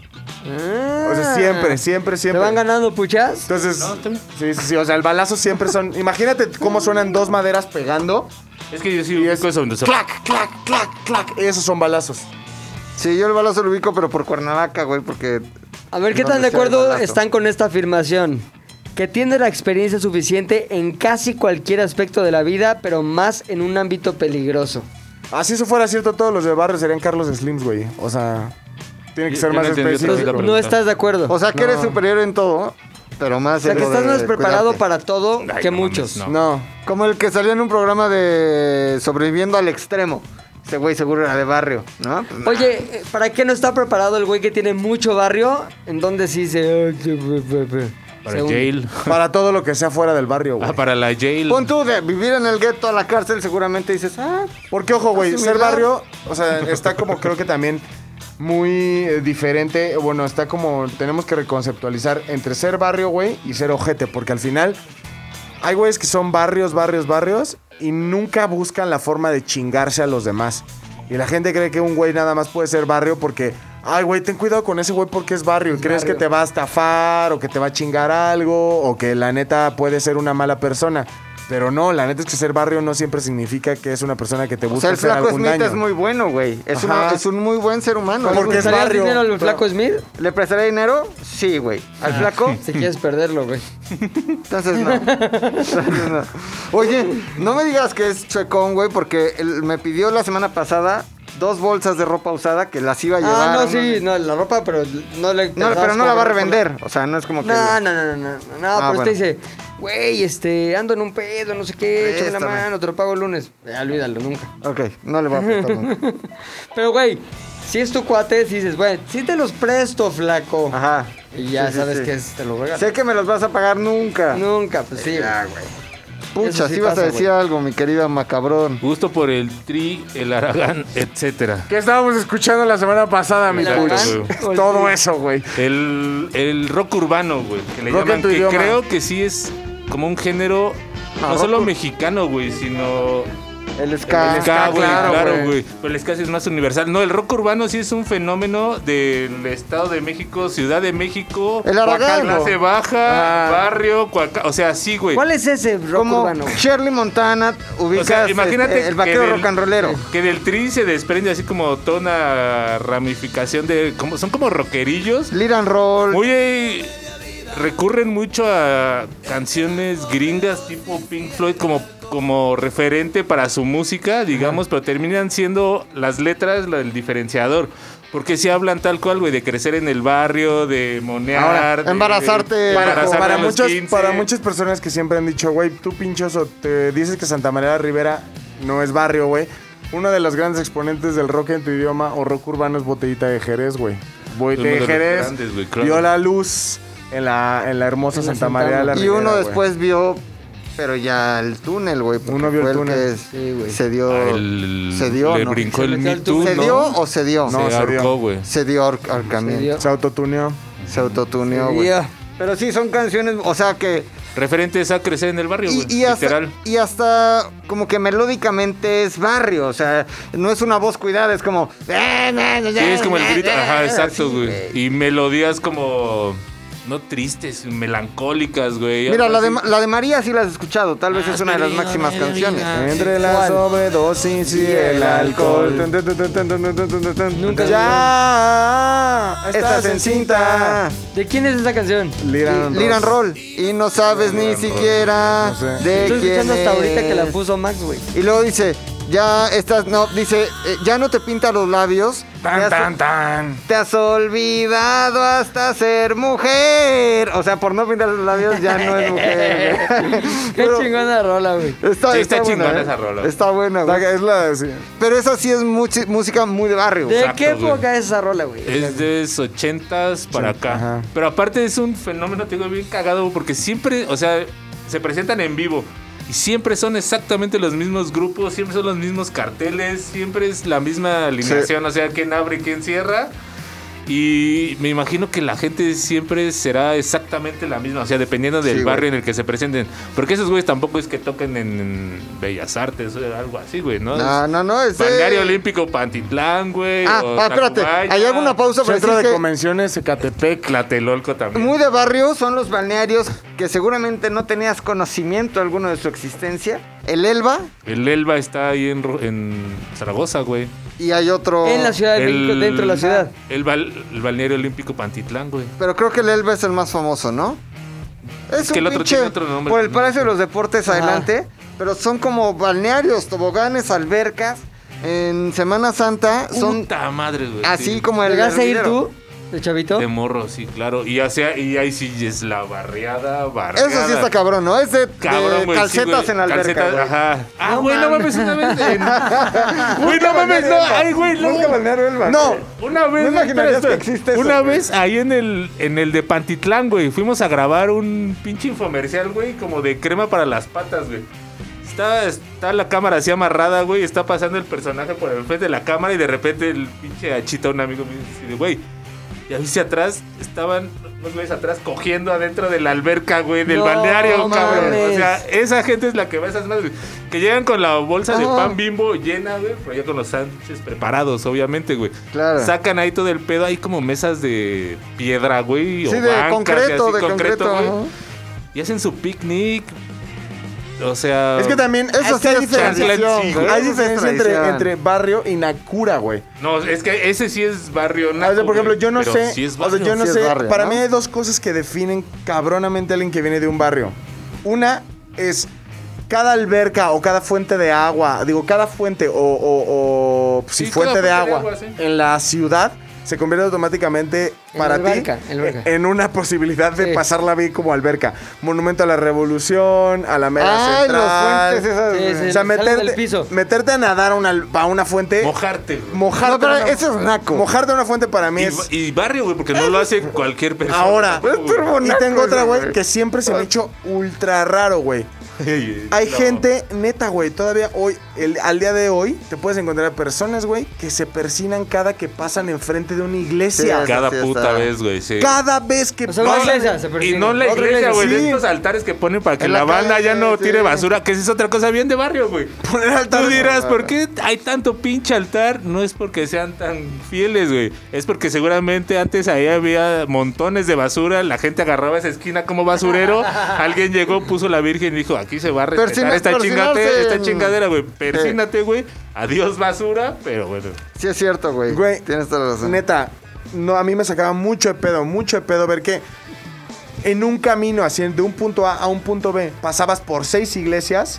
[SPEAKER 6] O sea, siempre.
[SPEAKER 1] ¿Te van ganando, puchas?
[SPEAKER 6] Entonces, sí. O sea, el balazo siempre son. Imagínate cómo suenan 2 maderas pegando.
[SPEAKER 5] Es que yo sí
[SPEAKER 6] Y es
[SPEAKER 5] ubico eso donde se...
[SPEAKER 6] clac, clac, clac, clac. Esos son balazos.
[SPEAKER 4] Sí, yo el balazo lo ubico, pero por Cuernavaca, güey, porque...
[SPEAKER 1] A ver, ¿qué
[SPEAKER 4] ¿Dónde
[SPEAKER 1] tan de
[SPEAKER 4] está el
[SPEAKER 1] acuerdo
[SPEAKER 4] balazo?
[SPEAKER 1] están con esta afirmación? Que tiene la experiencia suficiente en casi cualquier aspecto de la vida, pero más en un ámbito peligroso.
[SPEAKER 6] Así eso fuera cierto, todos los de barrio serían Carlos Slims, güey. O sea, tiene que
[SPEAKER 5] Yo
[SPEAKER 6] ser
[SPEAKER 5] no
[SPEAKER 6] más
[SPEAKER 5] entendí otra vez
[SPEAKER 6] específico.
[SPEAKER 5] la
[SPEAKER 1] No
[SPEAKER 5] pregunta.
[SPEAKER 1] estás de acuerdo.
[SPEAKER 4] O sea, que eres superior en todo, pero más
[SPEAKER 1] O sea,
[SPEAKER 4] en
[SPEAKER 1] que
[SPEAKER 4] lo
[SPEAKER 1] estás
[SPEAKER 4] de
[SPEAKER 1] más preparado
[SPEAKER 4] cuidarte.
[SPEAKER 1] para todo
[SPEAKER 5] Ay,
[SPEAKER 1] que
[SPEAKER 5] no
[SPEAKER 1] muchos.
[SPEAKER 5] mames,
[SPEAKER 6] No.
[SPEAKER 4] Como el que salió en un programa de sobreviviendo al extremo. Ese güey seguro era de barrio, ¿no? Pues, nah.
[SPEAKER 1] Oye, ¿para qué no está preparado el güey que tiene mucho barrio? En donde sí se...
[SPEAKER 5] Para
[SPEAKER 1] Según-
[SPEAKER 5] jail.
[SPEAKER 6] Para todo lo que sea fuera del barrio, güey.
[SPEAKER 5] Ah, para la jail.
[SPEAKER 4] Pon tú de vivir en el gueto a la cárcel, seguramente dices,
[SPEAKER 6] Porque, ojo, güey,
[SPEAKER 4] Similar.
[SPEAKER 6] ser barrio, o sea, está como creo que también muy diferente. Bueno, está como, tenemos que reconceptualizar entre ser barrio, güey, y ser ojete. Porque al final, hay güeyes que son barrios, y nunca buscan la forma de chingarse a los demás. Y la gente cree que un güey nada más puede ser barrio porque, ay, güey, ten cuidado con ese güey porque es barrio. Y crees que te va a estafar o que te va a chingar algo o que la neta puede ser una mala persona. Pero no, la neta es que ser barrio no siempre significa que es una persona que te
[SPEAKER 4] o
[SPEAKER 6] busca
[SPEAKER 4] sea, el
[SPEAKER 6] hacer
[SPEAKER 4] flaco
[SPEAKER 6] algún
[SPEAKER 4] Smith
[SPEAKER 6] daño.
[SPEAKER 4] es muy bueno, güey. Es
[SPEAKER 6] Ajá.
[SPEAKER 4] un muy buen ser humano.
[SPEAKER 6] Porque
[SPEAKER 1] ¿Le
[SPEAKER 6] es
[SPEAKER 1] prestarías
[SPEAKER 6] barrio.
[SPEAKER 1] dinero al flaco Smith?
[SPEAKER 4] ¿Le prestaré dinero? Sí, güey. ¿Al flaco?
[SPEAKER 1] Si quieres perderlo, güey.
[SPEAKER 4] Entonces no. Entonces, no. Oye, no me digas que es chuecón, güey, porque él me pidió la semana pasada 2 bolsas de ropa usada que las iba a llevar.
[SPEAKER 1] Ah, no, sí, no, la ropa, pero no le...
[SPEAKER 4] No, pero no la va a revender. O sea, no es como que...
[SPEAKER 1] No, pero
[SPEAKER 4] bueno.
[SPEAKER 1] usted dice, güey, ando en un pedo, no sé qué, échame la
[SPEAKER 4] Préstame.
[SPEAKER 1] mano, te lo pago el lunes. Olvídalo, nunca.
[SPEAKER 4] Ok, no le va a prestar nunca.
[SPEAKER 1] Pero, güey, si es tu cuate, si dices, güey, sí te los presto, flaco.
[SPEAKER 4] Ajá.
[SPEAKER 1] Y ya
[SPEAKER 4] Sí, sí,
[SPEAKER 1] sabes
[SPEAKER 4] sí.
[SPEAKER 1] que te lo regalan.
[SPEAKER 4] Sé que me los vas a pagar nunca.
[SPEAKER 1] Nunca, pues sí.
[SPEAKER 4] Ya, güey. Pucha,
[SPEAKER 1] Eso sí
[SPEAKER 4] sí vas a
[SPEAKER 1] pasa,
[SPEAKER 4] decir
[SPEAKER 1] güey.
[SPEAKER 4] algo, mi querida Macabrón.
[SPEAKER 5] Gusto por el Tri, el Aragán, etcétera.
[SPEAKER 6] ¿Qué estábamos escuchando la semana pasada, mi
[SPEAKER 1] El
[SPEAKER 6] puto?
[SPEAKER 1] Aragán o el
[SPEAKER 6] Todo
[SPEAKER 1] Tri.
[SPEAKER 6] eso, güey.
[SPEAKER 5] El rock urbano, güey, que le
[SPEAKER 6] Rock en
[SPEAKER 5] llaman,
[SPEAKER 6] tu
[SPEAKER 5] que
[SPEAKER 6] idioma.
[SPEAKER 5] creo que sí es como un género no
[SPEAKER 4] rock
[SPEAKER 5] solo
[SPEAKER 4] ur-
[SPEAKER 5] mexicano, güey, sino
[SPEAKER 4] El ska.
[SPEAKER 5] el ska, güey,
[SPEAKER 6] claro,
[SPEAKER 5] claro,
[SPEAKER 6] güey.
[SPEAKER 5] güey. Pero el ska sí es más universal. No, el rock urbano sí es un fenómeno del Estado de México, Ciudad de México,
[SPEAKER 4] El Aragán.
[SPEAKER 5] clase baja,
[SPEAKER 6] Ah.
[SPEAKER 5] barrio, o sea, sí, güey.
[SPEAKER 1] ¿Cuál es ese rock
[SPEAKER 4] Como
[SPEAKER 1] urbano?
[SPEAKER 4] Shirley Montana, ubicas
[SPEAKER 5] O sea, imagínate
[SPEAKER 4] el vaquero
[SPEAKER 5] que del-
[SPEAKER 4] rock and rollero.
[SPEAKER 5] Que del Tri se desprende así como toda una ramificación de... son como rockerillos.
[SPEAKER 4] Lead and roll.
[SPEAKER 5] Muy recurren mucho a canciones gringas tipo Pink Floyd como referente para su música, digamos, pero terminan siendo las letras el diferenciador. Porque si hablan tal cual, güey, de crecer en el barrio, de monear,
[SPEAKER 4] Ahora,
[SPEAKER 5] de
[SPEAKER 4] embarazarte.
[SPEAKER 5] embarazarte
[SPEAKER 6] Para,
[SPEAKER 5] a los
[SPEAKER 6] muchos,
[SPEAKER 5] 15.
[SPEAKER 6] para muchas personas que siempre han dicho, güey, tú pinchoso, te dices que Santa María la Ribera no es barrio, güey. Uno de los grandes exponentes del rock en tu idioma o rock urbano es Botellita de Jerez, güey. Botellita
[SPEAKER 5] Uno de
[SPEAKER 6] de
[SPEAKER 5] los
[SPEAKER 6] Jerez
[SPEAKER 5] grandes, güey, claro.
[SPEAKER 6] vio la luz en la hermosa
[SPEAKER 1] En la
[SPEAKER 6] Santa María de la
[SPEAKER 1] Santa-
[SPEAKER 6] Ribera,
[SPEAKER 4] Y uno
[SPEAKER 6] güey.
[SPEAKER 4] después vio, pero ya el túnel, güey. porque
[SPEAKER 6] Uno vio
[SPEAKER 4] fue
[SPEAKER 6] el túnel.
[SPEAKER 4] que
[SPEAKER 1] Sí, güey.
[SPEAKER 4] se dio.
[SPEAKER 5] Se
[SPEAKER 4] dio, ¿no?
[SPEAKER 5] brincó
[SPEAKER 1] Se
[SPEAKER 5] el
[SPEAKER 1] metió al
[SPEAKER 5] Me Too,
[SPEAKER 1] túnel.
[SPEAKER 4] ¿Se
[SPEAKER 5] ¿no?
[SPEAKER 4] dio o se dio?
[SPEAKER 6] No,
[SPEAKER 5] se
[SPEAKER 6] se dio.
[SPEAKER 5] ahorcó, güey.
[SPEAKER 4] Se dio ahorcamiento.
[SPEAKER 1] Se dio.
[SPEAKER 6] Se autotuneó.
[SPEAKER 4] Se autotuneó, güey.
[SPEAKER 1] Dios.
[SPEAKER 4] Pero sí, son canciones, o sea que...
[SPEAKER 5] Referentes a crecer en el barrio, güey.
[SPEAKER 4] Y hasta,
[SPEAKER 5] Literal.
[SPEAKER 4] y hasta como que melódicamente es barrio, o sea, no es una voz cuidada, es como...
[SPEAKER 5] Sí, es como el grito. Ajá, exacto,
[SPEAKER 4] Así,
[SPEAKER 5] güey. Y melodías como... No tristes, melancólicas, güey.
[SPEAKER 4] Mira,
[SPEAKER 5] algo
[SPEAKER 4] la
[SPEAKER 5] así.
[SPEAKER 4] de María sí la has escuchado, tal vez es una de las máximas canciones.
[SPEAKER 6] Entre la
[SPEAKER 1] ¿Cuál?
[SPEAKER 6] sobredosis y el alcohol.
[SPEAKER 1] Nunca-
[SPEAKER 6] Ya estás en cinta.
[SPEAKER 1] ¿De quién es esa canción?
[SPEAKER 4] Lead and roll. Y no sabes ni siquiera
[SPEAKER 6] No sé.
[SPEAKER 4] de
[SPEAKER 1] Estoy
[SPEAKER 4] quién
[SPEAKER 1] escuchando hasta ahorita que la
[SPEAKER 4] es.
[SPEAKER 1] puso Max, güey.
[SPEAKER 4] Y luego dice, ya estás, no, dice, ya no te pinta los labios.
[SPEAKER 6] Tan, tan, tan.
[SPEAKER 4] Te has olvidado hasta ser mujer. O sea, por no pintar los labios ya no es mujer. güey.
[SPEAKER 1] Qué
[SPEAKER 4] Pero
[SPEAKER 1] chingona rola, güey.
[SPEAKER 4] Está,
[SPEAKER 5] Sí, está
[SPEAKER 4] buena,
[SPEAKER 5] chingona
[SPEAKER 4] ¿eh?
[SPEAKER 5] esa rola.
[SPEAKER 4] Está buena, güey.
[SPEAKER 6] Es la sí.
[SPEAKER 4] Pero esa sí es música muy de barrio.
[SPEAKER 1] ¿De
[SPEAKER 5] Exacto,
[SPEAKER 1] qué
[SPEAKER 5] güey.
[SPEAKER 1] época es esa rola, güey?
[SPEAKER 5] Es de los 80s para acá.
[SPEAKER 6] ajá.
[SPEAKER 5] Pero aparte es un fenómeno, te digo, bien cagado, porque siempre, o sea, se presentan en vivo. Y siempre son exactamente los mismos grupos, siempre son los mismos carteles, siempre es la misma alineación, o sea, quién abre y quién cierra. Y me imagino que la gente siempre será exactamente la misma, o sea, dependiendo del
[SPEAKER 4] Sí,
[SPEAKER 5] barrio
[SPEAKER 4] güey.
[SPEAKER 5] en el que se presenten. Porque esos güeyes tampoco es que toquen en Bellas Artes o algo así, güey, ¿no?
[SPEAKER 4] No, es
[SPEAKER 5] Balneario Olímpico Pantitlán, güey. o
[SPEAKER 4] espérate.
[SPEAKER 5] Tacubaya,
[SPEAKER 4] Hay alguna pausa para
[SPEAKER 6] Centro
[SPEAKER 4] decir
[SPEAKER 6] de
[SPEAKER 4] que
[SPEAKER 6] convenciones Ecatepec.
[SPEAKER 5] Tlatelolco también.
[SPEAKER 4] muy de barrio son los balnearios que seguramente no tenías conocimiento alguno de su existencia. El Elba
[SPEAKER 5] El Elba está ahí en Zaragoza, güey.
[SPEAKER 4] y hay otro...
[SPEAKER 1] En la Ciudad de México, dentro de la ciudad.
[SPEAKER 5] El Balneario Olímpico Pantitlán, güey.
[SPEAKER 4] Pero creo que el Elba es el más famoso, ¿no? Es
[SPEAKER 5] que
[SPEAKER 4] un
[SPEAKER 5] el otro
[SPEAKER 4] pinche
[SPEAKER 5] tiene otro nombre.
[SPEAKER 4] por el Palacio de los Deportes
[SPEAKER 1] Ajá.
[SPEAKER 4] adelante, pero son como balnearios, toboganes, albercas. En Semana Santa son
[SPEAKER 5] Puta madre, güey.
[SPEAKER 4] así
[SPEAKER 5] sí.
[SPEAKER 4] como el
[SPEAKER 1] ¿Llegaste a ir
[SPEAKER 4] hervidero.
[SPEAKER 1] tú, de chavito?
[SPEAKER 5] De morro, sí, claro. Y ahí sí es la barriada.
[SPEAKER 4] Eso sí está cabrón, ¿no? Es de
[SPEAKER 5] Cabrón, güey, sí,
[SPEAKER 4] calcetas
[SPEAKER 5] güey.
[SPEAKER 4] en la alberca,
[SPEAKER 5] Calcetas,
[SPEAKER 4] güey.
[SPEAKER 5] ajá. Ah,
[SPEAKER 1] No
[SPEAKER 5] güey, no mames, una vez. Güey, no mames, no. Ay, güey, no.
[SPEAKER 6] Busca Balneario Elba.
[SPEAKER 4] No,
[SPEAKER 5] Una vez,
[SPEAKER 4] No
[SPEAKER 5] güey,
[SPEAKER 4] imaginarías
[SPEAKER 5] espera,
[SPEAKER 4] que existe eso,
[SPEAKER 5] una
[SPEAKER 4] güey.
[SPEAKER 5] vez ahí en el de Pantitlán, güey, fuimos a grabar un pinche infomercial, güey, como de crema para las patas, güey. Está la cámara así amarrada, güey, está pasando el personaje por el frente de la cámara y de repente el pinche achita, un amigo mío, dice, güey, ya viste atrás, estaban unos güeyes atrás cogiendo adentro de la alberca, güey, del
[SPEAKER 1] No
[SPEAKER 5] balneario, cabrón.
[SPEAKER 1] mames.
[SPEAKER 5] O sea, esa gente es la que va a esas madres, que llegan con la bolsa de
[SPEAKER 1] Ajá.
[SPEAKER 5] pan Bimbo llena, güey, pero ya con los sándwiches preparados, obviamente, güey.
[SPEAKER 4] Claro.
[SPEAKER 5] Sacan ahí todo el pedo, hay como mesas de piedra, güey,
[SPEAKER 4] Sí,
[SPEAKER 5] o
[SPEAKER 4] de
[SPEAKER 5] bancas,
[SPEAKER 4] concreto,
[SPEAKER 5] y así,
[SPEAKER 4] de concreto.
[SPEAKER 5] güey.
[SPEAKER 4] ajá.
[SPEAKER 5] Y hacen su picnic. O sea,
[SPEAKER 6] Es que también
[SPEAKER 4] Eso
[SPEAKER 6] es que hay
[SPEAKER 4] sí es
[SPEAKER 6] diferencia,
[SPEAKER 5] tradición, güey.
[SPEAKER 6] hay
[SPEAKER 4] Eso sí es
[SPEAKER 6] diferencia
[SPEAKER 4] tradición.
[SPEAKER 6] entre barrio y Nakura, güey.
[SPEAKER 5] no, es que ese sí es barrio naco,
[SPEAKER 6] O sea, por ejemplo,
[SPEAKER 5] güey,
[SPEAKER 6] yo no
[SPEAKER 5] pero
[SPEAKER 6] sé,
[SPEAKER 5] sí es
[SPEAKER 6] o sea,
[SPEAKER 5] barrio.
[SPEAKER 6] yo no
[SPEAKER 4] Sí es
[SPEAKER 6] sé,
[SPEAKER 4] barrio,
[SPEAKER 6] para
[SPEAKER 4] ¿no?
[SPEAKER 6] mí hay dos cosas que definen cabronamente a alguien que viene de un barrio. Una es cada alberca o cada fuente de agua, digo, cada fuente o si
[SPEAKER 5] Sí,
[SPEAKER 6] fuente
[SPEAKER 5] cada
[SPEAKER 6] de
[SPEAKER 5] fuente de
[SPEAKER 6] agua
[SPEAKER 5] agua, sí.
[SPEAKER 6] en la ciudad se convierte automáticamente
[SPEAKER 1] En
[SPEAKER 6] para
[SPEAKER 1] alberca,
[SPEAKER 6] ti
[SPEAKER 1] alberca.
[SPEAKER 6] en una posibilidad de
[SPEAKER 1] Sí.
[SPEAKER 6] pasarla bien como alberca. Monumento a la Revolución, a la Mera
[SPEAKER 4] Ay, los
[SPEAKER 6] Central.
[SPEAKER 4] fuentes esas,
[SPEAKER 1] Sí,
[SPEAKER 4] güey.
[SPEAKER 1] sí.
[SPEAKER 6] O sea,
[SPEAKER 1] Sales del piso.
[SPEAKER 6] meterte a nadar a una fuente.
[SPEAKER 5] Mojarte, güey.
[SPEAKER 6] Mojarte.
[SPEAKER 4] No, pero
[SPEAKER 6] a una-
[SPEAKER 4] eso es naco.
[SPEAKER 6] Mojarte a una fuente para mí es.
[SPEAKER 5] Y barrio, güey, porque no lo hace cualquier persona.
[SPEAKER 6] Ahora.
[SPEAKER 4] Es turbo
[SPEAKER 6] Y
[SPEAKER 4] naco,
[SPEAKER 6] tengo otra, güey,
[SPEAKER 4] güey.
[SPEAKER 6] que siempre se me ha hecho ultra raro, güey. Hay
[SPEAKER 5] No.
[SPEAKER 6] gente, neta, güey, todavía hoy, al día de hoy, te puedes encontrar personas, güey, que se persinan cada que pasan enfrente de una iglesia.
[SPEAKER 4] Sí,
[SPEAKER 5] Cada
[SPEAKER 4] sí
[SPEAKER 5] puta
[SPEAKER 4] está.
[SPEAKER 5] vez, güey, sí.
[SPEAKER 6] Cada vez que
[SPEAKER 1] O sea, una
[SPEAKER 6] pasan-
[SPEAKER 1] iglesia se
[SPEAKER 5] Y
[SPEAKER 1] persigue.
[SPEAKER 5] no la
[SPEAKER 1] Otra
[SPEAKER 5] iglesia, güey,
[SPEAKER 6] sí.
[SPEAKER 5] de estos altares que ponen para que
[SPEAKER 4] En
[SPEAKER 5] la
[SPEAKER 4] la
[SPEAKER 5] banda
[SPEAKER 4] calle,
[SPEAKER 5] ya no tire
[SPEAKER 4] sí.
[SPEAKER 5] basura, que esa es otra cosa bien de barrio, güey.
[SPEAKER 6] poner
[SPEAKER 5] Tú
[SPEAKER 6] altares.
[SPEAKER 5] dirás, ¿por qué hay tanto pinche altar? No es porque sean tan fieles, güey. Es porque seguramente antes ahí había montones de basura, la gente agarraba esa esquina como basurero, alguien llegó, puso la virgen y dijo, aquí se va a respetar
[SPEAKER 4] Persinarse
[SPEAKER 5] esta
[SPEAKER 4] en-
[SPEAKER 5] chingadera, güey. Persínate, güey. Adiós basura, pero bueno.
[SPEAKER 4] Sí es cierto, güey.
[SPEAKER 6] Güey,
[SPEAKER 4] Tienes toda la razón.
[SPEAKER 6] Neta, no, a mí me sacaba mucho de pedo ver que en un camino así, de un punto A a un punto B, pasabas por 6 iglesias.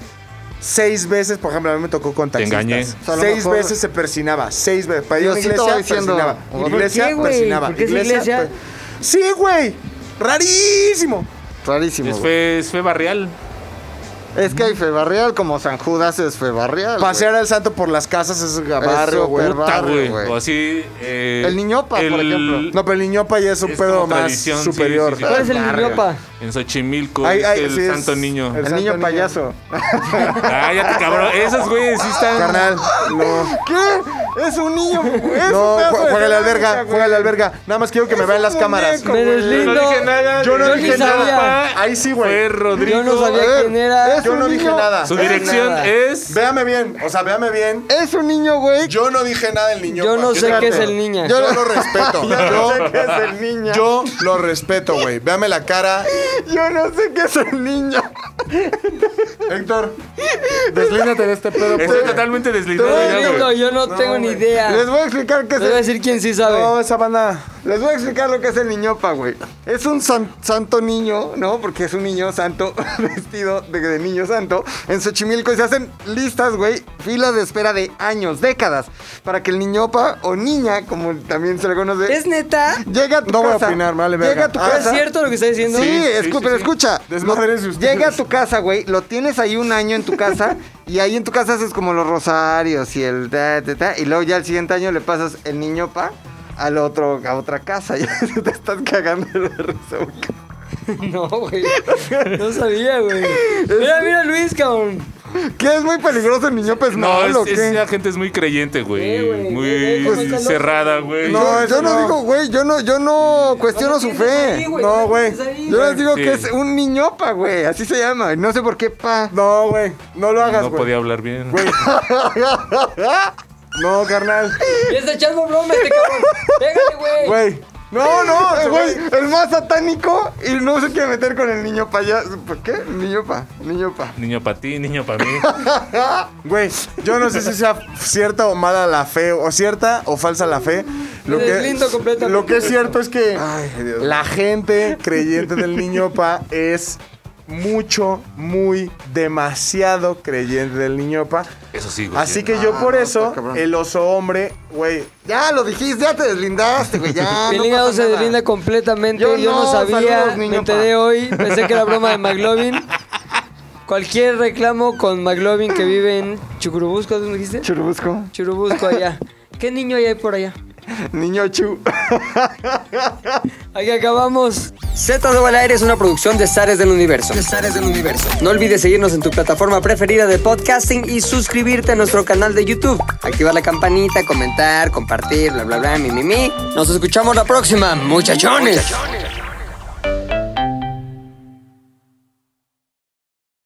[SPEAKER 6] 6 veces, por ejemplo, a mí me tocó con
[SPEAKER 5] Te
[SPEAKER 6] taxistas.
[SPEAKER 5] engañé.
[SPEAKER 4] O sea, a lo
[SPEAKER 6] 6
[SPEAKER 4] mejor-
[SPEAKER 6] veces se persinaba. 6 veces. Para ir a una
[SPEAKER 4] Diosito
[SPEAKER 6] iglesia,
[SPEAKER 4] va diciendo,
[SPEAKER 6] persinaba.
[SPEAKER 4] ¿por
[SPEAKER 6] Iglesia,
[SPEAKER 1] qué, güey?
[SPEAKER 6] persinaba.
[SPEAKER 1] ¿Por qué es iglesia?
[SPEAKER 6] Sí, güey. Rarísimo.
[SPEAKER 4] Rarísimo,
[SPEAKER 5] Es
[SPEAKER 4] güey.
[SPEAKER 5] fe barrial.
[SPEAKER 4] Es que hay fe barrial, como San Judas es fe barrial.
[SPEAKER 6] Pasear al santo por las casas es barrio,
[SPEAKER 4] Eso,
[SPEAKER 6] güey.
[SPEAKER 4] güey.
[SPEAKER 5] Puta,
[SPEAKER 4] barrio,
[SPEAKER 5] güey.
[SPEAKER 4] güey.
[SPEAKER 5] O así.
[SPEAKER 4] El Niñopa, por ejemplo.
[SPEAKER 6] No, pero el niñopa ya es un
[SPEAKER 5] Es
[SPEAKER 6] pedo
[SPEAKER 5] como
[SPEAKER 6] más
[SPEAKER 5] tradición, sí,
[SPEAKER 6] superior.
[SPEAKER 5] sí, sí.
[SPEAKER 1] ¿Cuál es el
[SPEAKER 4] Barrio.
[SPEAKER 1] niñopa?
[SPEAKER 5] En Xochimilco,
[SPEAKER 6] Ay,
[SPEAKER 5] es
[SPEAKER 6] ay,
[SPEAKER 5] el
[SPEAKER 6] sí, es
[SPEAKER 5] santo niño.
[SPEAKER 6] el
[SPEAKER 4] El
[SPEAKER 6] santo
[SPEAKER 4] niño
[SPEAKER 6] niño.
[SPEAKER 4] payaso.
[SPEAKER 5] Cállate, cabrón. Esos güeyes sí están.
[SPEAKER 6] Carnal, no.
[SPEAKER 4] ¿Qué? Es un niño, güey. Es
[SPEAKER 6] No,
[SPEAKER 4] un pedazo de
[SPEAKER 6] juégale al
[SPEAKER 4] cerámica,
[SPEAKER 6] verga,
[SPEAKER 4] güey.
[SPEAKER 6] juégale al verga. Nada más quiero que me
[SPEAKER 4] Es
[SPEAKER 6] vean
[SPEAKER 4] un
[SPEAKER 6] las cámaras.
[SPEAKER 4] muñeco,
[SPEAKER 1] Me
[SPEAKER 4] güey.
[SPEAKER 1] deslindo.
[SPEAKER 5] No dije nada.
[SPEAKER 6] Yo no
[SPEAKER 1] Yo
[SPEAKER 6] dije
[SPEAKER 1] ni sabía.
[SPEAKER 6] nada. Ahí sí, güey.
[SPEAKER 5] Fue Rodrigo.
[SPEAKER 1] Yo no sabía
[SPEAKER 4] A ver,
[SPEAKER 1] quién era.
[SPEAKER 4] es
[SPEAKER 6] Yo
[SPEAKER 4] un
[SPEAKER 6] no dije
[SPEAKER 4] niño.
[SPEAKER 6] nada.
[SPEAKER 5] Su dirección
[SPEAKER 1] nada.
[SPEAKER 5] es.
[SPEAKER 6] Véame bien, o sea, véame bien.
[SPEAKER 4] Es un niño, güey.
[SPEAKER 6] Yo no dije nada del niño.
[SPEAKER 1] Yo no sé
[SPEAKER 6] Espérate.
[SPEAKER 1] qué es el niña.
[SPEAKER 6] Yo lo respeto.
[SPEAKER 4] Yo no sé qué es el niño.
[SPEAKER 6] Yo lo respeto, güey. Véame la cara.
[SPEAKER 4] Yo no sé qué es el niño.
[SPEAKER 6] Héctor, deslíndate de este pedo.
[SPEAKER 5] Estoy totalmente deslindado ya,
[SPEAKER 1] No,
[SPEAKER 5] güey.
[SPEAKER 1] yo no tengo ni
[SPEAKER 6] güey.
[SPEAKER 1] idea.
[SPEAKER 4] Les voy a explicar qué
[SPEAKER 1] Les
[SPEAKER 4] es
[SPEAKER 1] voy a
[SPEAKER 4] el...
[SPEAKER 1] decir quién sí sabe.
[SPEAKER 6] No, esa banda.
[SPEAKER 4] Les voy a explicar lo que es el niñopa, güey. Es un santo niño, ¿no? Porque es un niño santo vestido de niño santo en Xochimilco y se hacen listas, güey, filas de espera de años, décadas, para que el niñopa o niña, como también se le conoce,
[SPEAKER 1] ¿Es neta?
[SPEAKER 4] llega a tu
[SPEAKER 6] No voy a
[SPEAKER 4] casa.
[SPEAKER 6] opinar, me vale verga.
[SPEAKER 4] Llega a tu
[SPEAKER 6] Ah,
[SPEAKER 1] ¿Es
[SPEAKER 4] casa.
[SPEAKER 1] cierto lo que está diciendo?
[SPEAKER 4] Sí,
[SPEAKER 5] sí,
[SPEAKER 4] pero
[SPEAKER 5] sí.
[SPEAKER 4] escucha.
[SPEAKER 6] Desmadrense ustedes.
[SPEAKER 4] Llega a tu casa, güey, lo tienes ahí un año en tu casa y ahí en tu casa haces como los rosarios y el y luego ya el siguiente año le pasas el niñopa a otra casa. Ya te estás cagando de risa, güey.
[SPEAKER 1] No, güey. No sabía, güey. Mira, Luis, cabrón.
[SPEAKER 4] ¿Qué es muy peligroso el niñopa? ¿Es
[SPEAKER 5] No,
[SPEAKER 4] malo o qué?
[SPEAKER 5] la gente es muy creyente, güey.
[SPEAKER 1] güey,
[SPEAKER 5] Muy
[SPEAKER 1] ¿cómo está loco?
[SPEAKER 5] cerrada, güey.
[SPEAKER 6] No,
[SPEAKER 4] yo
[SPEAKER 6] eso
[SPEAKER 4] no
[SPEAKER 6] no.
[SPEAKER 4] digo, güey, yo no cuestiono su fe.
[SPEAKER 6] No, güey.
[SPEAKER 4] Yo les digo
[SPEAKER 5] Sí.
[SPEAKER 4] que es un niñopa, güey, así se llama. No sé por qué, pa.
[SPEAKER 6] No, güey. No lo hagas,
[SPEAKER 5] No
[SPEAKER 6] güey.
[SPEAKER 5] podía hablar bien.
[SPEAKER 6] Güey. No, carnal.
[SPEAKER 1] Ya está echando broma este cabrón. Pégale, güey.
[SPEAKER 6] Güey. No, no,
[SPEAKER 4] Güey, el más satánico y no se quiere meter con el niño payaso. ¿Por qué? Niñopa.
[SPEAKER 5] Niño para ti, niño para mí.
[SPEAKER 6] Güey, yo no sé si sea cierta o mala la fe, o cierta o falsa la fe.
[SPEAKER 1] Me deslindo completamente.
[SPEAKER 6] Lo que es cierto es que la gente creyente del niñopa es demasiado creyente del niñopa.
[SPEAKER 5] Eso sí, güey.
[SPEAKER 6] Así que yo por
[SPEAKER 4] no,
[SPEAKER 6] eso,
[SPEAKER 4] está cabrón.
[SPEAKER 6] el oso hombre, güey,
[SPEAKER 4] Ya lo dijiste, ya te deslindaste, güey. Ya.
[SPEAKER 1] Mi
[SPEAKER 4] no
[SPEAKER 1] hígado
[SPEAKER 4] pasa
[SPEAKER 1] se
[SPEAKER 4] nada.
[SPEAKER 1] deslinda completamente.
[SPEAKER 4] Yo
[SPEAKER 1] Yo no
[SPEAKER 4] no,
[SPEAKER 1] sabía.
[SPEAKER 4] saludos, niño
[SPEAKER 1] Me enteré hoy. Pensé que era broma de McLovin. Cualquier reclamo con McLovin que vive en Chucurubusco, ¿dónde dijiste?
[SPEAKER 4] Churubusco.
[SPEAKER 1] Churubusco, allá. ¿Qué niño hay por allá?
[SPEAKER 4] Niño Chu.
[SPEAKER 1] Aquí acabamos. Z2 al aire es una producción de Zares del Universo. No olvides seguirnos en tu plataforma preferida de podcasting y suscribirte a nuestro canal de YouTube. Activar la campanita, comentar, compartir, bla, bla, bla, mi. Nos escuchamos la próxima, muchachones.